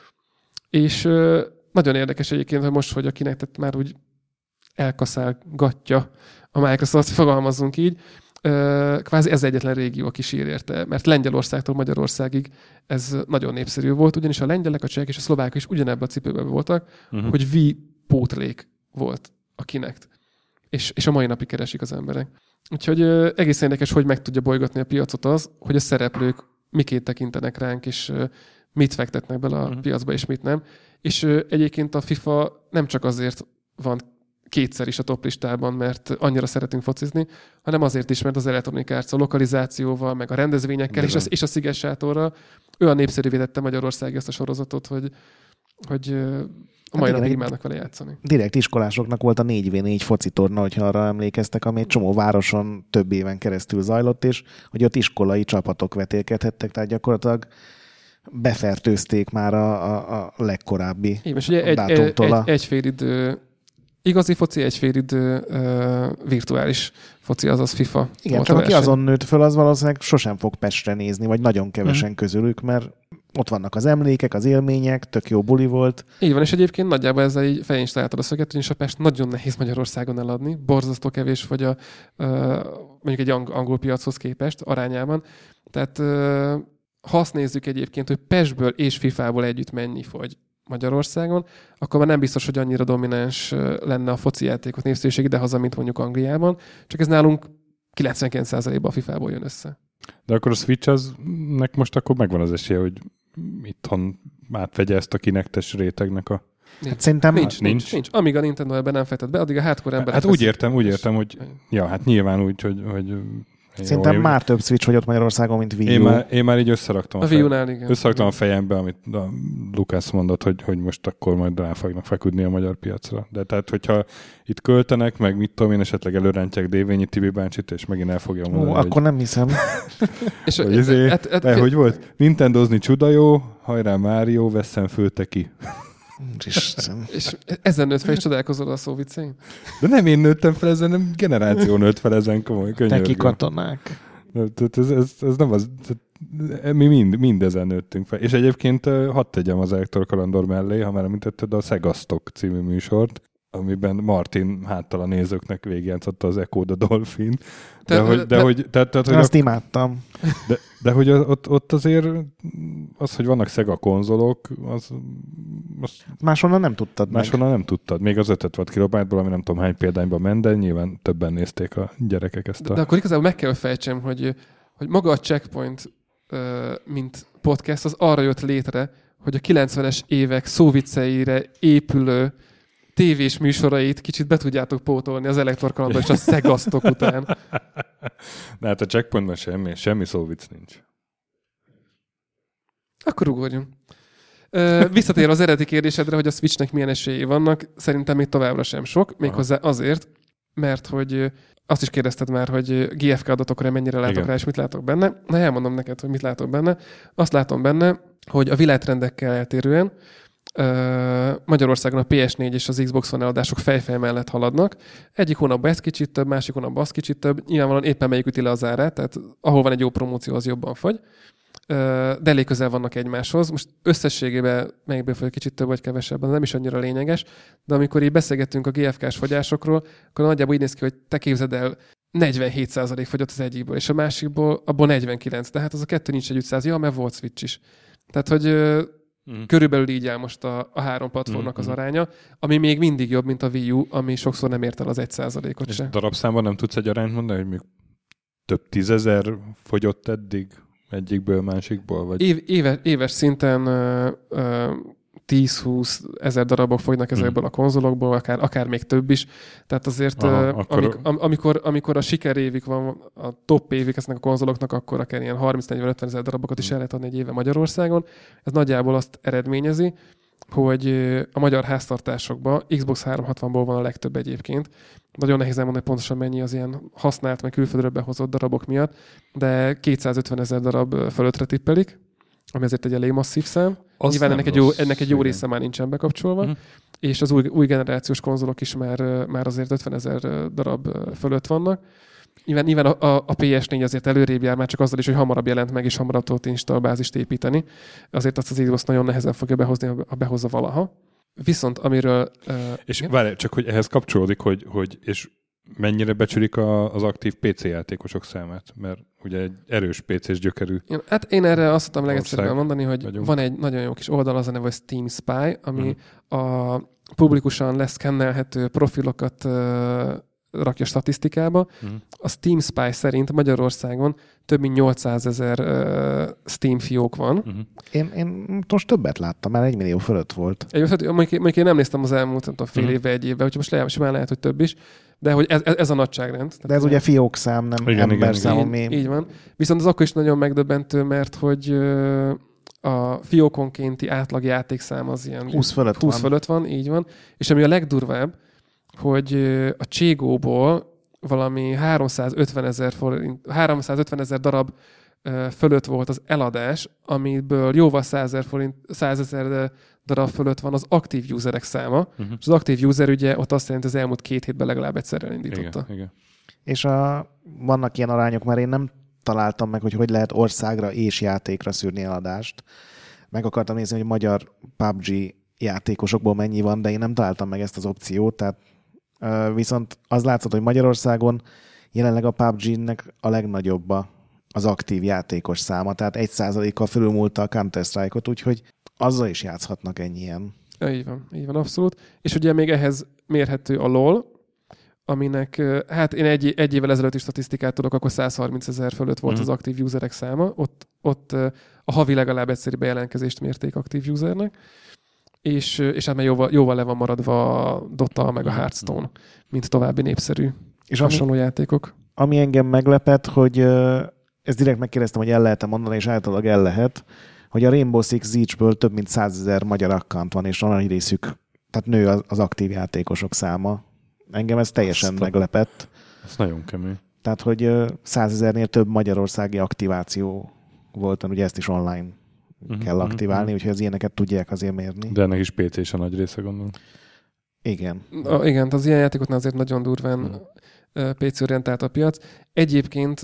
És nagyon érdekes egyébként, hogy most, hogy a Kinectet már úgy elkaszálgatja a Microsoft, fogalmazzunk így, kvázi ez egyetlen régió, aki sír érte, mert Lengyelországtól Magyarországig ez nagyon népszerű volt, ugyanis a lengyelek, a csehek és a szlovákok is ugyanebben a cipőben voltak, hogy Wii pótlék volt a Kinect. És a mai napig keresik az emberek. Úgyhogy egész érdekes, hogy meg tudja bolygatni a piacot az, hogy a szereplők miként tekintenek ránk, és mit fektetnek bele a piacba, és mit nem. És egyébként a FIFA nem csak azért van kétszer is a top listában, mert annyira szeretünk focizni, hanem azért is, mert az Electronic Arts a lokalizációval, meg a rendezvényekkel és a Sziget Sátorral olyan népszerűvé tette Magyarország ezt a sorozatot, hogy a mai napig imádnak vele játszani. Direkt iskolásoknak volt a 4v4 focitorna, hogyha arra emlékeztek, ami egy csomó városon több éven keresztül zajlott, és hogy ott iskolai csapatok vetélkedhettek, tehát gyakorlatilag befertőzték már a legkorábbi dátumtól. Egy fél idő igazi foci, egy fél idő virtuális foci, azaz FIFA. Igen, csak aki azon nőtt föl, az valószínűleg sosem fog Pestre nézni, vagy nagyon kevesen közülük, mert ott vannak az emlékek, az élmények, tök jó buli volt. Így van, és egyébként nagyjából ezzel így fején is találtad a szöget, ugyanis a Pest nagyon nehéz Magyarországon eladni, borzasztó kevés vagy mondjuk egy angol piachoz képest arányában. Tehát ha azt nézzük egyébként, hogy Pestből és FIFA-ból együtt mennyi fogy Magyarországon, akkor már nem biztos, hogy annyira domináns lenne a foci játékok népszerűség idehaza, mint mondjuk Angliában, csak ez nálunk 99%-ban a FIFA-ból jön össze. De akkor a Switch-nek most akkor megvan az esélye, hogy itthon átvegye ezt a kinektes rétegnek a... Hát szerintem nincs. Amíg a Nintendo ebben nem fektet be, addig a hardcore emberek... Hát úgy értem, hogy ja, hát nyilván úgy, hogy szerintem már több Switch vagy ott Magyarországon, mint Wii U. Én már így összeraktam a fejembe, amit a Lukász mondott, hogy most akkor majd rá fognak feküdni a magyar piacra. De tehát, hogyha itt költenek, meg mit tudom én, esetleg előrántják Dévényi Tibi bácsit, és megint el fogja mondani, akkor nem hiszem. És hogy volt? Nintendozni csuda jó, hajrá Mário, vesszen fölte ki. És ezen nőtt fel, és csodálkozol a szó viccén? De nem én nőttem fel ezen, nem generáció nőtt fel ezen, komoly könyörgöm. Teki katonák. Ez nem az... Mi mind ezen nőttünk fel. És egyébként hadd tegyem az Elektor Kalandor mellé, ha már említetted a Szegasztok című műsort, amiben Martin háttal a nézőknek végigjátszotta az Echo the Dolphin. Hogy azt imádtam. De hogy ott azért az, hogy vannak Sega konzolok, az máshonnan nem tudtad nem tudtad. Még az 5 watt kilobájtból, ami nem tudom hány példányban ment, de nyilván többen nézték a gyerekek ezt a... De akkor igazából meg kell fejtsem, hogy maga a Checkpoint, mint podcast, az arra jött létre, hogy a 90-es évek szóvicceire épülő tévés műsorait kicsit be tudjátok pótolni az Elektor Kalandor és a Szegasztok után. De hát a Checkpointban semmi szóvic nincs. Akkor ugorjunk. Visszatér az eredeti kérdésedre, hogy a Switchnek milyen esélyei vannak, szerintem még továbbra sem sok, méghozzá azért, mert hogy azt is kérdezted már, hogy GFK adatokra mennyire látok Igen. rá, és mit látok benne. Na, elmondom neked, hogy mit látok benne. Azt látom benne, hogy a világtrendekkel eltérően Magyarországon a PS4 és az Xbox One eladások fejfej mellett haladnak. Egyik hónapban ez kicsit több, másik hónapban az kicsit több. Nyilvánvalóan éppen melyik üti le az árát, tehát ahol van egy jó promóció, az jobban fogy. De elég közel vannak egymáshoz. Most összességében melyikből fogy kicsit több vagy kevesebb, az nem is annyira lényeges, de amikor így beszélgettünk a GFK-s fogyásokról, akkor nagyjából így néz ki, hogy te képzeld el, 47% fogyott az egyikből, és a másikból abból 49%. Tehát az a kettő nincs együtt 100. Ja, mert volt Switch is. Tehát, hogy körülbelül így áll most a három platformnak az aránya, ami még mindig jobb, mint a Wii U, ami sokszor nem ért el az 1%-ot se. Darabszámban nem tudsz egy arányt mondani, hogy még több 10,000 fogyott eddig egyikből, másikból? Vagy... Éves szinten 10-20 ezer darabok fogynak ezekből a konzolokból, akár még több is. Tehát azért, amikor a sikerévik van, a top évik ezeknek a konzoloknak, akkor akár ilyen 30-40-50 ezer darabokat is el lehet adni egy éve Magyarországon. Ez nagyjából azt eredményezi, hogy a magyar háztartásokban Xbox 360-ból van a legtöbb egyébként. Nagyon nehéz elmondani pontosan mennyi az ilyen használt, meg külföldről behozott darabok miatt, de 250 ezer darab fölöttre tippelik, ami azért egy elég masszív szám. Azt nyilván ennek egy jó része már nincsen bekapcsolva, és az új generációs konzolok is már azért 50 ezer darab fölött vannak. Nyilván a PS4 azért előrébb jár, már csak azzal is, hogy hamarabb jelent meg, és hamarabb tudott installbázist építeni. Azért azt az Xbox nagyon nehezen fogja behozni, ha behozza valaha. Viszont amiről... és várj, csak hogy ehhez kapcsolódik, hogy és mennyire becsülik az aktív PC játékosok számát? Mert ugye egy erős PC-s gyökerű. Hát én erre azt tudtam legegyszerűbben mondani, hogy van egy nagyon jó kis oldal, az a neve, hogy Steam Spy, ami a publikusan leszkennelhető profilokat rakja statisztikába. A Steam Spy szerint Magyarországon több mint 800 000 Steam fiók van. Én most többet láttam, már 1 millió fölött volt. Mondjuk én nem néztem az elmúlt fél évvel, egy évvel, úgyhogy most simán lehet, hogy több is, de hogy ez a nagyságrend. De ez ugye fiókszám, nem emberszám. Így van. Viszont az akkor is nagyon megdöbbentő, mert hogy a fiókonkénti átlag játékszám az ilyen 20 fölött van, így van. És ami a legdurvább, hogy a Cségóból valami 350 ezer darab fölött volt az eladás, amiből jóval 100 000 darab fölött van az aktív userek száma. És az aktív user ugye ott azt jelenti, az elmúlt 2 hétben legalább egyszer elindította. Igen. És vannak ilyen arányok, mert én nem találtam meg, hogy lehet országra és játékra szűrni eladást. meg akartam nézni, hogy magyar PUBG játékosokból mennyi van, de én nem találtam meg ezt az opciót, tehát viszont az látszott, hogy Magyarországon jelenleg a PUBG-nek a legnagyobb az aktív játékos száma, tehát 1%-kal fölülmúlta a Counter-Strike-ot, úgyhogy azzal is játszhatnak ennyien. Ja, így van, abszolút. És ugye még ehhez mérhető a LoL, aminek, hát én egy évvel ezelőtt is statisztikát tudok, akkor 130 000 fölött volt az aktív userek száma. Ott a havi legalább egyszeri bejelentkezést mérték aktív usernek, és hát már jóval le van maradva a Dota meg a Hearthstone, mint további népszerű és hasonló játékok. Ami engem meglepett, hogy ezt direkt megkérdeztem, hogy el lehet-e mondani, és általában el lehet, hogy a Rainbow Six Siege-ből több mint 100 000 magyar account van, és van egy részük, tehát nő az aktív játékosok száma. Engem ez teljesen meglepett. Ez nagyon kemény. Tehát, hogy 100 000-nél több magyarországi aktiváció volt, ugye ezt is online kell aktiválni, úgyhogy az ilyeneket tudják azért mérni. De ennek is PC-s a nagy része, gondolom. Igen. Igen, az ilyen játékoknál azért nagyon durván PC-orientált a piac. Egyébként,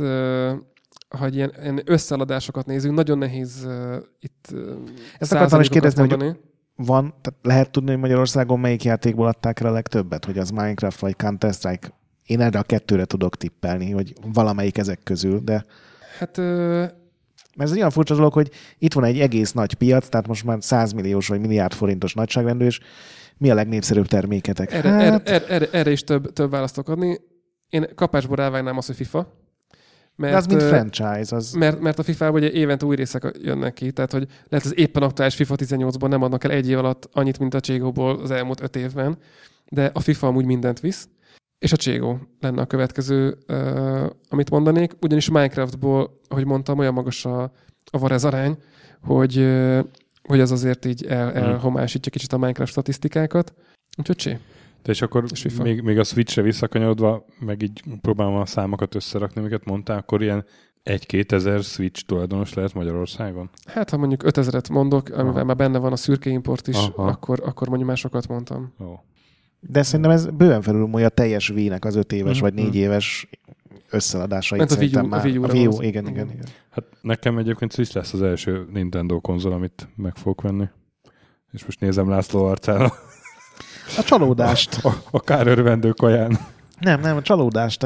ha ilyen összeadásokat nézünk, nagyon nehéz itt ezt akartam is kérdezni, hogy van, tehát lehet tudni, hogy Magyarországon melyik játékból adták el a legtöbbet, hogy az Minecraft vagy Counter-Strike. Én erre a kettőre tudok tippelni, hogy valamelyik ezek közül, de... Hát... Mert ez egy olyan furcsa dolog, hogy itt van egy egész nagy piac, tehát most már 100 milliós vagy milliárd forintos nagyságrendű, és mi a legnépszerűbb terméketek? Erre is több választok adni. Én kapásból rávágnám azt, hogy FIFA. Mert, de az mint franchise. Az... Mert a FIFA-ban ugye évente új részek jönnek ki, tehát hogy lehet az éppen aktuális FIFA 18-ban nem adnak el egy év alatt annyit, mint a CS:GO-ból az elmúlt 5 évben, de a FIFA amúgy mindent visz, és a CS:GO lenne a következő, amit mondanék, ugyanis Minecraftból, ahogy mondtam, olyan magas a varez arány, hogy az azért így elhomásítja kicsit a Minecraft statisztikákat, úgyhogy csé. De és akkor még a Switchre visszakanyarodva, meg így próbálom a számokat összerakni, amiket mondtál, akkor ilyen 1-2 ezer Switch tulajdonos lehet Magyarországon? Hát, ha mondjuk 5000-et mondok, amivel már benne van a szürke import is, akkor mondjuk már sokat mondtam. Oh. De szerintem ez bőven felülmúlja a teljes Wii-nek az 5 éves vagy 4 éves összeadásait. A Wii U, igen. Hát nekem egyébként Switch lesz az első Nintendo konzol, amit meg fogok venni. És most nézem László arcára. A csalódást. A kárörvendő kaján. Nem, a csalódást.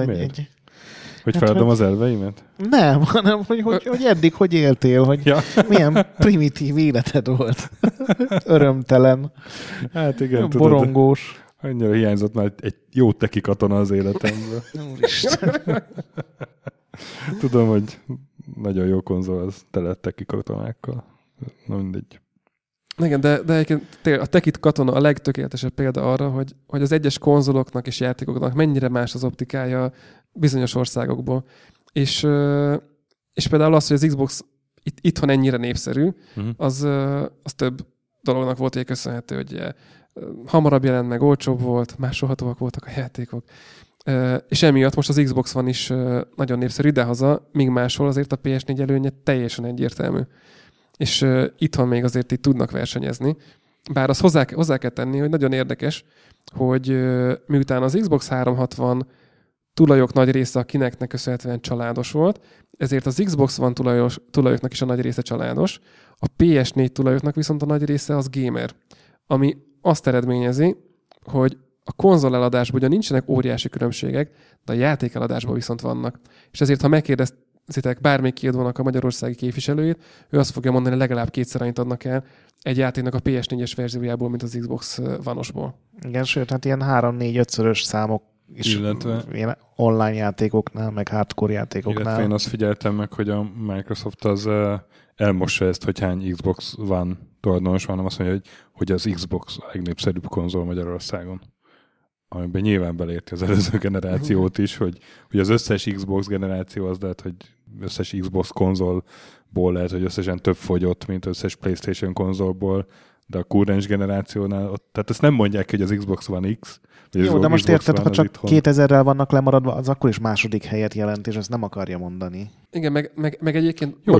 Hogy feladom az elveimet? Nem, hanem hogy eddig hogy éltél, hogy milyen primitív életed volt. Örömtelen. Hát igen, borongós. Annyira hiányzott már egy jó teki katona az életemből. Úristen. Tudom, hogy nagyon jó konzol az tele teki katonákkal. Na mindegy. Igen, de egyébként a Tekit katona a legtökéletesebb példa arra, hogy az egyes konzoloknak és játékoknak mennyire más az optikája bizonyos országokból. És például az, hogy az Xbox itthon ennyire népszerű, az több dolognak volt egy köszönhető, hogy hamarabb jelent meg, olcsóbb volt, másolhatóak voltak a játékok. És emiatt most az Xbox One is nagyon népszerű idehaza, míg máshol azért a PS4 előnye teljesen egyértelmű. És itthon még azért itt tudnak versenyezni. Bár azt hozzá kell tenni, hogy nagyon érdekes, hogy miután az Xbox 360 tulajok nagy része a Kinectnek köszönhetően családos volt, ezért az Xbox One tulajoknak is a nagy része családos, a PS4 tulajoknak viszont a nagy része az gamer, ami azt eredményezi, hogy a konzol eladásban ugyan nincsenek óriási különbségek, de a játék eladásban viszont vannak. És ezért, ha megkérdezitek bármelyik kiadónak a magyarországi képviselőjét, ő azt fogja mondani, hogy legalább 2-szer annyit adnak el egy játéknak a PS4-es verziójából, mint az Xbox One-osból. Igen, sőt, hát ilyen 3-4-5-szörös számok is ilyen online játékoknál, meg hardcore játékoknál. Illetve én azt figyeltem meg, hogy a Microsoft az elmossa ezt, hogy hány Xbox One tulajdonos van, hanem azt mondja, hogy az Xbox a legnépszerűbb konzol Magyarországon. Amiben nyilván beleérti az előző generációt is, hogy az összes Xbox generáció az lehet, hogy összes Xbox konzolból lehet, hogy összesen több fogyott, mint összes PlayStation konzolból, de a kurrens generációnál, tehát ezt nem mondják, hogy az Xbox One X. Jó, de most érted, ha csak 2000-rel vannak lemaradva, az akkor is második helyet jelent, és ezt nem akarja mondani. Igen, meg egyébként... Jó,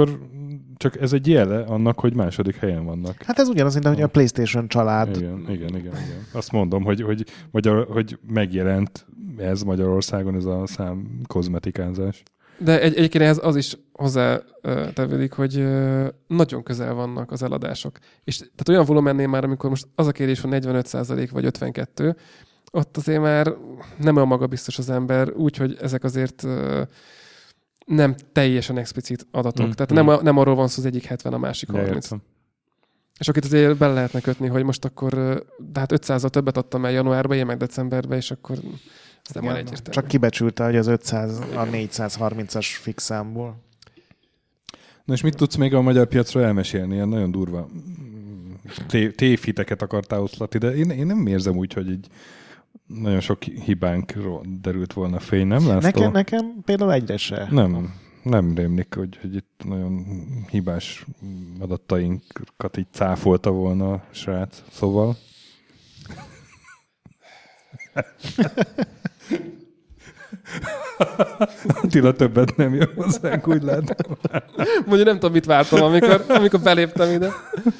csak ez egy jele annak, hogy második helyen vannak. Hát ez ugyanaz, mint hogy a PlayStation család. Igen. Azt mondom, hogy megjelent ez Magyarországon, ez a szám kozmetikázás. De egyébként ehhez az is hozzá tevődik, hogy nagyon közel vannak az eladások. És tehát olyan volumennél már, amikor most az a kérdés, hogy 45% vagy 52%, ott azért már nem olyan magabiztos az ember, úgyhogy ezek azért nem teljesen explicit adatok. Tehát nem arról van szó, az egyik 70, a másik 30. És akit azért bele lehetne kötni, hogy most akkor de hát 500-al többet adtam el januárban, én meg decemberben, és akkor ez nem van egyértelmű. Csak kibecsülte, hogy az 500 a 430-as fix számból. Na és mit tudsz még a magyar piacról elmesélni? Ilyen nagyon durva tévhiteket akartál oszlatni, de én nem érzem úgy, hogy így nagyon sok hibánkról derült volna fény, nem László? Nekem például egyre se. Nem rémlik, hogy itt nagyon hibás adatainkat így cáfolta volna a srác, szóval. Attila többet nem jön hozzánk, úgy látom. Mondjuk nem tudom, mit vártam, amikor beléptem ide.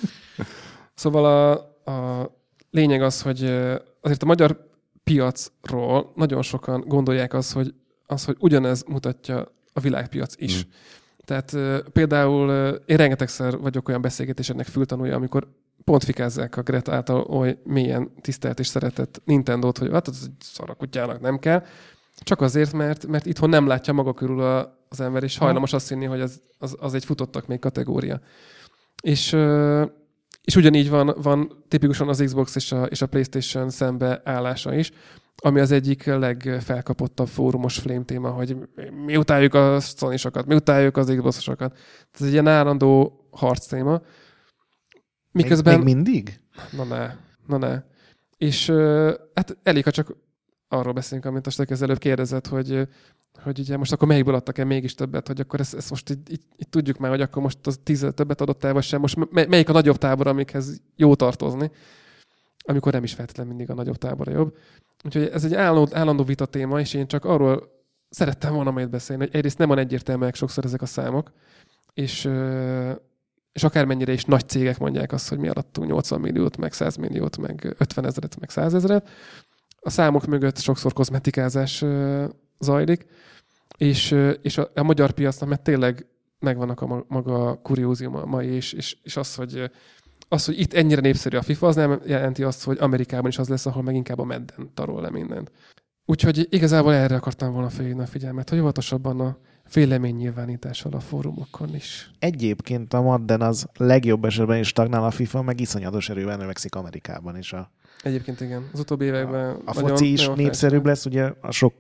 Szóval a lényeg az, hogy azért a magyar piacról nagyon sokan gondolják hogy ugyanez mutatja a világpiac is. Tehát például én rengetegszer vagyok olyan beszélgetéseknek fültanúja, amikor pont fikázzák a Greta által oly mélyen tisztelt és szeretett Nintendót, hogy hát az szarakutyának nem kell. Csak azért, mert itthon nem látja maga körül az ember, és hajlamos azt hinni, hogy az egy futottak még kategória. És ugyanígy van tipikusan az Xbox és a PlayStation szembe állása is, ami az egyik legfelkapottabb fórumos flame téma, hogy mi utáljuk a Sony-sokat, mi utáljuk az Xbox-osokat. Ez egy ilyen állandó harc téma. Miközben... Még mindig? Na ne. És hát elég, ha csak arról beszélünk, amit a Stek előbb kérdezett, hogy ugye most akkor melyikből adtak el mégis többet, hogy akkor ezt most így tudjuk már, hogy akkor most az 10 többet adott el, vagy sem. Most melyik a nagyobb tábor, amikhez jó tartozni, amikor nem is feltétlenül mindig a nagyobb tábor a jobb. Úgyhogy ez egy állandó vita téma, és én csak arról szerettem volna majd beszélni, hogy egyrészt nem van egyértelműek sokszor ezek a számok, és akármennyire is nagy cégek mondják azt, hogy mi alattunk 80 milliót, meg 100 milliót, meg 50 000, meg 100 000. A számok mögött sokszor kozmetikázás zajlik, és a magyar piacnak, mert tényleg megvannak a maga kurióziumai, és az, hogy itt ennyire népszerű a FIFA, az nem jelenti azt, hogy Amerikában is az lesz, ahol meg inkább a Madden tarol le mindent. Úgyhogy igazából erre akartam volna felhívni a figyelmet, hogy óvatosabban a véleménynyilvánítással a fórumokon is. Egyébként a Madden az legjobb esetben is stagnál, a FIFA meg iszonyatos erővel növekszik Amerikában is. Egyébként igen. Az utóbbi években a foci is népszerűbb lesz, ugye a sok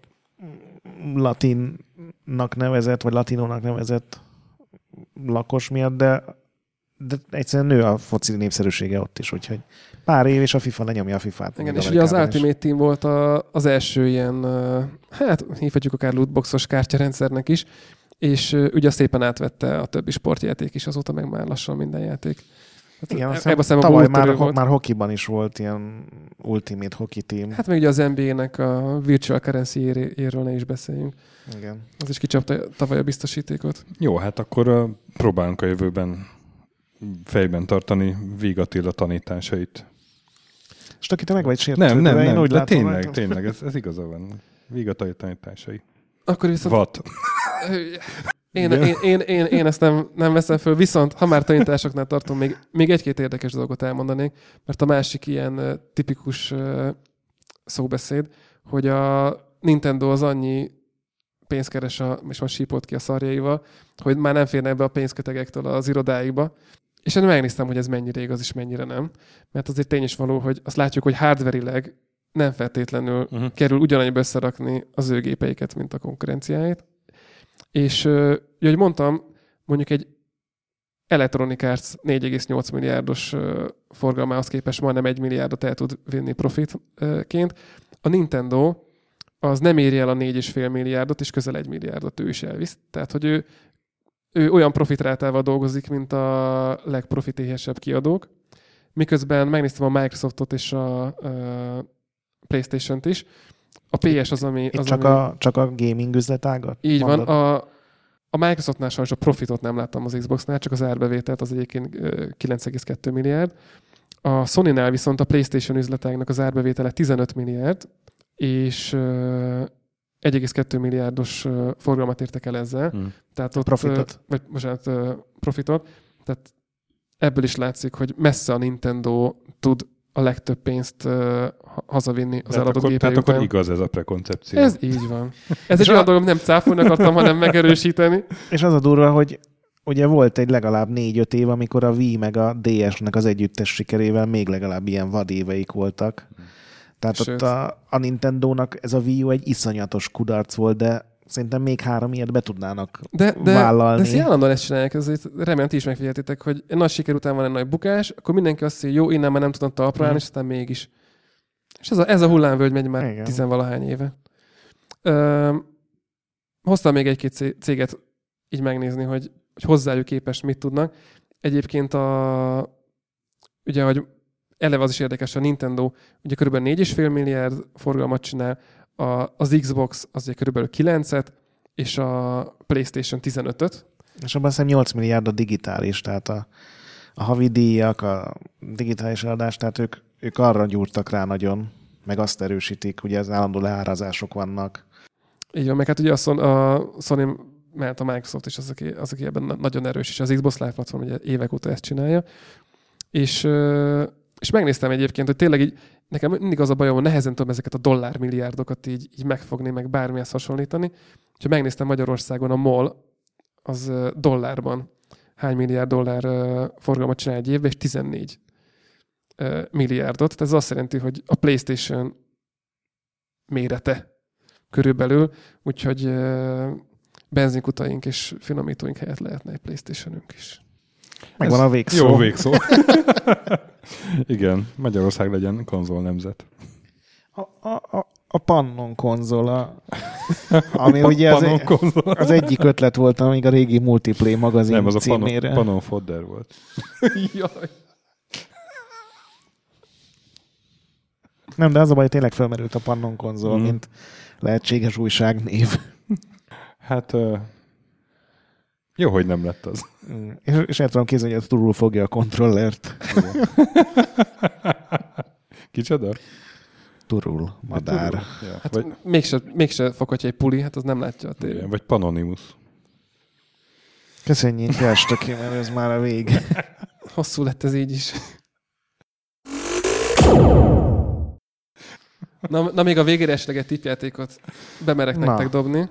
latinnak nevezett, vagy latinónak nevezett lakos miatt, de egyszerűen nő a foci népszerűsége ott is, úgyhogy pár év, és a FIFA lenyomja a FIFA-t. Igen, és ugye az Ultimate Team volt az első ilyen, hát hívhatjuk akár lootboxos kártyarendszernek is, és ugye szépen átvette a többi sportjáték is, azóta meg már lassan minden játék. Hát igen, tavaly már hokiban is volt ilyen Ultimate Hockey Team. Hát még ugye az NBA-nek a Virtual Currency-éről ne is beszéljünk. Igen. Az is kicsapta tavaly a biztosítékot. Jó, hát akkor próbálunk a jövőben fejben tartani Víg Attila tanításait. És te meg vagy sértődve? Nem, de tényleg, ez igaza van. Víg Attila tanításai. Akkor viszont... Vat. Én ezt nem veszem föl, viszont ha már tanításoknál tartom, még egy-két érdekes dolgot elmondanék, mert a másik ilyen tipikus szóbeszéd, hogy a Nintendo az annyi pénzt keres, és most sípolt ki a szarjaival, hogy már nem férne ebbe a pénzkötegektől az irodáikba. És én megnéztem, hogy ez mennyire igaz és mennyire nem. Mert azért tény is való, hogy azt látjuk, hogy hardverileg nem feltétlenül kerül ugyanannyiba összerakni az ő gépeiket, mint a konkurenciáit. És, ahogy mondtam, mondjuk egy Electronic Arts 4,8 milliárdos forgalmához képest majdnem 1 milliárdot el tud vinni profitként. A Nintendo az nem éri el a 4,5 milliárdot, és közel 1 milliárdot ő is elvisz. Tehát, hogy ő olyan profitrátával dolgozik, mint a legprofitéhesebb kiadók. Miközben megnéztem a Microsoftot és a PlayStation-t is. A PS az, ami... Csak a gaming üzletágat? Így mondod? Van. A Microsoftnál sajnos a profitot nem láttam az Xboxnál, csak az árbevételt, az egyébként 9,2 milliárd. A Sony-nál viszont a PlayStation üzletágnak az árbevétele 15 milliárd, és 1,2 milliárdos forgalmat értek el ezzel. Tehát ott, profitot. Tehát ebből is látszik, hogy messze a Nintendo tud a legtöbb pénzt hazavinni az eladott gépei Tehát után. akkor igaz ez a prekoncepció. Ez így van. Ez egy olyan dolog, nem cáfolni akartam, hanem megerősíteni. És az a durva, hogy ugye volt egy legalább 4-5 év, amikor a Wii meg a DS-nek az együttes sikerével még legalább ilyen vadéveik voltak. Tehát Sőt. ott a Nintendónak ez a Wii U egy iszonyatos kudarc volt, de szerintem még 3 ilyet be tudnának vállalni. De ezt állandóan ezt csinálják, ezért remélem ti is megfigyeltétek, hogy egy nagy siker után van egy nagy bukás, akkor mindenki azt mondja, jó, innen már nem tudom talpra állni, és aztán mégis. És ez a hullámvölgy megy már 10-valahány éve. Hoztam még egy-két céget így megnézni, hogy hozzájuk képest mit tudnak. Egyébként ugye, hogy eleve az is érdekes, a Nintendo ugye kb. 4,5 milliárd forgalmat csinál, az Xbox az ugye kb. 9-et, és a PlayStation 15-öt. És abban hiszem 8 milliárd a digitális, tehát a havidíjak, a digitális eladás, tehát ők arra gyúrtak rá nagyon, meg azt erősítik, ugye az állandó leárazások vannak. Így van, meg hát ugye a Sony, mert a Microsoft is az, aki ebben nagyon erős, és az Xbox Live platform ugye évek óta ezt csinálja. És megnéztem egyébként, hogy tényleg így, nekem mindig az a bajom, hogy nehezen tudom ezeket a dollármilliárdokat így megfogni, meg bármihez hasonlítani. Ha megnéztem Magyarországon, a MOL az dollárban hány milliárd dollár forgalmat csinál egy évben, és 14 milliárdot. Tehát ez azt jelenti, hogy a PlayStation mérete körülbelül, úgyhogy benzinkutaink és finomítóink helyett lehetne egy PlayStation-ünk is. Megvan a végszó. Jó végszó. Igen, Magyarország legyen konzol nemzet. A Pannon konzola, ami ugye az egyik ötlet volt, amíg a régi Multiplay magazin nem, az címére. A Pannon Fodder volt. Jaj. Nem, de az a baj, tényleg felmerült a Pannon konzol, mint lehetséges újságnév. Hát jó, hogy nem lett az. És el tudom képzelni, hogy a Turul fogja a kontrollert. Kicsoda? Turul, madár. Ja, Hát vagy, mégse foghatja egy puli, hát az nem látja a tévét. vagy Panonimus. Köszönjük, Jástoki, mert ez már a vég. Hosszú lett ez így is. Na még a végére esetleg egy tippjátékot bemerek nektek dobni.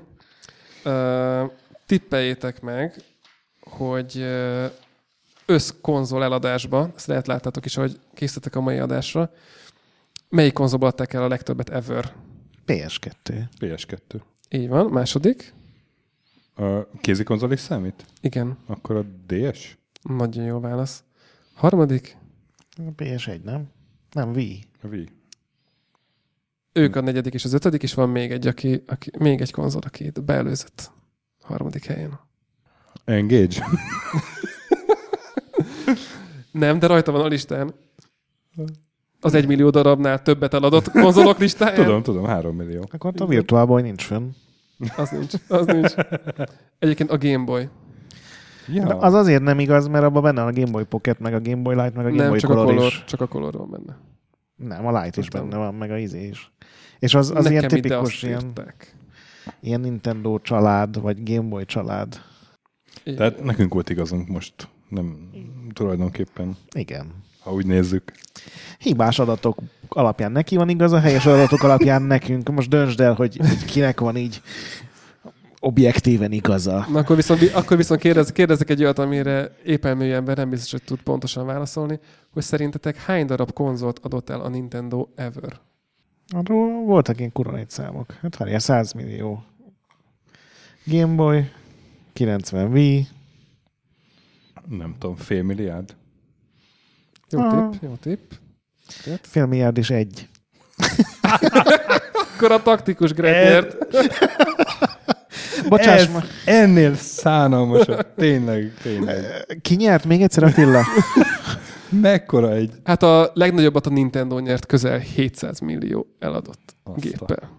Tippeljétek meg, hogy összkonzol eladásba, ezt lehet láttátok is, hogy készítettek a mai adásra, melyik konzolba adták el a legtöbbet ever? PS2. PS2. Így van. Második? A kézikonzol is számít? Igen. Akkor a DS? Nagyon jó válasz. Harmadik? A PS1, nem? Nem, Wii. A Wii. Ők a 4. és az 5. és van még egy, még egy konzol, aki beelőzött harmadik helyen. Engage? Nem, de rajta van a listán. Az 1 millió darabnál többet eladott konzolok listáján. Tudom, 3 millió. Akkor a Virtual Boy nincs fönn. Az nincs. Egyébként a Game Boy. Ja. Az azért nem igaz, mert abban benne van a Game Boy Pocket, meg a Game Boy Light, meg a Game Nem, Boy csak Color a Color, is. csak a Color van benne. Nem, a Light is benne van, meg a izé is. És az ilyen tipikus ilyen Nintendo család, vagy Game Boy család. Tehát nekünk volt igazunk most, nem tulajdonképpen. Igen. Ha úgy nézzük. Hibás adatok alapján neki van igaz, a helyes adatok alapján nekünk. Most döntsd el, hogy kinek van így objektíven igaza. Na, akkor viszont kérdezzek egy olyat, amire épelmű ember nem biztos, hogy tud pontosan válaszolni, hogy szerintetek hány darab konzolt adott el a Nintendo ever? Arról voltak ilyen kuronét számok. Hát várjál, 100 millió Game Boy, 90 Wii. Nem tudom, fél milliárd? Jó tipp. Fél milliárd és 1. Akkor a taktikus Greg nyert. Bocsáss ma. Ennél szánalmasabb. Tényleg. Ki nyert? Még egyszer, Attila? Mekkora egy... Hát a legnagyobbat a Nintendo nyert, közel 700 millió eladott géppel.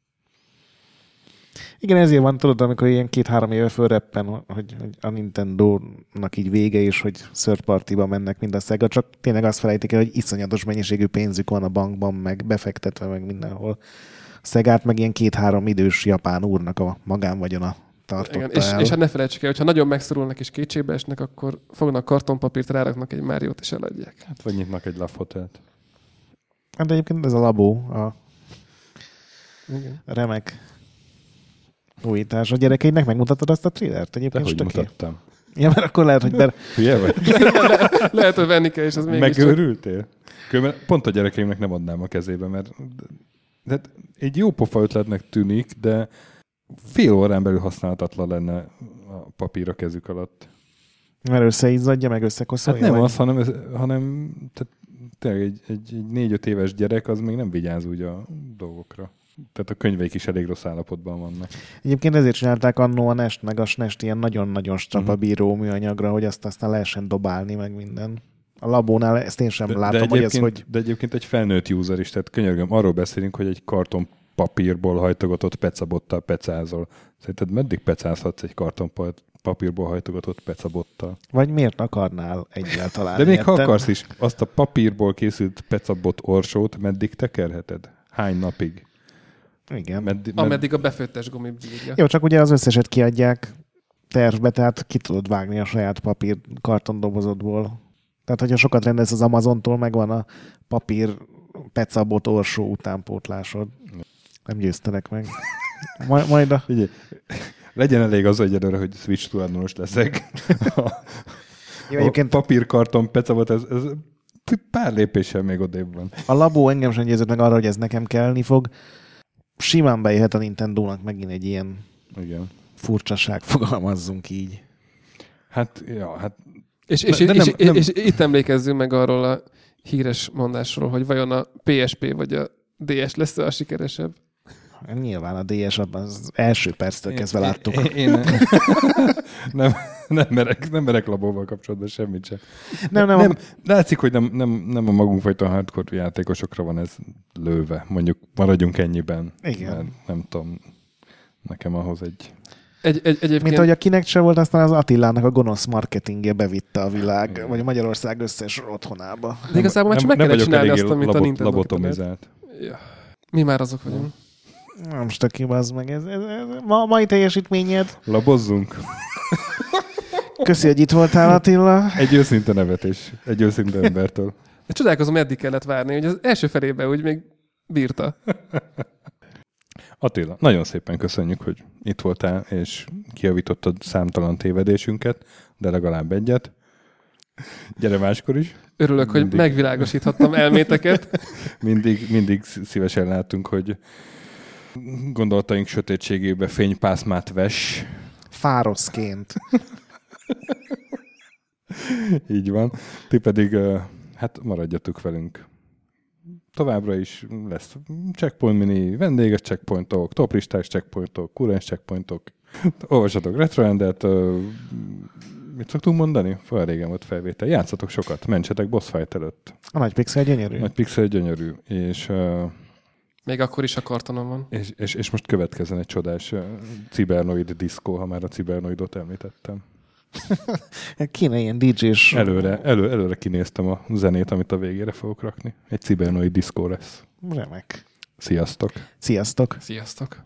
Igen, ezért van, tudod, amikor ilyen 2-3 éve fölreppen, hogy a Nintendo-nak így vége is, hogy third party-ba mennek mind a Sega, csak tényleg azt felejtik el, hogy iszonyatos mennyiségű pénzük van a bankban, meg befektetve, meg mindenhol. Szegát meg ilyen 2-3 idős japán úrnak a magánvagyona tartotta el. És hát ne felejtsük el, hogyha nagyon megszorulnak és kétségbe esnek, akkor fognak kartonpapírt, ráraknak egy Máriót és eladják. Hát vagy nyitnak egy Love Hotelt. Hát egyébként ez a labó, Igen. remek újítás. A gyerekeidnek megmutatod azt a trillert? Egyébként Dehogy stöki? mutattam. Ja, mert akkor lehet, hogy Hülye vagy? Lehet, hogy venni kell, és az mégis Megőrültél? Pont a gyerekeimnek nem adnám a kezébe, mert de egy jó pofa ötletnek tűnik, de fél órán belül használhatatlan lenne a papír a kezük alatt. Mert összeizzadja, meg összekoszolja? Hát nem vagy? az, hanem tehát tényleg egy 4-5 éves gyerek az még nem vigyáz úgy a dolgokra. Tehát a könyveik is elég rossz állapotban vannak. Egyébként ezért csinálták annó a Nest, meg a Snest ilyen nagyon-nagyon strapabíró műanyagra, hogy azt aztán lehessen dobálni, meg minden. A labónál ezt én sem látom, hogy ez hogy... De egyébként egy felnőtt user is, tehát könyörgöm, arról beszélünk, hogy egy karton papírból hajtogatott pecabottal pecázol. Szerinted meddig pecázhatsz egy karton papírból hajtogatott pecabottal? Vagy miért akarnál egyáltalán? De még ha értem? akarsz is, azt a papírból készült pecabot orsót meddig tekerheted? Hány napig? Igen. ameddig a befőttes gumi bírja. Jó, csak ugye az összeset kiadják tervbe, tehát ki tudod vágni a saját papír kartondobozodból. Tehát, hogyha sokat rendelsz az Amazontól, megvan a papír pecabot orsó utánpótlásod. Nem győztelek meg. Majd a... Figyelj, legyen elég az egyelőre, hogy Switch tulajdonos leszek. Jó, A egyébként papírkarton pecabot, ez pár lépéssel még odébb van. a labó engem sem győzött meg arra, hogy ez nekem kellni fog. Simán bejöhet a Nintendónak megint egy ilyen Igen. furcsaság, fogalmazzunk így. Hát, ja, hát És itt emlékezzünk meg arról a híres mondásról, hogy vajon a PSP vagy a DS lesz a sikeresebb? Nyilván a DS abban az első perctől kezdve láttuk. Én nem merek labóval kapcsolatban semmit sem. Nem. Látszik, hogy nem a magunkfajta hardcore játékosokra van ez lőve. Mondjuk maradjunk ennyiben. Igen. Mert nem tudom, nekem ahhoz Egyébként... Mint ahogy a Kinect se volt, aztán az Attilának a gonosz marketingje bevitte a világ, vagy a Magyarország összes otthonába. De igazából már csak meg kellene csinálni azt, amit a Nintendo. Lobotomizált. Ja. Mi már azok vagyunk. Nem stöki, az meg. Ez mai teljesítményed. Labozzunk. Köszi, hogy itt voltál, Attila. Egy őszinte nevetés. Egy őszinte embertől. De csodálkozom, meddig kellett várni, hogy az első felében úgy még bírta. Attila, nagyon szépen köszönjük, hogy itt voltál, és kijavítottad számtalan tévedésünket, de legalább egyet. Gyere máskor is. Örülök, hogy megvilágosíthattam elméteket. Mindig szívesen látunk, hogy gondolataink sötétségébe fénypászmát ves. Fároszként. Így van. Ti pedig hát maradjatok velünk. Továbbra is lesz checkpoint mini, vendéges checkpointok, toplisták checkpointok, kurens checkpointok. Olvassatok retroendet, mit szoktunk mondani? Fel régen volt felvétel. Játszatok sokat, mentsetek boss fight előtt. A nagy pixel gyönyörű. Nagy pixel gyönyörű, és Még akkor is a kartonon van. és most következzen egy csodás cibernoid diszkó, ha már a cibernoidot említettem. Kéne ilyen DJ-s... Előre kinéztem a zenét, amit a végére fogok rakni. Egy cibernoid diszkó lesz. Remek. Sziasztok! Sziasztok! Sziasztok!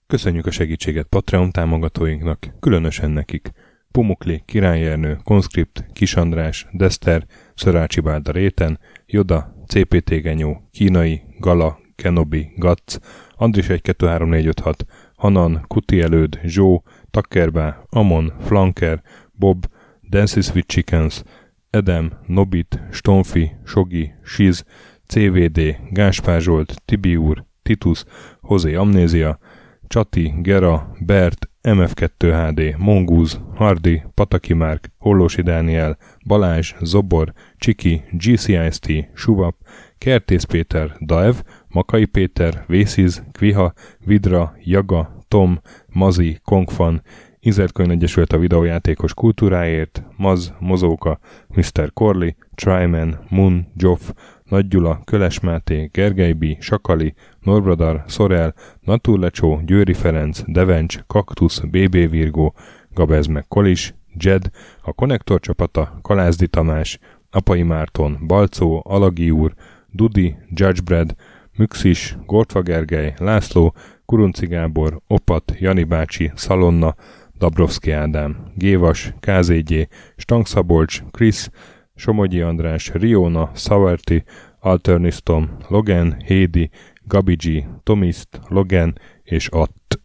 Köszönjük a segítséget Patreon támogatóinknak, különösen nekik. Pumukli, Király Ernő, Conscript, Kis András, Dester, Szörácsi Bálda Réten, Joda, CPT Genyó, Kínai, Gala, Kenobi, Gatz, Andris 123456, Hanan, Kuti Előd, Zsó, Takkerbá, Amon, Flanker, Bob, Dances with Chickens, Edem, Nobit, Stonfi, Sogi, Siz, CVD, Gáspár Zsolt, Tibi úr, Titus, Hozé Amnézia, Csati, Gera, Bert, MF2HD, Mongúz, Hardi, Pataki Márk, Hollósi Dániel, Balázs, Zobor, Csiki, GCIST, Suvap, Kertész Péter, Daev, Makai Péter, Vésziz, Kviha, Vidra, Jaga, Tom, Mazi, Kongfan, Inzertkönyv Egyesület a videójátékos kultúráért, Maz, Mozóka, Mr. Corley, Tryman, Moon, Joff, Nagy Gyula, Köles Máté, Gergely B., Sakali, Norbradar, Szorel, Naturlecsó, Győri Ferenc, Devencs, Kaktusz, BB Virgó, Gabez meg Kolis, Jed, a Konnektor csapata, Kalázdi Tamás, Apai Márton, Balcó, Alagi úr, Dudi, Judgebred, Müxis, Gortva Gergely, László, Kurunci Gábor, Opat, Jani bácsi, Szalonna, Dabrowski Ádám, Gévas, KZG, Stangszabolcs, Krisz, Somogyi András, Riona, Szaverti, Alternisztom, Logan, Hédi, Gabigi, Tomiszt, Logan és Att.